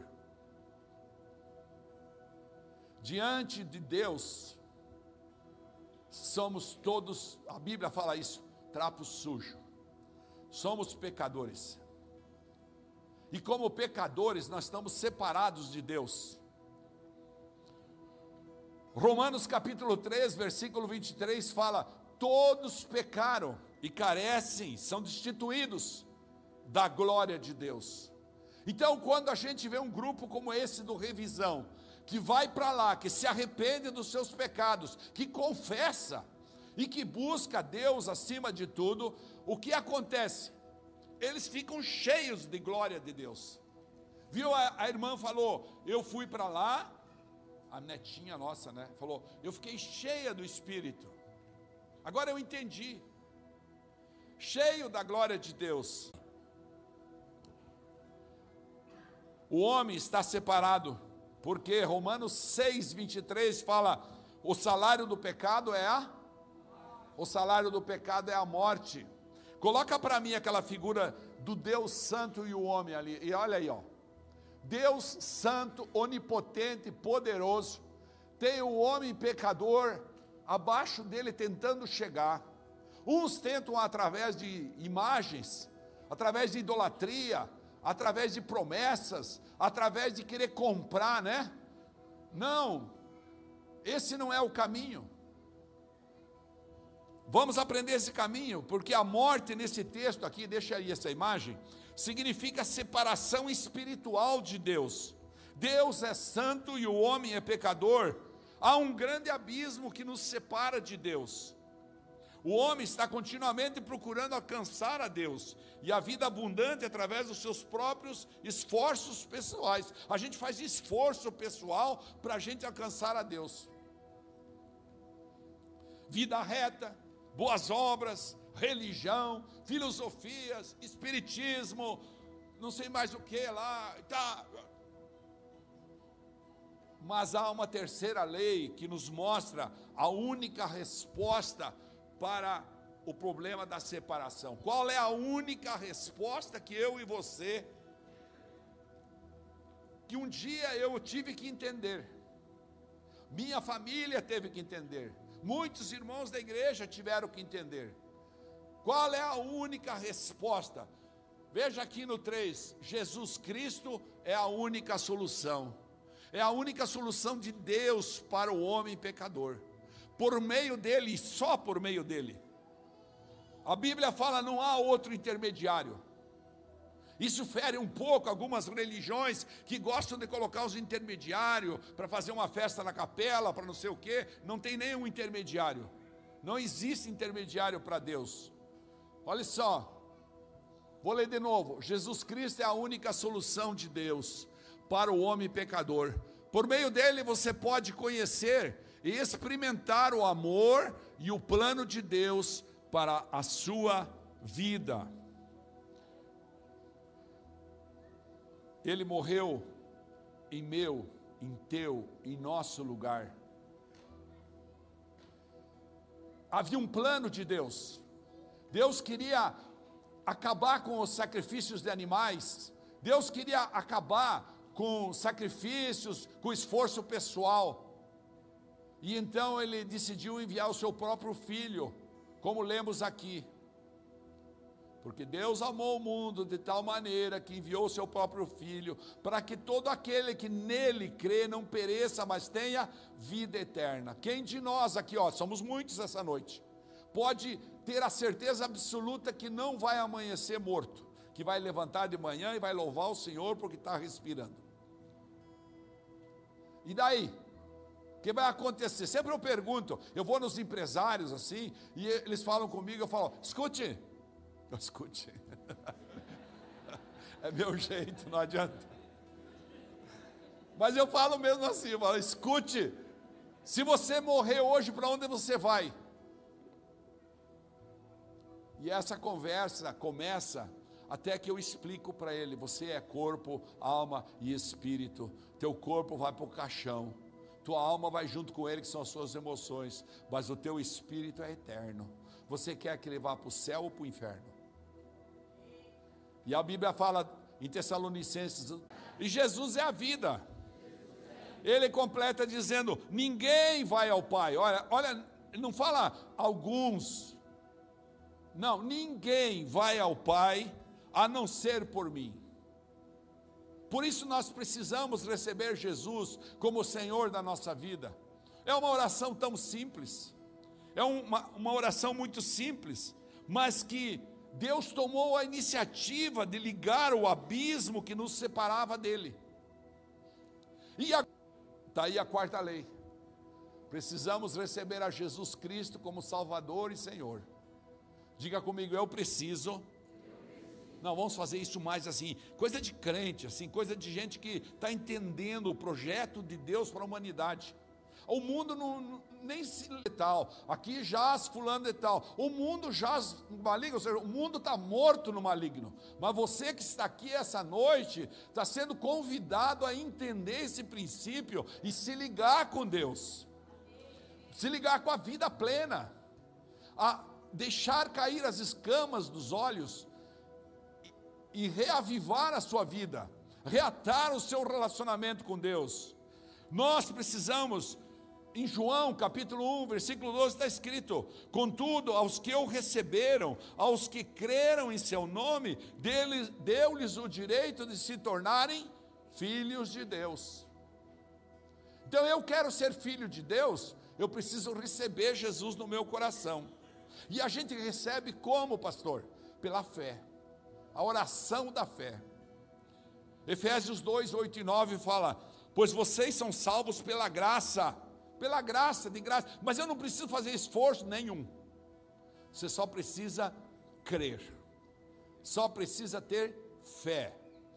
Diante de Deus, somos todos, a Bíblia fala isso, trapo sujo. Somos pecadores. E como pecadores, nós estamos separados de Deus. Romanos capítulo 3, versículo 23 fala, todos pecaram e carecem, são destituídos da glória de Deus. Então, quando a gente vê um grupo como esse do Revisão, que vai para lá, que se arrepende dos seus pecados, que confessa e que busca Deus acima de tudo, o que acontece? Eles ficam cheios de glória de Deus. Viu, a irmã falou, eu fui para lá, a netinha nossa, né, falou, eu fiquei cheia do Espírito. Agora eu entendi. Cheio da glória de Deus. O homem está separado, porque Romanos 6, 23 fala, o salário do pecado é a morte. Coloca para mim aquela figura do Deus Santo e o homem ali, e olha aí, ó. Deus Santo, onipotente, poderoso, tem o homem pecador abaixo dele tentando chegar. Uns tentam através de imagens, através de idolatria, através de promessas, através de querer comprar, né? Não, esse não é o caminho. Vamos aprender esse caminho, porque a morte nesse texto aqui, deixa aí essa imagem, significa separação espiritual de Deus. Deus é santo e o homem é pecador. Há um grande abismo que nos separa de Deus. O homem está continuamente procurando alcançar a Deus, e a vida abundante através dos seus próprios esforços pessoais. A gente faz esforço pessoal para a gente alcançar a Deus. Vida reta, boas obras, religião, filosofias, espiritismo, não sei mais o que lá, tá. Mas há uma terceira lei que nos mostra a única resposta para o problema da separação. Qual é a única resposta que eu e você, que um dia eu tive que entender, minha família teve que entender, muitos irmãos da igreja tiveram que entender. Qual é a única resposta? Veja aqui no 3, Jesus Cristo é a única solução. É a única solução de Deus para o homem pecador. Por meio dele e só por meio dele. A Bíblia fala, não há outro intermediário. Isso fere um pouco algumas religiões que gostam de colocar os intermediários para fazer uma festa na capela, para não sei o quê. Não tem nenhum intermediário. Não existe intermediário para Deus. Olha só, vou ler de novo. Jesus Cristo é a única solução de Deus para o homem pecador. Por meio dele você pode conhecer e experimentar o amor e o plano de Deus para a sua vida. Ele morreu em meu, em teu, em nosso lugar. Havia um plano de Deus. Deus queria acabar com os sacrifícios de animais. Deus queria acabar com sacrifícios, com esforço pessoal. E então ele decidiu enviar o seu próprio filho, como lemos aqui. Porque Deus amou o mundo de tal maneira que enviou o seu próprio filho, para que todo aquele que nele crê não pereça, mas tenha vida eterna. Quem de nós aqui, ó, somos muitos essa noite, pode ter a certeza absoluta que não vai amanhecer morto, que vai levantar de manhã e vai louvar o Senhor porque está respirando? E daí? O que vai acontecer? Sempre eu pergunto, eu vou nos empresários assim, e eles falam comigo, eu falo, escute, é meu jeito, não adianta, mas eu falo mesmo assim, eu falo, escute, se você morrer hoje, para onde você vai? E essa conversa começa até que eu explico para ele: você é corpo, alma e espírito. Teu corpo vai para o caixão, tua alma vai junto com ele, que são as suas emoções, mas o teu espírito é eterno. Você quer que ele vá para o céu ou para o inferno? E a Bíblia fala em Tessalonicenses, e Jesus é a vida. Ele completa dizendo: ninguém vai ao Pai. Olha, não fala alguns. Não, ninguém vai ao Pai a não ser por mim. Por isso nós precisamos receber Jesus como Senhor da nossa vida. É uma oração tão simples. É uma oração muito simples, mas que Deus tomou a iniciativa de ligar o abismo que nos separava dele. E está aí a quarta lei. Precisamos receber a Jesus Cristo como Salvador e Senhor. Diga comigo: eu preciso. Não, vamos fazer isso mais assim, coisa de crente, assim, coisa de gente que está entendendo o projeto de Deus para a humanidade. O mundo nem se tal, aqui jaz fulano de tal, o mundo jaz no maligno, ou seja, o mundo está morto no maligno, mas você que está aqui essa noite, está sendo convidado a entender esse princípio e se ligar com Deus, se ligar com a vida plena, a deixar cair as escamas dos olhos e reavivar a sua vida, reatar o seu relacionamento com Deus. Nós precisamos. Em João capítulo 1, versículo 12 está escrito: contudo, aos que o receberam, aos que creram em seu nome, deu-lhes o direito de se tornarem filhos de Deus. Então eu quero ser filho de Deus, eu preciso receber Jesus no meu coração. E a gente recebe como, pastor? Pela fé, a oração da fé. Efésios 2, 8 e 9 fala: pois vocês são salvos pela graça, de graça, mas eu não preciso fazer esforço nenhum, você só precisa crer, só precisa ter fé.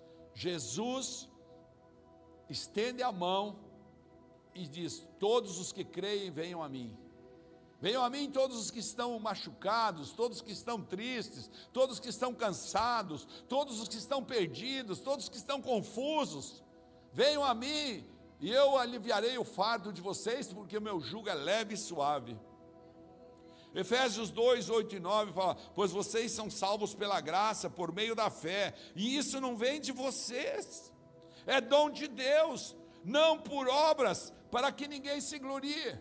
Jesus estende a mão e diz: todos os que creem, venham a mim. Venham a mim todos os que estão machucados, todos os que estão tristes, todos os que estão cansados, todos os que estão perdidos, todos os que estão confusos. Venham a mim e eu aliviarei o fardo de vocês, porque o meu jugo é leve e suave. Efésios 2, 8 e 9 fala: pois vocês são salvos pela graça, por meio da fé, e isso não vem de vocês, é dom de Deus, não por obras, para que ninguém se glorie.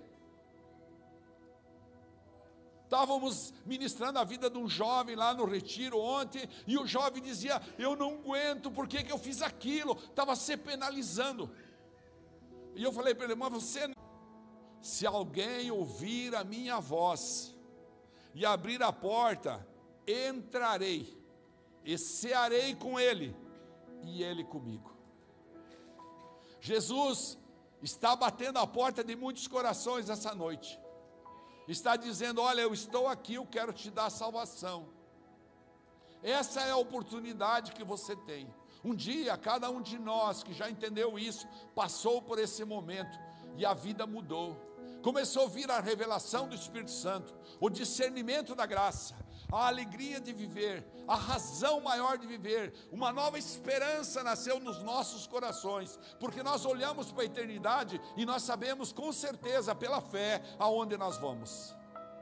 Estávamos ministrando a vida de um jovem lá no retiro ontem, e o jovem dizia: eu não aguento, por que eu fiz aquilo? Estava se penalizando. E eu falei para ele: mas você não... se alguém ouvir a minha voz e abrir a porta, entrarei e cearei com ele e ele comigo. Jesus está batendo a porta de muitos corações essa noite, está dizendo: olha, eu estou aqui, eu quero te dar salvação. Essa é a oportunidade que você tem. Um dia, cada um de nós que já entendeu isso, passou por esse momento, e a vida mudou. Começou a vir a revelação do Espírito Santo, o discernimento da graça, a alegria de viver, a razão maior de viver, uma nova esperança nasceu nos nossos corações, porque nós olhamos para a eternidade, e nós sabemos com certeza, pela fé, aonde nós vamos.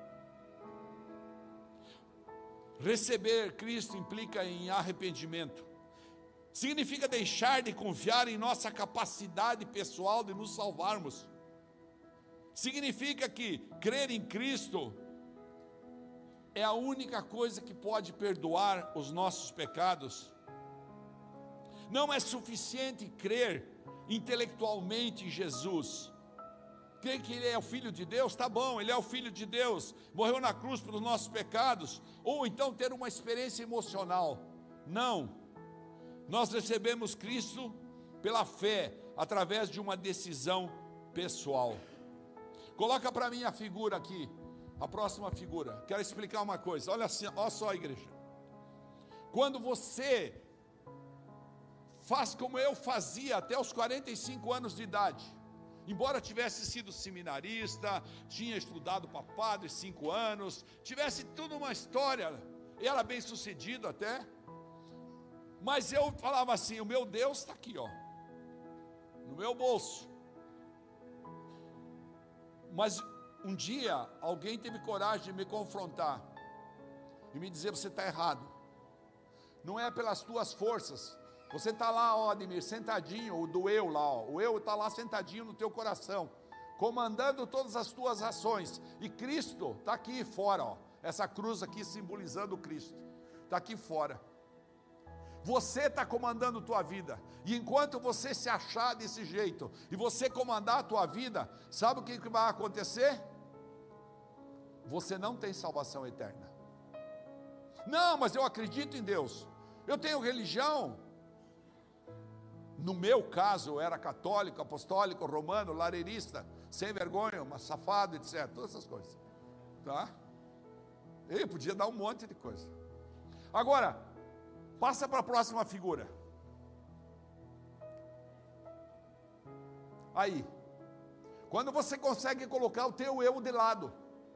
Receber Cristo implica em arrependimento. Significa deixar de confiar em nossa capacidade pessoal de nos salvarmos. Significa que crer em Cristo é a única coisa que pode perdoar os nossos pecados. Não é suficiente crer intelectualmente em Jesus. Crer que Ele é o Filho de Deus, tá bom, Ele é o Filho de Deus, morreu na cruz pelos nossos pecados, ou então ter uma experiência emocional. Não. Nós recebemos Cristo pela fé, através de uma decisão pessoal. Coloca para mim a figura aqui, a próxima figura. Quero explicar uma coisa, olha assim, olha só, igreja. Quando você faz como eu fazia até os 45 anos de idade, embora tivesse sido seminarista, tinha estudado para padre 5 anos, tivesse tudo uma história, era bem sucedido até, Mas eu falava assim, o meu Deus está aqui, ó, no meu bolso. Mas um dia, alguém teve coragem de me confrontar e me dizer, você está errado. Não é pelas tuas forças. Você está lá, ó, Ademir, sentadinho, o do eu lá, ó. O eu está lá sentadinho no teu coração, comandando todas as tuas ações. E Cristo está aqui fora, ó. Essa cruz aqui simbolizando Cristo. Está aqui fora. Você está comandando a tua vida. E enquanto você se achar desse jeito, e você comandar a tua vida, sabe o que vai acontecer? Você não tem salvação eterna. Não, mas eu acredito em Deus. Eu tenho religião. No meu caso, eu era católico, apostólico, romano, lareirista, sem vergonha, safado, etc. Todas essas coisas. Tá? Eu podia dar um monte de coisa. Agora, passa para a próxima figura. Aí, quando você consegue colocar o teu eu de lado,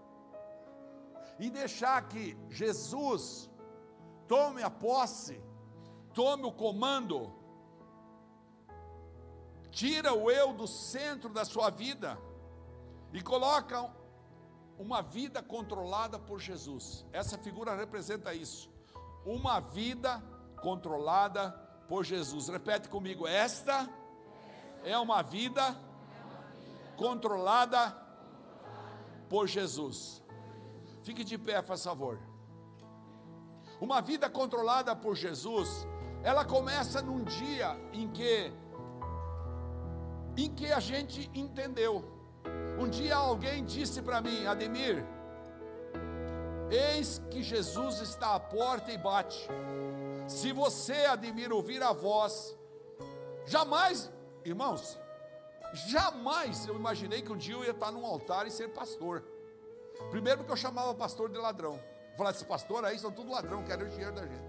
e deixar que Jesus tome a posse, tome o comando, tira o eu do centro da sua vida e coloca uma vida controlada por Jesus. Essa figura representa isso, uma vida controlada por Jesus. Repete comigo, esta é uma vida controlada por Jesus. Fique de pé, faz favor. Uma vida controlada por Jesus, ela começa num dia em que a gente entendeu. Um dia alguém disse para mim, Ademir, eis que Jesus está à porta e bate. Se você, Ademir, ouvir a voz, jamais, irmãos, jamais eu imaginei que um dia eu ia estar num altar e ser pastor. Primeiro porque eu chamava pastor de ladrão. Falava, esse pastor aí são tudo ladrão, querem o dinheiro da gente.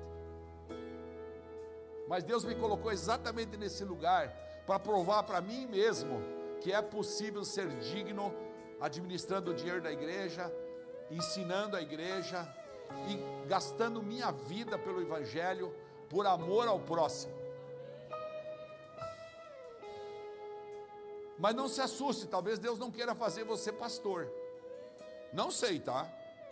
Mas Deus me colocou exatamente nesse lugar para provar para mim mesmo que é possível ser digno, administrando o dinheiro da igreja, ensinando a igreja e gastando minha vida pelo evangelho, por amor ao próximo. Mas não se assuste, talvez Deus não queira fazer você pastor. Não sei, tá?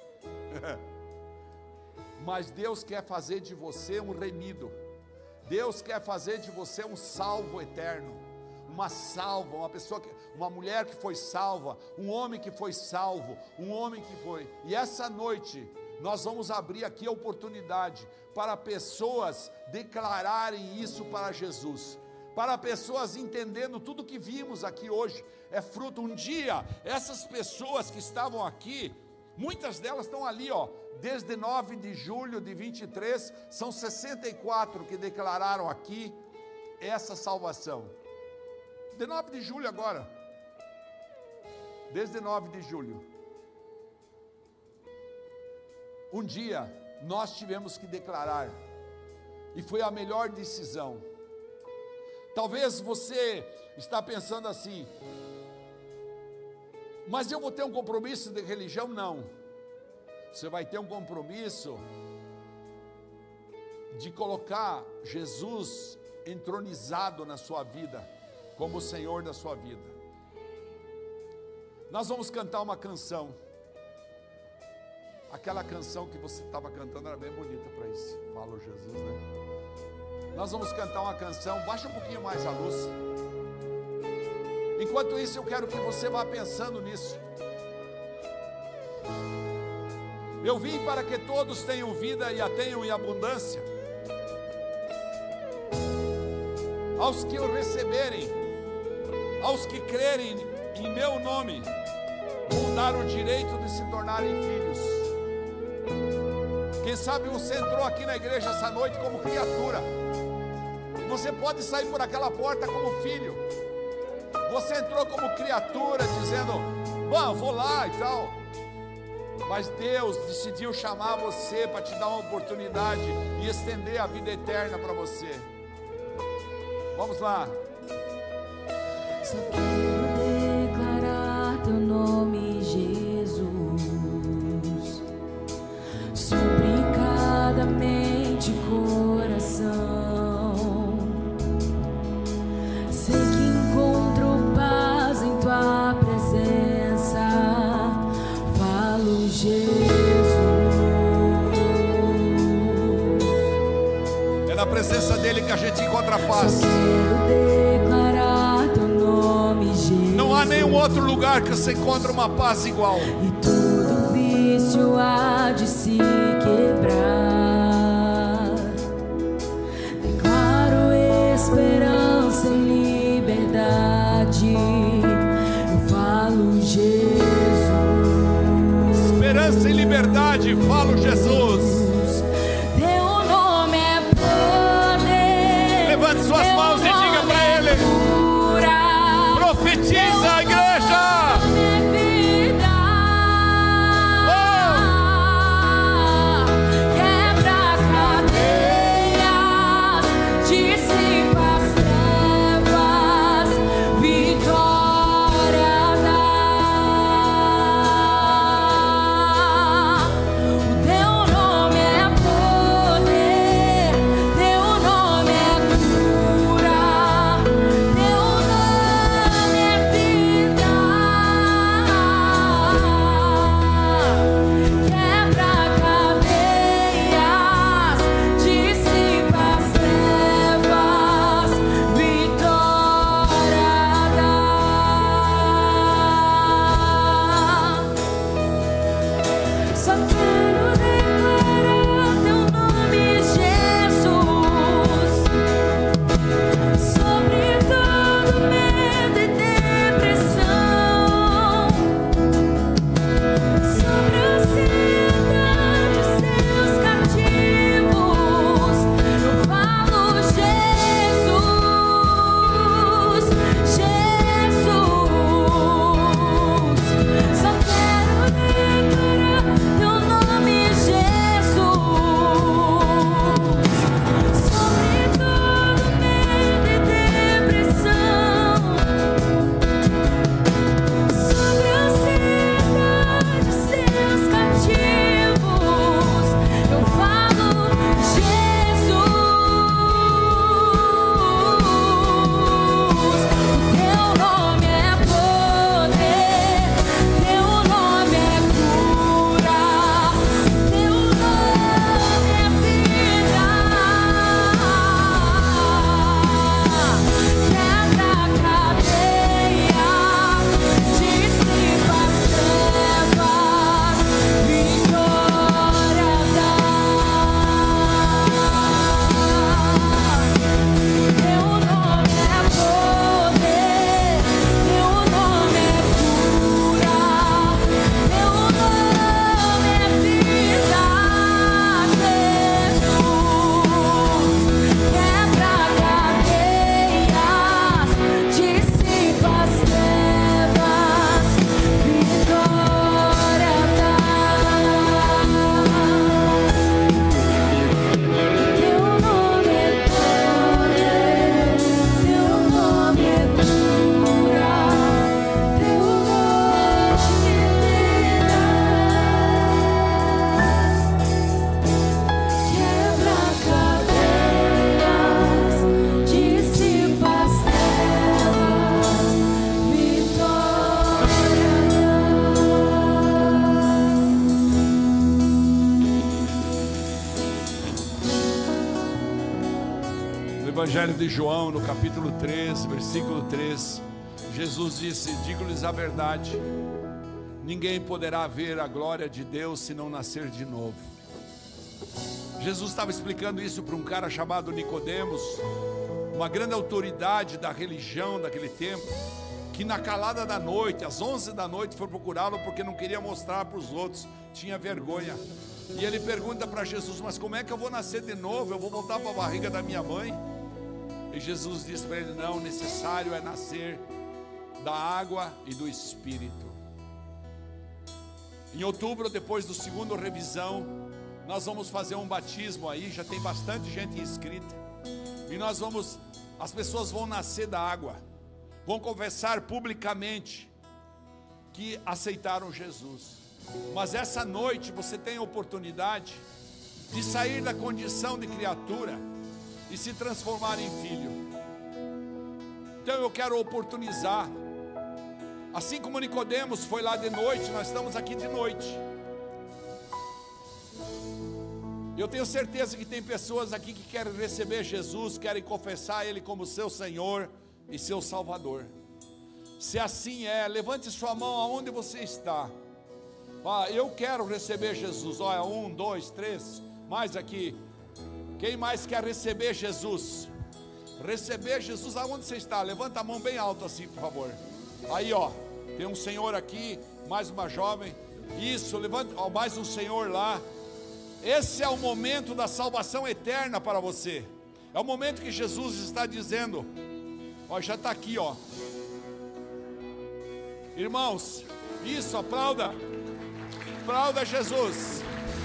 Mas Deus quer fazer de você um remido. Deus quer fazer de você um salvo eterno. Uma salva, uma pessoa, uma mulher que foi salva, um homem que foi salvo, um homem que foi. E essa noite nós vamos abrir aqui a oportunidade para pessoas declararem isso para Jesus. Para pessoas entendendo tudo que vimos aqui hoje, é fruto. Um dia, essas pessoas que estavam aqui, muitas delas estão ali, ó, desde 9 de julho de 23, são 64 que declararam aqui essa salvação. De 9 de julho agora, desde 9 de julho. Um dia, nós tivemos que declarar, e foi a melhor decisão. Talvez você está pensando assim, mas eu vou ter um compromisso de religião? Não. Você vai ter um compromisso de colocar Jesus entronizado na sua vida, como o Senhor da sua vida. Nós vamos cantar uma canção. Aquela canção que você estava cantando era bem bonita para isso. Fala Jesus, né? Nós vamos cantar uma canção, baixa um pouquinho mais a luz. Enquanto isso, eu quero que você vá pensando nisso. Eu vim para que todos tenham vida e a tenham em abundância. Aos que o receberem, aos que crerem em meu nome, vou dar o direito de se tornarem filhos. Quem sabe você entrou aqui na igreja essa noite como criatura. Você pode sair por aquela porta como filho. Você entrou como criatura, dizendo, bom, vou lá e tal. Mas Deus decidiu chamar você para te dar uma oportunidade e estender a vida eterna para você. Vamos lá. Só quero declarar teu nome, Jesus, sobre cada mente e coração. na presença dele que a gente encontra paz. Só quero declarar teu nome, Jesus. Não há nenhum outro lugar que você encontre uma paz igual. E todo vício há de se quebrar. Declaro esperança e liberdade. Eu falo Jesus. Esperança e liberdade, falo Jesus. Teu nome é poder. Levante suas mãos e diga para ele. Profetiza a igreja. Quebra cadeias, dissipa as trevas, vitória dá. O teu nome é poder, teu nome é cura, teu nome é vida. Quebra cadeias, dissipa as trevas, vitória dá. Só quero declarar teu nome, Jesus, sobre todo medo e depressão, sobre a ansiedade, seus cativos. Eu falo Jesus, Jesus. Só quero declarar teu nome, Jesus, sobre todo medo e depressão, sobre a ansiedade, seus cativos. Eu falo Jesus. Teu nome é poder, teu nome é cura, teu nome é vida. Quebra cadeias, dissipa as trevas, vitória dá. Teu nome é poder, teu nome é cura, teu nome é vida, Jesus. Quebra cadeias, dissipa as trevas, vitória dá. Teu nome é poder, teu nome é cura, teu nome é vida. Quebra cadeias, dissipa as trevas, No Evangelho de João, no capítulo 3, versículo 3, Jesus disse: digo-lhes a verdade, ninguém poderá ver a glória de Deus se não nascer de novo. Jesus estava explicando isso para um cara chamado Nicodemos, uma grande autoridade da religião daquele tempo, que na calada da noite, às 11 da noite, foi procurá-lo porque não queria mostrar para os outros, tinha vergonha. E ele pergunta para Jesus: mas como é que eu vou nascer de novo? Eu vou voltar para a barriga da minha mãe? E Jesus diz para ele: não, necessário é nascer da água e do Espírito. Em outubro, depois do segundo revisão, nós vamos fazer um batismo aí, já tem bastante gente inscrita. E as pessoas vão nascer da água, vão confessar publicamente que aceitaram Jesus. Mas essa noite você tem a oportunidade de sair da condição de criatura e se transformar em filho. Então eu quero oportunizar, assim como Nicodemos foi lá de noite, nós estamos aqui de noite. Eu tenho certeza que tem pessoas aqui que querem receber Jesus, querem confessar Ele como seu Senhor e seu Salvador. Se assim é, levante sua mão aonde você está. Eu quero receber Jesus. Olha, 1, 2, 3, mais aqui. Quem mais quer receber Jesus? Receber Jesus aonde você está? Levanta a mão bem alto assim, por favor. Aí, ó, tem um senhor aqui, mais uma jovem. Isso, levanta, ó, mais um senhor lá. Esse é o momento da salvação eterna para você. É o momento que Jesus está dizendo, ó, já está aqui, ó. Irmãos, isso, aplauda. Aplauda Jesus.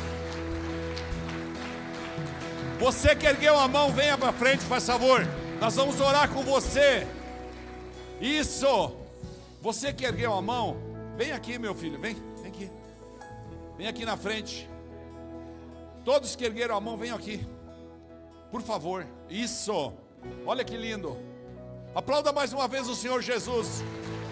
Você que ergueu a mão, venha para frente, faz favor. Nós vamos orar com você. Isso. Você que ergueu a mão, vem aqui, meu filho, vem aqui. Vem aqui na frente. Todos que ergueram a mão, venham aqui, por favor. Isso, olha que lindo. Aplauda mais uma vez o Senhor Jesus.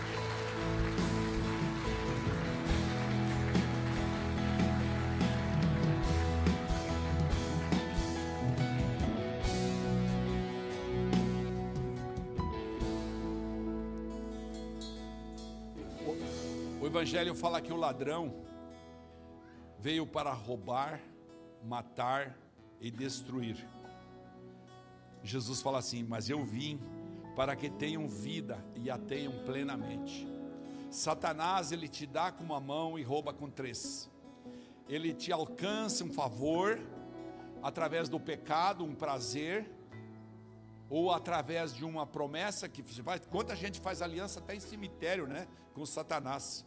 O Evangelho fala que o ladrão veio para roubar, matar e destruir. Jesus fala assim: mas eu vim para que tenham vida e a tenham plenamente. Satanás, ele te dá com uma mão e rouba com 3. Ele te alcança um favor através do pecado, um prazer, ou através de uma promessa que você vai. Quanta gente faz aliança até em cemitério, né, com Satanás.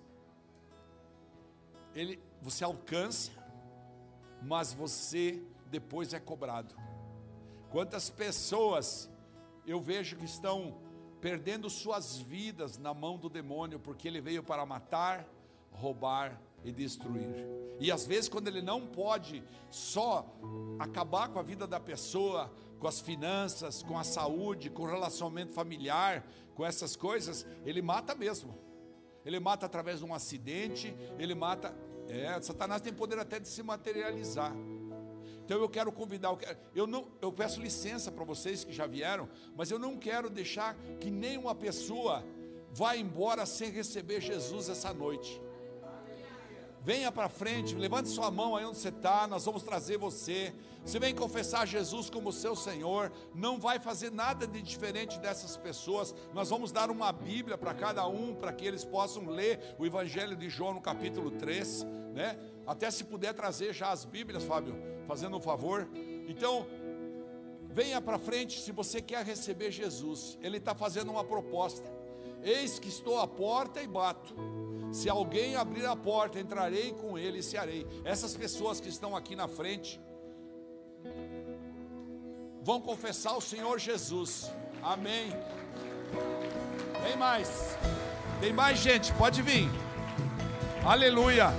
Você alcança, mas você depois é cobrado. Quantas pessoas eu vejo que estão perdendo suas vidas na mão do demônio, porque ele veio para matar, roubar e destruir. E às vezes, quando ele não pode só acabar com a vida da pessoa, com as finanças, com a saúde, com o relacionamento familiar, com essas coisas, ele mata mesmo. Ele mata através de um acidente, ele mata. Satanás tem poder até de se materializar. Então eu quero convidar, eu peço licença para vocês que já vieram, mas eu não quero deixar que nenhuma pessoa vá embora sem receber Jesus essa noite. Venha para frente, levante sua mão aí onde você está, nós vamos trazer você. Você vem confessar Jesus como seu Senhor, não vai fazer nada de diferente dessas pessoas. Nós vamos dar uma Bíblia para cada um, para que eles possam ler o Evangelho de João no capítulo 3, né? Até se puder trazer já as Bíblias, Fábio, fazendo um favor. Então, venha para frente se você quer receber Jesus. Ele está fazendo uma proposta: eis que estou à porta e bato. Se alguém abrir a porta, entrarei com ele e cearei. Essas pessoas que estão aqui na frente vão confessar o Senhor Jesus. Amém. Tem mais gente, pode vir. Aleluia.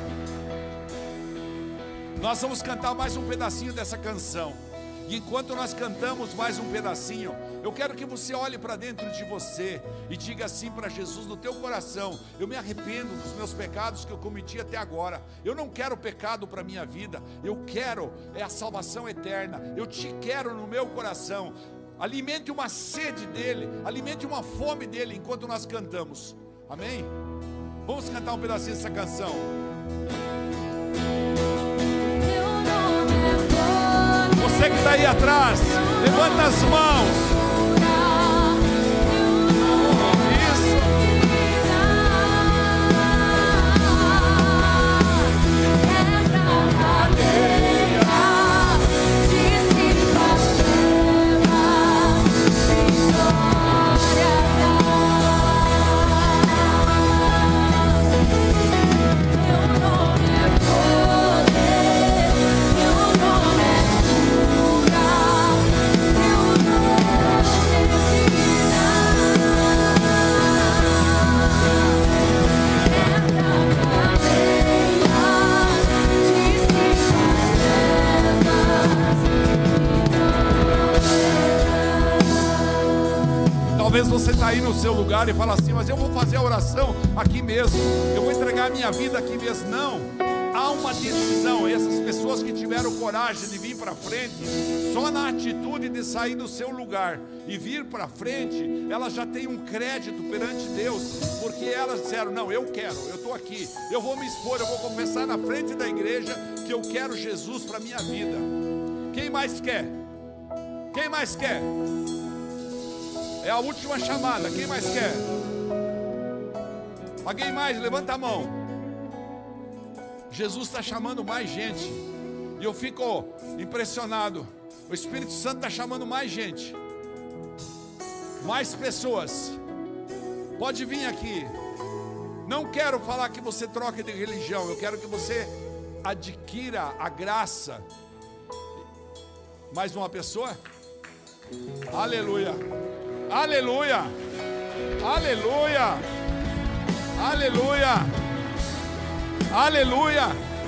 Nós vamos cantar mais um pedacinho dessa canção. E enquanto nós cantamos mais um pedacinho, eu quero que você olhe para dentro de você e diga assim para Jesus no teu coração: eu me arrependo dos meus pecados que eu cometi até agora. Eu não quero pecado para a minha vida. Eu quero a salvação eterna. Eu te quero no meu coração. Alimente uma sede dele, alimente uma fome dele enquanto nós cantamos. Amém? Vamos cantar um pedacinho dessa canção. Você que está aí atrás, levanta as mãos. Talvez você está aí no seu lugar e fala assim: mas eu vou fazer a oração aqui mesmo, eu vou entregar a minha vida aqui mesmo. Não, há uma decisão. Essas pessoas que tiveram tiveram coragem de vir para frente, só na atitude de sair do seu lugar e vir para frente, elas já têm um crédito perante Deus, porque elas disseram: não, eu quero, eu estou aqui, eu vou me expor, eu vou confessar na frente da igreja que eu quero Jesus para a minha vida. Quem mais quer? Quem mais quer? É a última chamada, quem mais quer? Alguém mais? Levanta a mão. Jesus está chamando mais gente, e eu fico impressionado. O Espírito Santo está chamando mais gente, mais pessoas. Pode vir aqui. Não quero falar que você troque de religião, eu quero que você adquira a graça. Mais uma pessoa? Aleluia, aleluia, aleluia, aleluia, aleluia.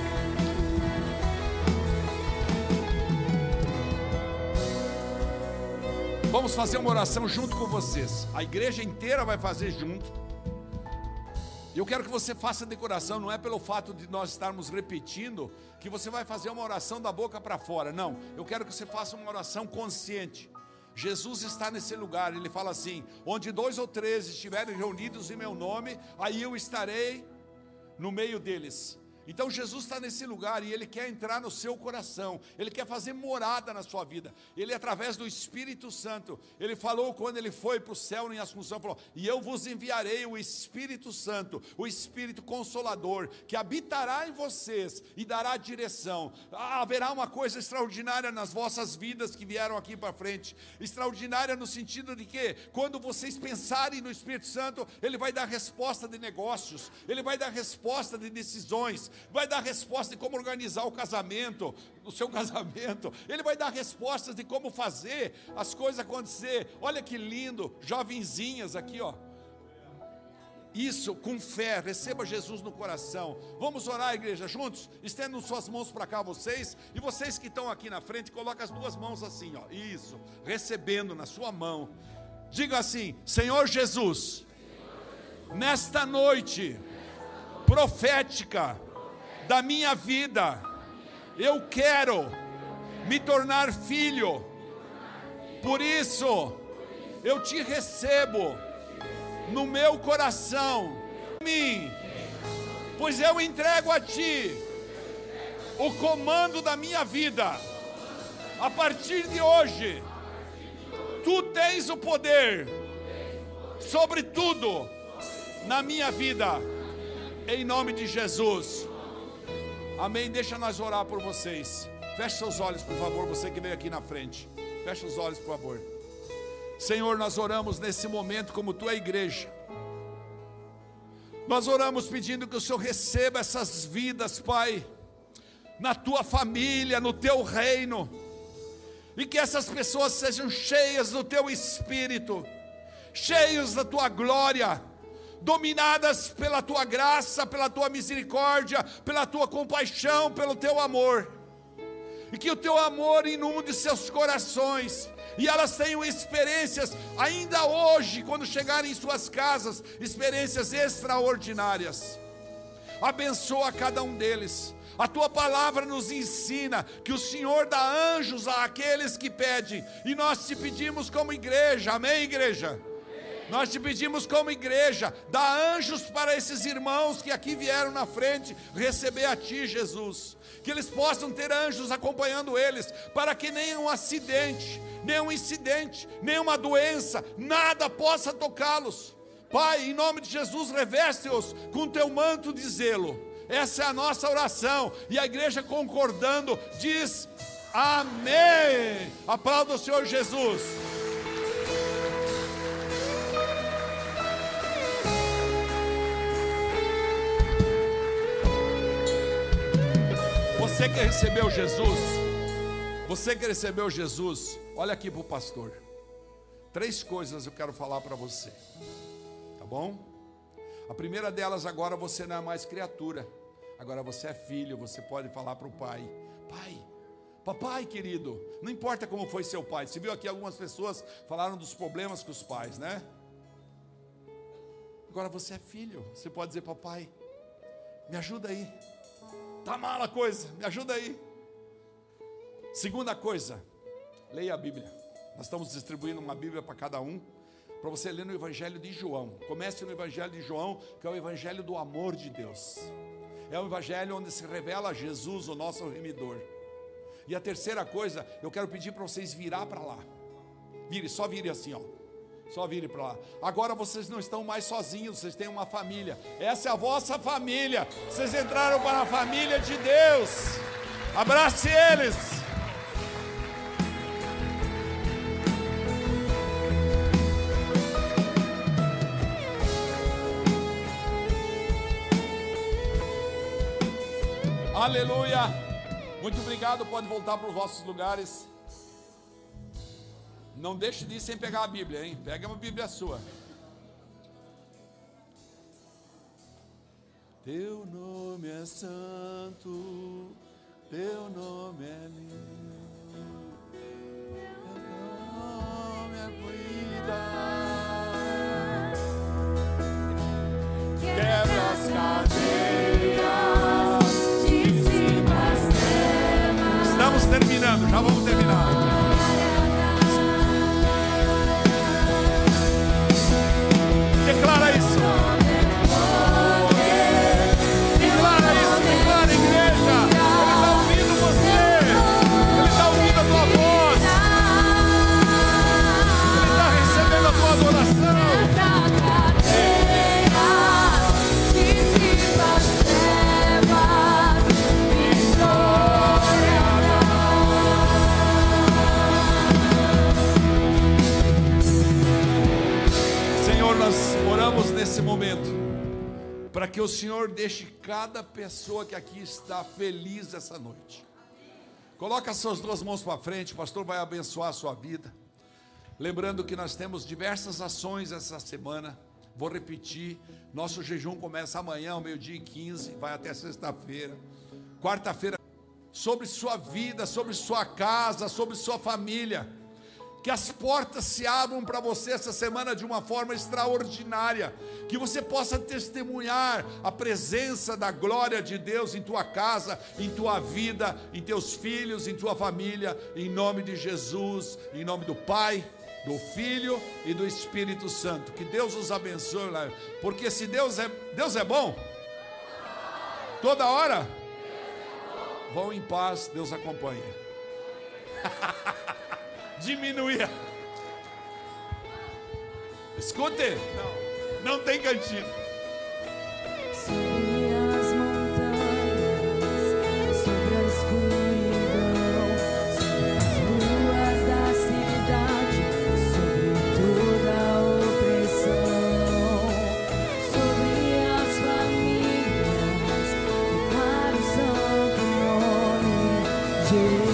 Vamos fazer uma oração junto com vocês. A igreja inteira vai fazer junto. E eu quero que você faça de coração. Não é pelo fato de nós estarmos repetindo que você vai fazer uma oração da boca para fora. Não, eu quero que você faça uma oração consciente. Jesus está nesse lugar, Ele fala assim: onde 2 ou 3 estiverem reunidos em meu nome, aí eu estarei no meio deles. Então Jesus está nesse lugar e Ele quer entrar no seu coração, Ele quer fazer morada na sua vida. Ele, através do Espírito Santo, Ele falou quando Ele foi para o céu em Assunção, falou: e eu vos enviarei o Espírito Santo, o Espírito Consolador, que habitará em vocês e dará direção. Haverá uma coisa extraordinária nas vossas vidas que vieram aqui para frente. Extraordinária no sentido de que, quando vocês pensarem no Espírito Santo, Ele vai dar resposta de negócios, Ele vai dar resposta de decisões, vai dar resposta de como organizar o casamento, o seu casamento. Ele vai dar respostas de como fazer as coisas acontecer. Olha que lindo, jovenzinhas aqui, ó. Isso, com fé, receba Jesus no coração. Vamos orar, igreja, juntos? Estendam suas mãos para cá, vocês. E vocês que estão aqui na frente, coloca as 2 mãos assim, ó. Isso, recebendo na sua mão. Diga assim: Senhor Jesus, nesta noite profética da minha vida, eu quero me tornar filho. Por isso eu te recebo no meu coração, pois eu entrego a ti o comando da minha vida. A partir de hoje, tu tens o poder sobre tudo na minha vida, em nome de Jesus. Amém. Deixa nós orar por vocês. Feche seus olhos, por favor, você que veio aqui na frente. Feche os olhos, por favor. Senhor, nós oramos nesse momento como tua igreja. Nós oramos pedindo que o Senhor receba essas vidas, Pai, na tua família, no teu reino, e que essas pessoas sejam cheias do teu Espírito, cheios da tua glória, dominadas pela tua graça, pela tua misericórdia, pela tua compaixão, pelo teu amor, e que o teu amor inunde seus corações, e elas tenham experiências, ainda hoje, quando chegarem em suas casas, experiências extraordinárias. Abençoa cada um deles. A tua palavra nos ensina que o Senhor dá anjos àqueles que pedem, e nós te pedimos como igreja, amém, igreja? Nós te pedimos como igreja, dá anjos para esses irmãos que aqui vieram na frente receber a ti, Jesus. Que eles possam ter anjos acompanhando eles, para que nenhum acidente, nenhum incidente, nenhuma doença, nada possa tocá-los. Pai, em nome de Jesus, reveste-os com teu manto de zelo. Essa é a nossa oração, e a igreja concordando diz amém. Aplauda o Senhor Jesus. Você que recebeu Jesus, você que recebeu Jesus, olha aqui para o pastor. 3 coisas eu quero falar para você, tá bom? A primeira delas, agora você não é mais criatura, agora você é filho. Você pode falar para o pai: pai, papai querido, não importa como foi seu pai. Você viu aqui algumas pessoas falaram dos problemas com os pais, né? Agora você é filho, você pode dizer: papai, me ajuda aí. Tá mal a coisa, me ajuda aí. Segunda coisa, leia a Bíblia. Nós estamos distribuindo uma Bíblia para cada um, para você ler no Evangelho de João. Comece no Evangelho de João, que é o Evangelho do amor de Deus. É um Evangelho onde se revela Jesus, o nosso remidor. E a terceira coisa, eu quero pedir para vocês virar para lá. Só vire assim, ó. Só vire para lá. Agora vocês não estão mais sozinhos, vocês têm uma família. Essa é a vossa família. Vocês entraram para a família de Deus. Abrace eles. Aleluia. Muito obrigado, pode voltar para os vossos lugares. Não deixe de ir sem pegar a Bíblia, hein? Pega uma Bíblia sua. Teu nome é santo, teu nome é lindo, teu nome é cuida. Quebra as cadeias, dissipa as trevas. Estamos terminando, já vamos terminar. Declara isso. Declara isso, declara, igreja. Ele está ouvindo você. Ele está ouvindo a tua voz. Ele está recebendo a tua adoração. Nós oramos nesse momento para que o Senhor deixe cada pessoa que aqui está feliz essa noite. Coloca as suas duas mãos para frente, o pastor vai abençoar a sua vida. Lembrando que nós temos diversas ações essa semana. Vou repetir, nosso jejum começa amanhã ao 12h15, vai até sexta-feira. Quarta-feira, sobre sua vida, sobre sua casa, sobre sua família. Que as portas se abram para você essa semana de uma forma extraordinária. Que você possa testemunhar a presença da glória de Deus em tua casa, em tua vida, em teus filhos, em tua família. Em nome de Jesus, em nome do Pai, do Filho e do Espírito Santo. Que Deus os abençoe. Porque se Deus é bom, toda hora, vão em paz, Deus acompanha. Diminuir. Escute, não tem cantinho. Sobre as montanhas, sobre a escuridão, sobre as ruas da cidade, sobre toda a opressão, sobre as famílias, declaro o santo nome de Jesus.